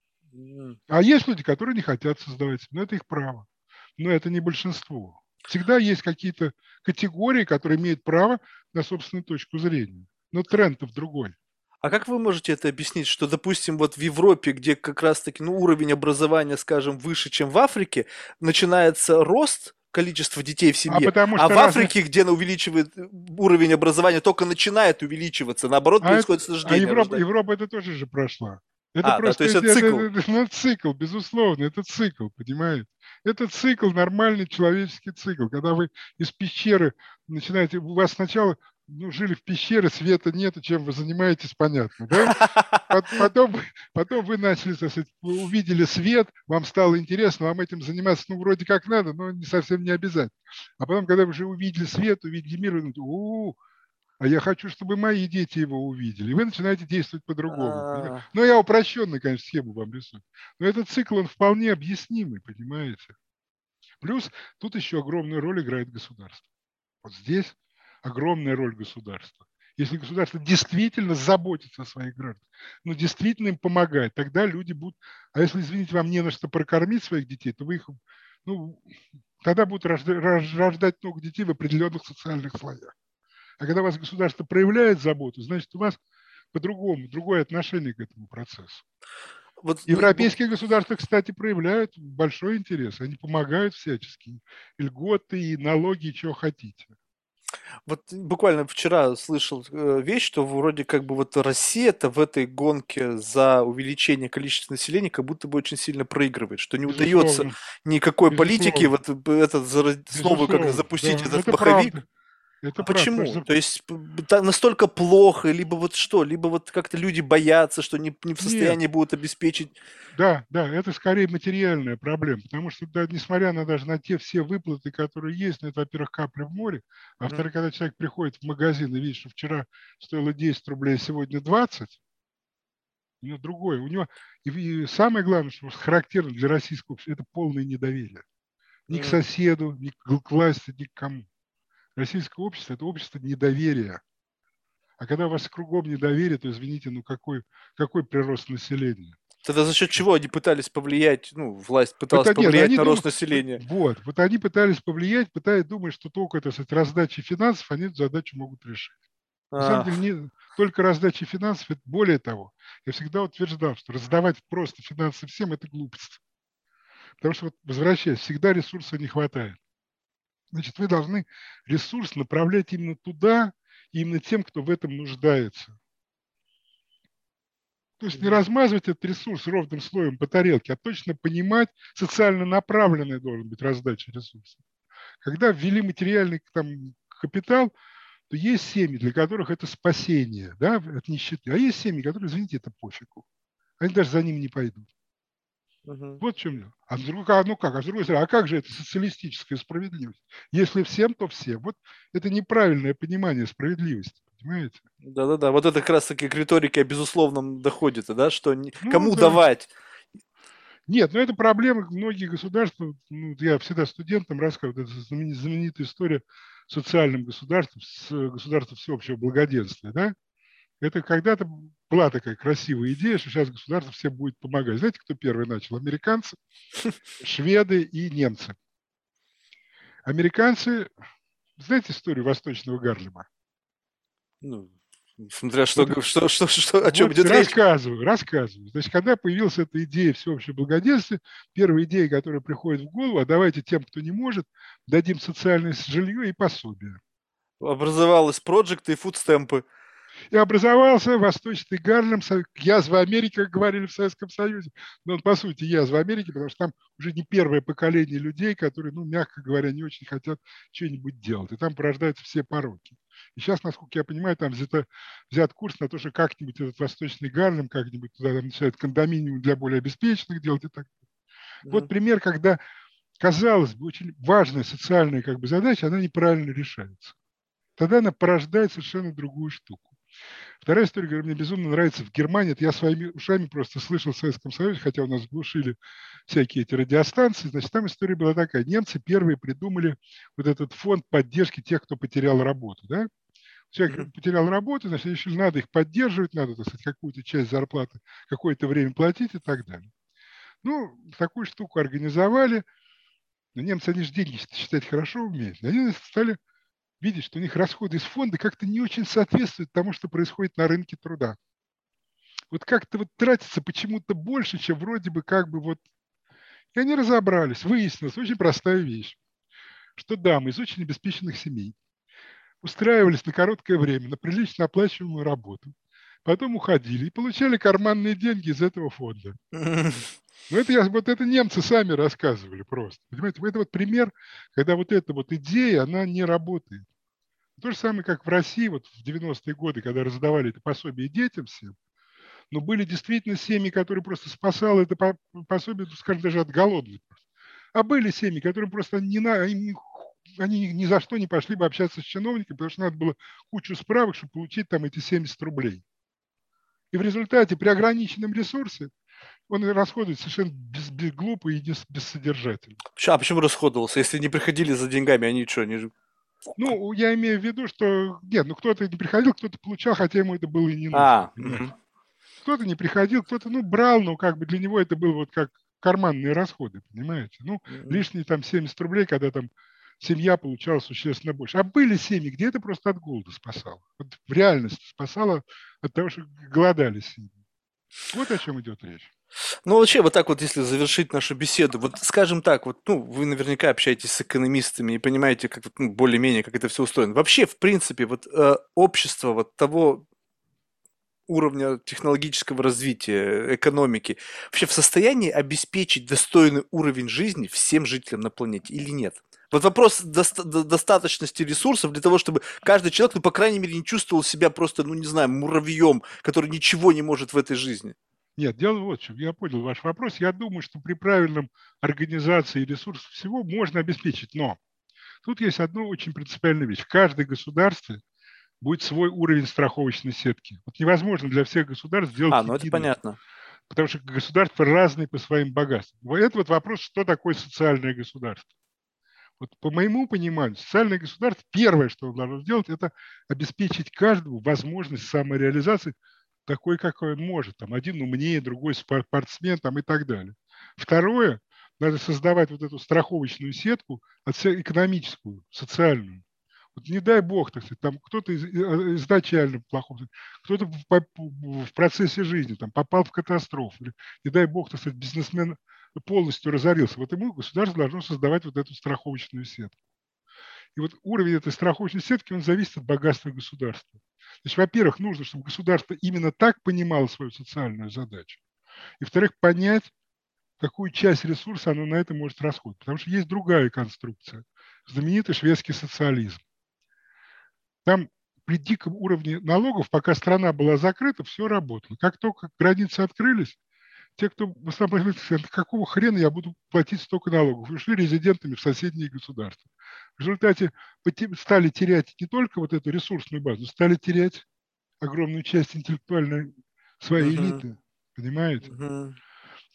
М. А есть люди, которые не хотят создавать, но это их право. Но это не большинство. Всегда есть какие-то категории, которые имеют право на собственную точку зрения. Но тренд в другой. А как вы можете это объяснить, что, допустим, вот в Европе, где как раз-таки ну, уровень образования, скажем, выше, чем в Африке, начинается рост количества детей в А семье, потому а что в разные... Африке, где она увеличивает э, уровень образования, только начинает увеличиваться, наоборот, А, это, происходит а снижение Европа, рождания. Европа это тоже же прошла. Это А, да, то просто есть это, это это, цикл. это, ну, цикл, безусловно, это цикл, понимаете? Это цикл, нормальный человеческий цикл. Когда вы из пещеры начинаете, у вас сначала ну, жили в пещере, света нет, чем вы занимаетесь, понятно, да? Пот- Потом, потом вы начали, так сказать, вы увидели свет, вам стало интересно, вам этим заниматься, ну, вроде как надо, но не совсем не обязательно. А потом, когда вы уже увидели свет, увидели мир, вы думаете, у а я хочу, чтобы мои дети его увидели. И вы начинаете действовать по-другому. Понимаете? А, Но я упрощенно, конечно, схему вам рисую. Но этот цикл, он вполне объяснимый, понимаете? Плюс тут еще огромную роль играет государство. Вот здесь огромная роль государства. Если государство действительно заботится о своих гражданах, ну, действительно им помогает, тогда люди будут... А если, извините, вам не на что прокормить своих детей, то вы их... Ну, тогда будут рождать, рождать много детей в определенных социальных слоях. А когда у вас государство проявляет заботу, значит, у вас по-другому, другое отношение к этому процессу. вот, ну, бу- Европейские государства, кстати, проявляют большой интерес. Они помогают всячески. И льготы, и налоги, и чего хотите. вот буквально вчера слышал э, вещь, что вроде как бы вот Россия-то в этой гонке за увеличение количества населения как будто бы очень сильно проигрывает, что не удается Безусловно. никакой политике Безусловно. вот э, этот зара- снова как Безусловно. запустить Да, этот это маховик. правда. Это А правда. Потому почему? что То есть п- б- та- настолько плохо, либо вот что, либо вот как-то люди боятся, что не, не в нет, состоянии будут обеспечить. да, да, это скорее материальная проблема, потому что да, несмотря на даже на те все выплаты, которые есть, ну, это, во-первых, капля в море, а Мгм. во-вторых, когда человек приходит в магазин и видит, что вчера стоило десять рублей, а сегодня двадцать, у него другое. У него, и, и самое главное, что характерно для российского общества, это полное недоверие. Ни к Мгм. соседу, ни к власти, ни к кому. Российское общество – это общество недоверия. А когда у вас кругом недоверие, то, извините, ну какой, какой прирост населения? Тогда за счет чего они пытались повлиять, ну, власть пыталась Вот нет, повлиять они на рост думают, населения? вот, вот они пытались повлиять, пытаясь думать, что только, так сказать, раздача финансов они эту задачу могут решить. На самом А, деле, не, только раздача финансов, это более того, я всегда утверждал, что раздавать просто финансы всем – это глупость. Потому что, вот, возвращаясь, всегда ресурса не хватает. Значит, вы должны ресурс направлять именно туда, именно тем, кто в этом нуждается. То есть не мгм. размазывать этот ресурс ровным слоем по тарелке, а точно понимать, социально направленный должен быть раздача ресурсов. Когда ввели материальный там, капитал, то есть семьи, для которых это спасение, да, от нищеты. А есть семьи, которые, извините, это пофигу. Они даже за ним не пойдут. Мгм. Вот в чем дело. А, с другой, а ну как, а с другой стороны, а как же это социалистическая справедливость? Если всем, то всем. Вот это неправильное понимание справедливости, понимаете? Да-да-да, вот это как раз таки к риторике о безусловном доходе, да, что не- Ну кому да. давать? Нет, но это проблема многих государств. Ну, я всегда студентам рассказываю, это знаменитая история с социальным государством, с государством всеобщего благоденствия. Да? Это когда-то была такая красивая идея, что сейчас государство всем будет помогать. Знаете, кто первый начал? Американцы, шведы и немцы. Американцы, знаете историю Восточного Гарлема? Ну, смотря что, Вот, г- что, что, что, о чем вот идет речь. рассказываю, рассказываю. Значит, когда появилась эта идея всеобщего благоденствия, первая идея, которая приходит в голову, а давайте тем, кто не может, дадим социальное жилье и пособие. Образовалась проекты и фудстемпы. И образовался Восточный Гарлем, со- язва Америки, как говорили в Советском Союзе. Но он, по сути, язва Америки, потому что там уже не первое поколение людей, которые, ну, мягко говоря, не очень хотят что-нибудь делать. И там порождаются все пороки. И сейчас, насколько я понимаю, там взято, взят курс на то, что как-нибудь этот Восточный Гарлем, как-нибудь туда там начинают кондоминиум для более обеспеченных делать и так далее. Вот Мгм. пример, когда, казалось бы, очень важная социальная как бы задача, она неправильно решается. Тогда она порождает совершенно другую штуку. Вторая история, которая мне безумно нравится в Германии, это я своими ушами просто слышал в Советском Союзе, хотя у нас глушили всякие эти радиостанции. Значит, там история была такая. Немцы первые придумали вот этот фонд поддержки тех, кто потерял работу. Да? Мгм. Человек потерял работу, значит, решили, надо их поддерживать, надо, так сказать, какую-то часть зарплаты какое-то время платить и так далее. Ну, такую штуку организовали. Но немцы, они же деньги считать хорошо умеют. Они стали видеть, что у них расходы из фонда как-то не очень соответствуют тому, что происходит на рынке труда. Вот как-то вот тратится почему-то больше, чем вроде бы как бы вот... И они разобрались. Выяснилось очень простая вещь, что дамы из очень обеспеченных семей устраивались на короткое время на прилично оплачиваемую работу, потом уходили и получали карманные деньги из этого фонда. Мгм. Но это, я, вот это немцы сами рассказывали просто. Понимаете, это вот пример, когда вот эта вот идея, она не работает. То же самое, как в России вот в девяностые годы, когда раздавали это пособие детям всем, но были действительно семьи, которые просто спасало это пособие, скажем, даже от голодных. А были семьи, которым просто не на, они, они ни за что не пошли бы общаться с чиновниками, потому что надо было кучу справок, чтобы получить там эти семьдесят рублей. И в результате при ограниченном ресурсе он расходует совершенно без, без, глупо и без, бессодержательно. Ща, а почему расходовался? Если не приходили за деньгами, они что, они же... Ну, я имею в виду, что нет, ну кто-то не приходил, кто-то получал, хотя ему это было и не нужно, А, понимаете. мгм. Кто-то не приходил, кто-то, ну, брал, но как бы для него это было вот как карманные расходы, понимаете. Ну, Мгм. лишние там семьдесят рублей, когда там семья получала существенно больше. А были семьи, где это просто от голода спасало. Вот в реальности спасало от того, что голодали семьи. Вот о чем идет речь. Ну, вообще, вот так вот, если завершить нашу беседу, вот скажем так, вот, ну, вы наверняка общаетесь с экономистами и понимаете, как, вот, ну, более-менее, как это все устроено. Вообще, в принципе, вот э, общество вот того уровня технологического развития, экономики, вообще в состоянии обеспечить достойный уровень жизни всем жителям на планете или нет? Вот вопрос доста- до- достаточности ресурсов для того, чтобы каждый человек, ну, по крайней мере, не чувствовал себя просто, ну, не знаю, муравьем, который ничего не может в этой жизни. Нет, дело вот в чем. Я понял ваш вопрос. Я думаю, что при правильном организации ресурсов всего можно обеспечить. Но тут есть одна очень принципиальная вещь. В каждом государстве будет свой уровень страховочной сетки. Вот невозможно для всех государств А, сделать ну это единую, понятно. потому что государства разные по своим богатствам. Вот это вот вопрос, что такое социальное государство. Вот по моему пониманию, социальное государство, первое, что оно должно сделать, это обеспечить каждому возможность самореализации такой, какой он может. Там один умнее, другой спортсмен там, и так далее. Второе, надо создавать вот эту страховочную сетку, экономическую, социальную. Вот не дай бог, так сказать, там кто-то из, изначально плохом, кто-то в, в процессе жизни там, попал в катастрофу, или, не дай бог, так сказать, бизнесмен полностью разорился. Вот ему государство должно создавать вот эту страховочную сетку. И вот уровень этой страховочной сетки, он зависит от богатства государства. Значит, во-первых, нужно, чтобы государство именно так понимало свою социальную задачу. И, во-вторых, понять, какую часть ресурса оно на это может расходовать. Потому что есть другая конструкция. Знаменитый шведский социализм. Там при диком уровне налогов, пока страна была закрыта, все работало. Как только границы открылись, те, кто в основном сказали, какого хрена я буду платить столько налогов, ушли резидентами в соседние государства. В результате стали терять не только вот эту ресурсную базу, стали терять огромную часть интеллектуальной своей Мгм. элиты. Понимаете? Мгм.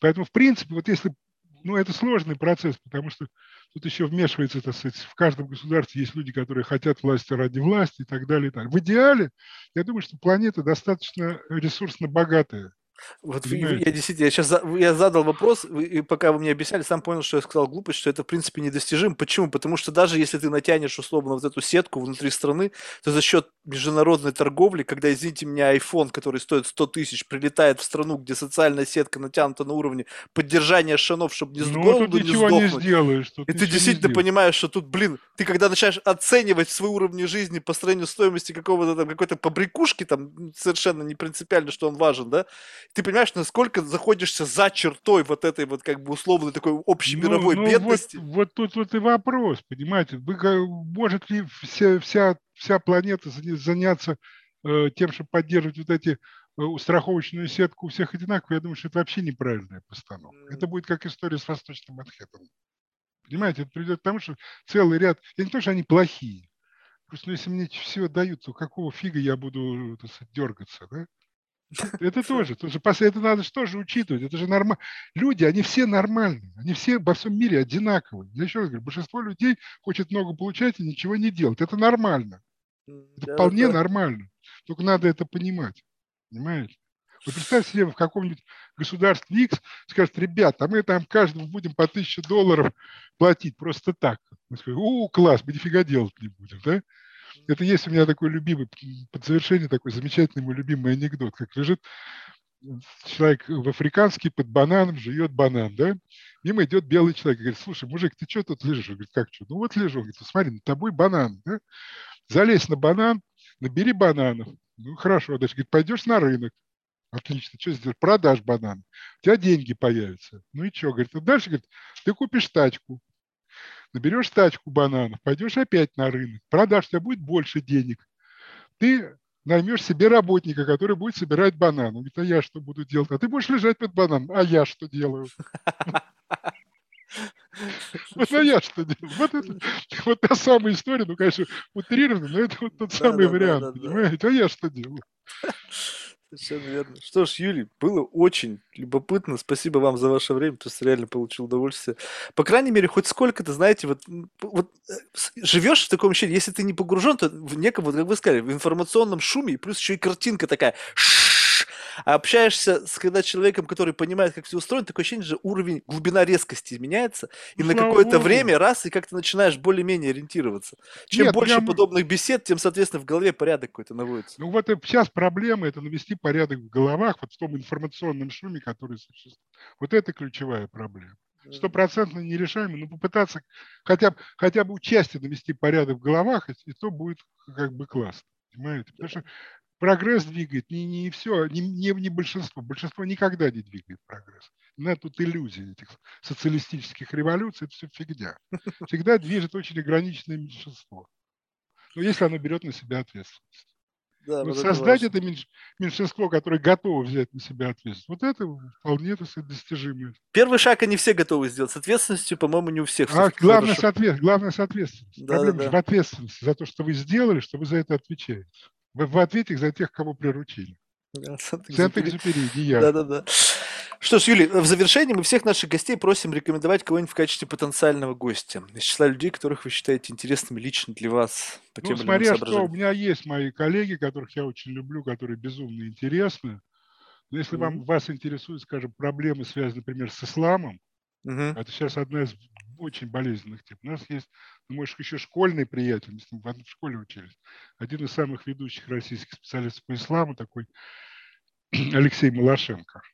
Поэтому, в принципе, вот если, ну, это сложный процесс, потому что тут еще вмешивается, так сказать, в каждом государстве есть люди, которые хотят власти ради власти и так далее. И так. В идеале, я думаю, что планета достаточно ресурсно богатая. Вот вы- вы- я Понимаете? действительно, я сейчас я задал вопрос, вы- и пока вы мне объясняли, сам понял, что я сказал глупость, что это, в принципе, недостижимо. Почему? Потому что даже если ты натянешь, условно, вот эту сетку внутри страны, то за счет международной торговли, когда, извините меня, iPhone, который стоит сто тысяч, прилетает в страну, где социальная сетка натянута на уровне поддержания шанов, чтобы не с Ну, тут голоду не ничего не сдохнуть, сделаешь, тут и ты ничего не действительно сделаешь. понимаешь, что тут, блин, ты когда начинаешь оценивать свой уровень жизни по сравнению с стоимостью какого-то там, какой-то побрякушки, там, м, совершенно не принципиально, что он важен, да, ты понимаешь, насколько заходишься за чертой вот этой вот как бы условной такой Ну, общемировой ну вот, бедности. вот тут вот и вопрос, понимаете, вы, га- может ли вся, вся, вся планета заня- заняться э, тем, чтобы поддерживать вот эти э, страховочную сетку у всех одинаково? Я думаю, что это вообще неправильная постановка. М, Это будет как история с Восточным Манхэттеном. Понимаете, это приведет к тому, что целый ряд, я не то, что они плохие, просто ну, если мне все дают, то какого фига я буду, так сказать, дергаться, да? Это да. тоже, тоже, пос- это надо же тоже учитывать. Это же нормально. Люди, они все нормальные. Они все во всем мире одинаковые. Я еще раз говорю, большинство людей хочет много получать и ничего не делать. Это нормально. М, Это вполне Да-да-да. нормально. Только надо это понимать. Понимаете? Вот представьте себе, в каком-нибудь государстве X скажут, ребят, а мы там каждому будем по тысяче долларов платить просто так. Мы скажем, у, класс, мы нифига делать не будем, да? Это есть у меня такой любимый, под завершение такой замечательный мой любимый анекдот, как лежит человек в африканский под бананом, жует банан, да? Мимо идет белый человек и говорит, слушай, мужик, ты что тут лежишь? Он говорит, как что? Ну вот лежу. Он говорит, смотри, над тобой банан, да? Залезь на банан, набери бананов. Ну хорошо, дальше говорит, пойдешь на рынок. Отлично, что сделаешь? Продашь банан. У тебя деньги появятся. Ну и что? Говорит, ну дальше, говорит, ты купишь тачку, наберешь тачку бананов, пойдешь опять на рынок, продашь, у тебя будет больше денег. Ты наймешь себе работника, который будет собирать бананы. Он говорит, а я что буду делать? А ты будешь лежать под бананом. А я что делаю? Вот, а я что делаю? Вот это вот та самая история, ну, конечно, утрированно, но это вот тот самый вариант, Да-да-да-да-да. понимаете? А я что делаю? Совершенно верно. Что ж, Юлий, было очень любопытно. Спасибо вам за ваше время, то есть реально получил удовольствие. По крайней мере, хоть сколько-то, знаете, вот, м, п- вот э, с- живешь в таком ощущении, если ты не погружен, то в неком, вот как вы сказали, в информационном шуме, и плюс еще и картинка такая. Шш. А общаешься с когда человеком, который понимает, как все устроено, такое ощущение, что уровень, глубина резкости изменяется, и Ну, на слава какое-то богу. время раз, и как ты начинаешь более-менее ориентироваться. Чем Нет, ну я, больше м- подобных бесед, тем, соответственно, в голове порядок какой-то наводится. ну вот и сейчас проблема – это навести порядок в головах, вот в том информационном шуме, который существует. Вот это ключевая проблема. Стопроцентно нерешаемый, но попытаться хотя бы, хотя бы участие навести порядок в головах, и, и то будет как бы классно. Понимаете? Потому что прогресс двигает не, не все, не, не, не большинство. Большинство никогда не двигает прогресс. На тут иллюзии этих социалистических революций, это все фигня. Всегда движет очень ограниченное меньшинство. Но если оно берет на себя ответственность. Да, И вот вот это создать важно. это меньш- меньшинство, которое готово взять на себя ответственность, вот это вполне, так сказать, достижимо. Первый шаг они все готовы сделать. С ответственностью, по-моему, не у всех все А главное, хорошо. соответ, главное соответственность. Проблема же в Да-да-да. ответственности за то, что вы сделали, что вы за это отвечаете. Вы в ответе за тех, кого приручили. Да, Сент-Экзюпери. Сент-Экзюпери, не я. Да-да-да. Что ж, Юлий, в завершении мы всех наших гостей просим рекомендовать кого-нибудь в качестве потенциального гостя из числа людей, которых вы считаете интересными лично для вас по Ну, тем или иным смотря что, у соображениям. меня есть мои коллеги, которых я очень люблю, которые безумно интересны. Но если Мгм. вам, вас интересуют, скажем, проблемы, связанные, например, с исламом, Мгм. это сейчас одна из очень болезненных тем. У нас есть, ну, может, еще школьный приятель, мы с ним в одной школе учились. Один из самых ведущих российских специалистов по исламу, такой Алексей Малашенко.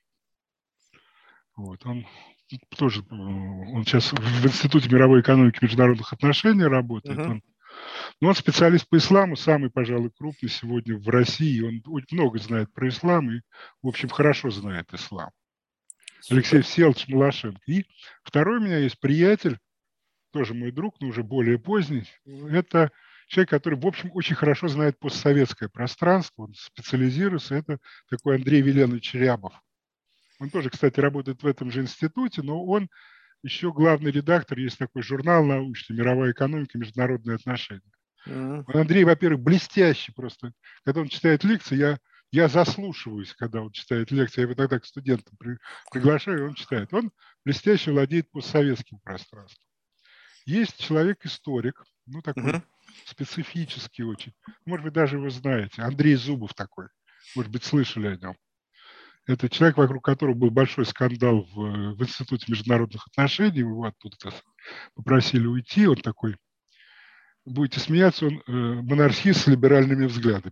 Вот, он тоже, э, он сейчас в Институте мировой экономики и международных отношений работает. Мгм. Он, ну, он специалист по исламу, самый, пожалуй, крупный сегодня в России. Он очень много знает про ислам и, в общем, хорошо знает ислам. Алексей Супер. Всеволодович Малашенко. И второй у меня есть приятель, тоже мой друг, но уже более поздний. Это человек, который, в общем, очень хорошо знает постсоветское пространство, он специализируется. Это такой Андрей Веленович Рябов. Он тоже, кстати, работает в этом же институте, но он еще главный редактор, есть такой журнал научный «Мировая экономика и международные отношения». Мгм. Он, Андрей, во-первых, блестящий просто. Когда он читает лекции, я я заслушиваюсь, когда он читает лекции. Я его тогда к студентам при, приглашаю, и он читает. Он блестяще владеет постсоветским пространством. Есть человек-историк, ну такой Мгм. специфический очень. Может быть, даже вы знаете. Андрей Зубов такой. Может быть, слышали о нем. Это человек, вокруг которого был большой скандал в, в Институте международных отношений. Его оттуда попросили уйти. Он такой, будете смеяться, он э, монархист с либеральными взглядами.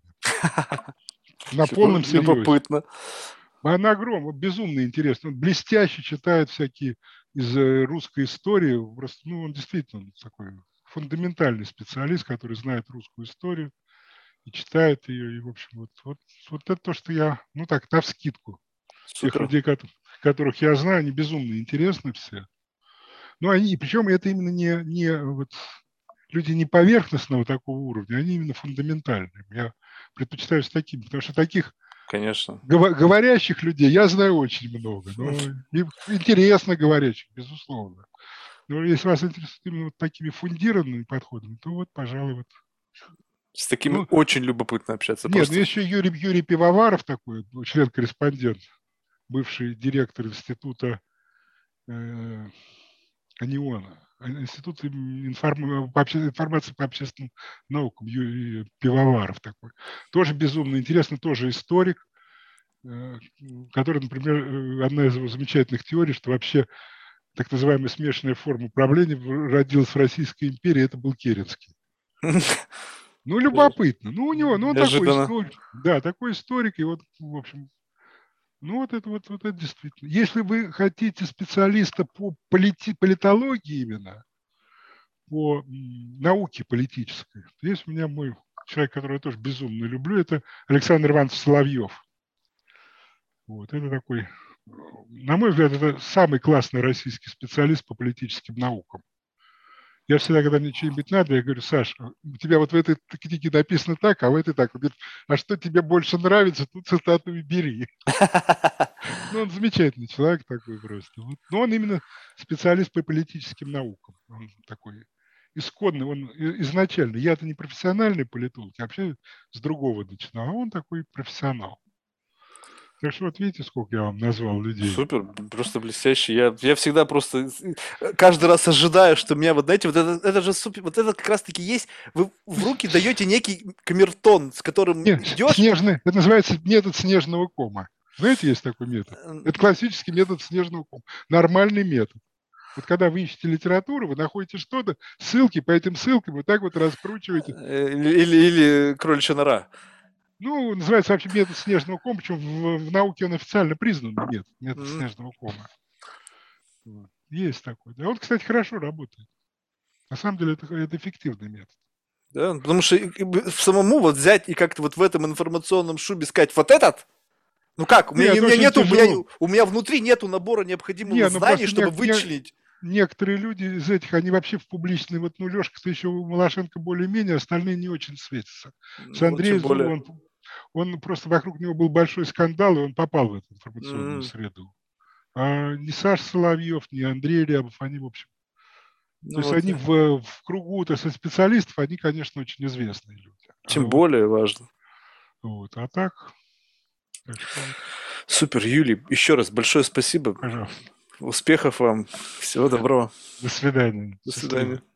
На полном серьезе. Любопытно. Она огромная, вот безумно интересно. Он блестяще читает всякие из э, русской истории. Просто, ну, он действительно такой фундаментальный специалист, который знает русскую историю и читает ее. И, в общем, вот, вот, вот это то, что я, ну так, навскидку. Тех Супер. людей, которых я знаю, они безумно интересны все. Ну, они, причем это именно не, не вот, люди не поверхностного такого уровня, они именно фундаментальные. Я предпочитаю с такими, потому что таких Конечно. говорящих людей я знаю очень много. Но интересно говорящих, безусловно. Но если вас интересует именно вот такими фундированными подходами, то вот, пожалуй, вот. С такими ну, очень любопытно общаться. Нет, Просто... ну еще Юрий, Юрий Пивоваров такой, член-корреспондент, бывший директор института э, Аниона, Институт информ... по обще... информации по общественным наукам, Юрий Пивоваров такой. Тоже безумно интересно, тоже историк, э, который, например, э, одна из его замечательных теорий, что вообще так называемая смешанная форма управления родилась в Российской империи, это был Керенский. Ну, любопытно. Ну, у него, ну, он такой историк. Да, такой историк, и вот, в общем, ну, вот это вот, вот это действительно. Если вы хотите специалиста по полити, политологии именно, по м, науке политической, то есть у меня мой человек, которого я тоже безумно люблю, это Александр Иванович Соловьев. Вот, это такой, на мой взгляд, это самый классный российский специалист по политическим наукам. Я всегда, когда мне что-нибудь надо, я говорю: Саш, у тебя вот в этой книге написано так, а в этой так. Он говорит: а что тебе больше нравится, ту цитату и бери. Ну, он замечательный человек такой просто. Вот. Но он именно специалист по политическим наукам. Он такой исконный, он изначально. Я-то не профессиональный политолог, я вообще с другого начинал, а он такой профессионал. Так что вот видите, сколько я вам назвал людей. Супер, просто блестяще. Я, я всегда просто каждый раз ожидаю, что меня, вот знаете, вот это, это же супер, вот это как раз-таки есть, вы в руки даете некий камертон, с которым Нет, идешь. Снежный, это называется метод снежного кома. Знаете, есть такой метод? Это классический метод снежного кома. Нормальный метод. Вот когда вы ищете литературу, вы находите что-то, ссылки, по этим ссылкам вот так вот раскручиваете. Или, или, или кроличья нора. Ну, называется вообще метод снежного кома, причем в, в науке он официально признанный метод, метод Mm. снежного кома. Вот. Есть такой. Да, он, кстати, хорошо работает. На самом деле это, это эффективный метод. Да, потому что самому вот взять и как-то вот в этом информационном шубе сказать вот этот, ну как, у меня, Нет, у меня нету, у меня, у меня внутри нету набора необходимых Не, знаний, ну чтобы не, вычленить. Не, некоторые люди из этих, они вообще в публичной, вот, ну, Лешка-то еще Малашенко более-менее, остальные не очень светятся. С Ну, Андреем тем более. Зубовым, он, он просто вокруг него был большой скандал, и он попал в эту информационную Mm. среду. А ни Саша Соловьев, ни Андрей Рябов, они, в общем, Ну, то есть вот. они в, в кругу то есть, специалистов, они, конечно, очень известные люди. Тем а более вот, важно. Вот, а так, так что вот. Супер, Юлий, еще раз большое спасибо. Пожалуйста. Успехов вам. Всего доброго. До свидания. До Счастливо. свидания.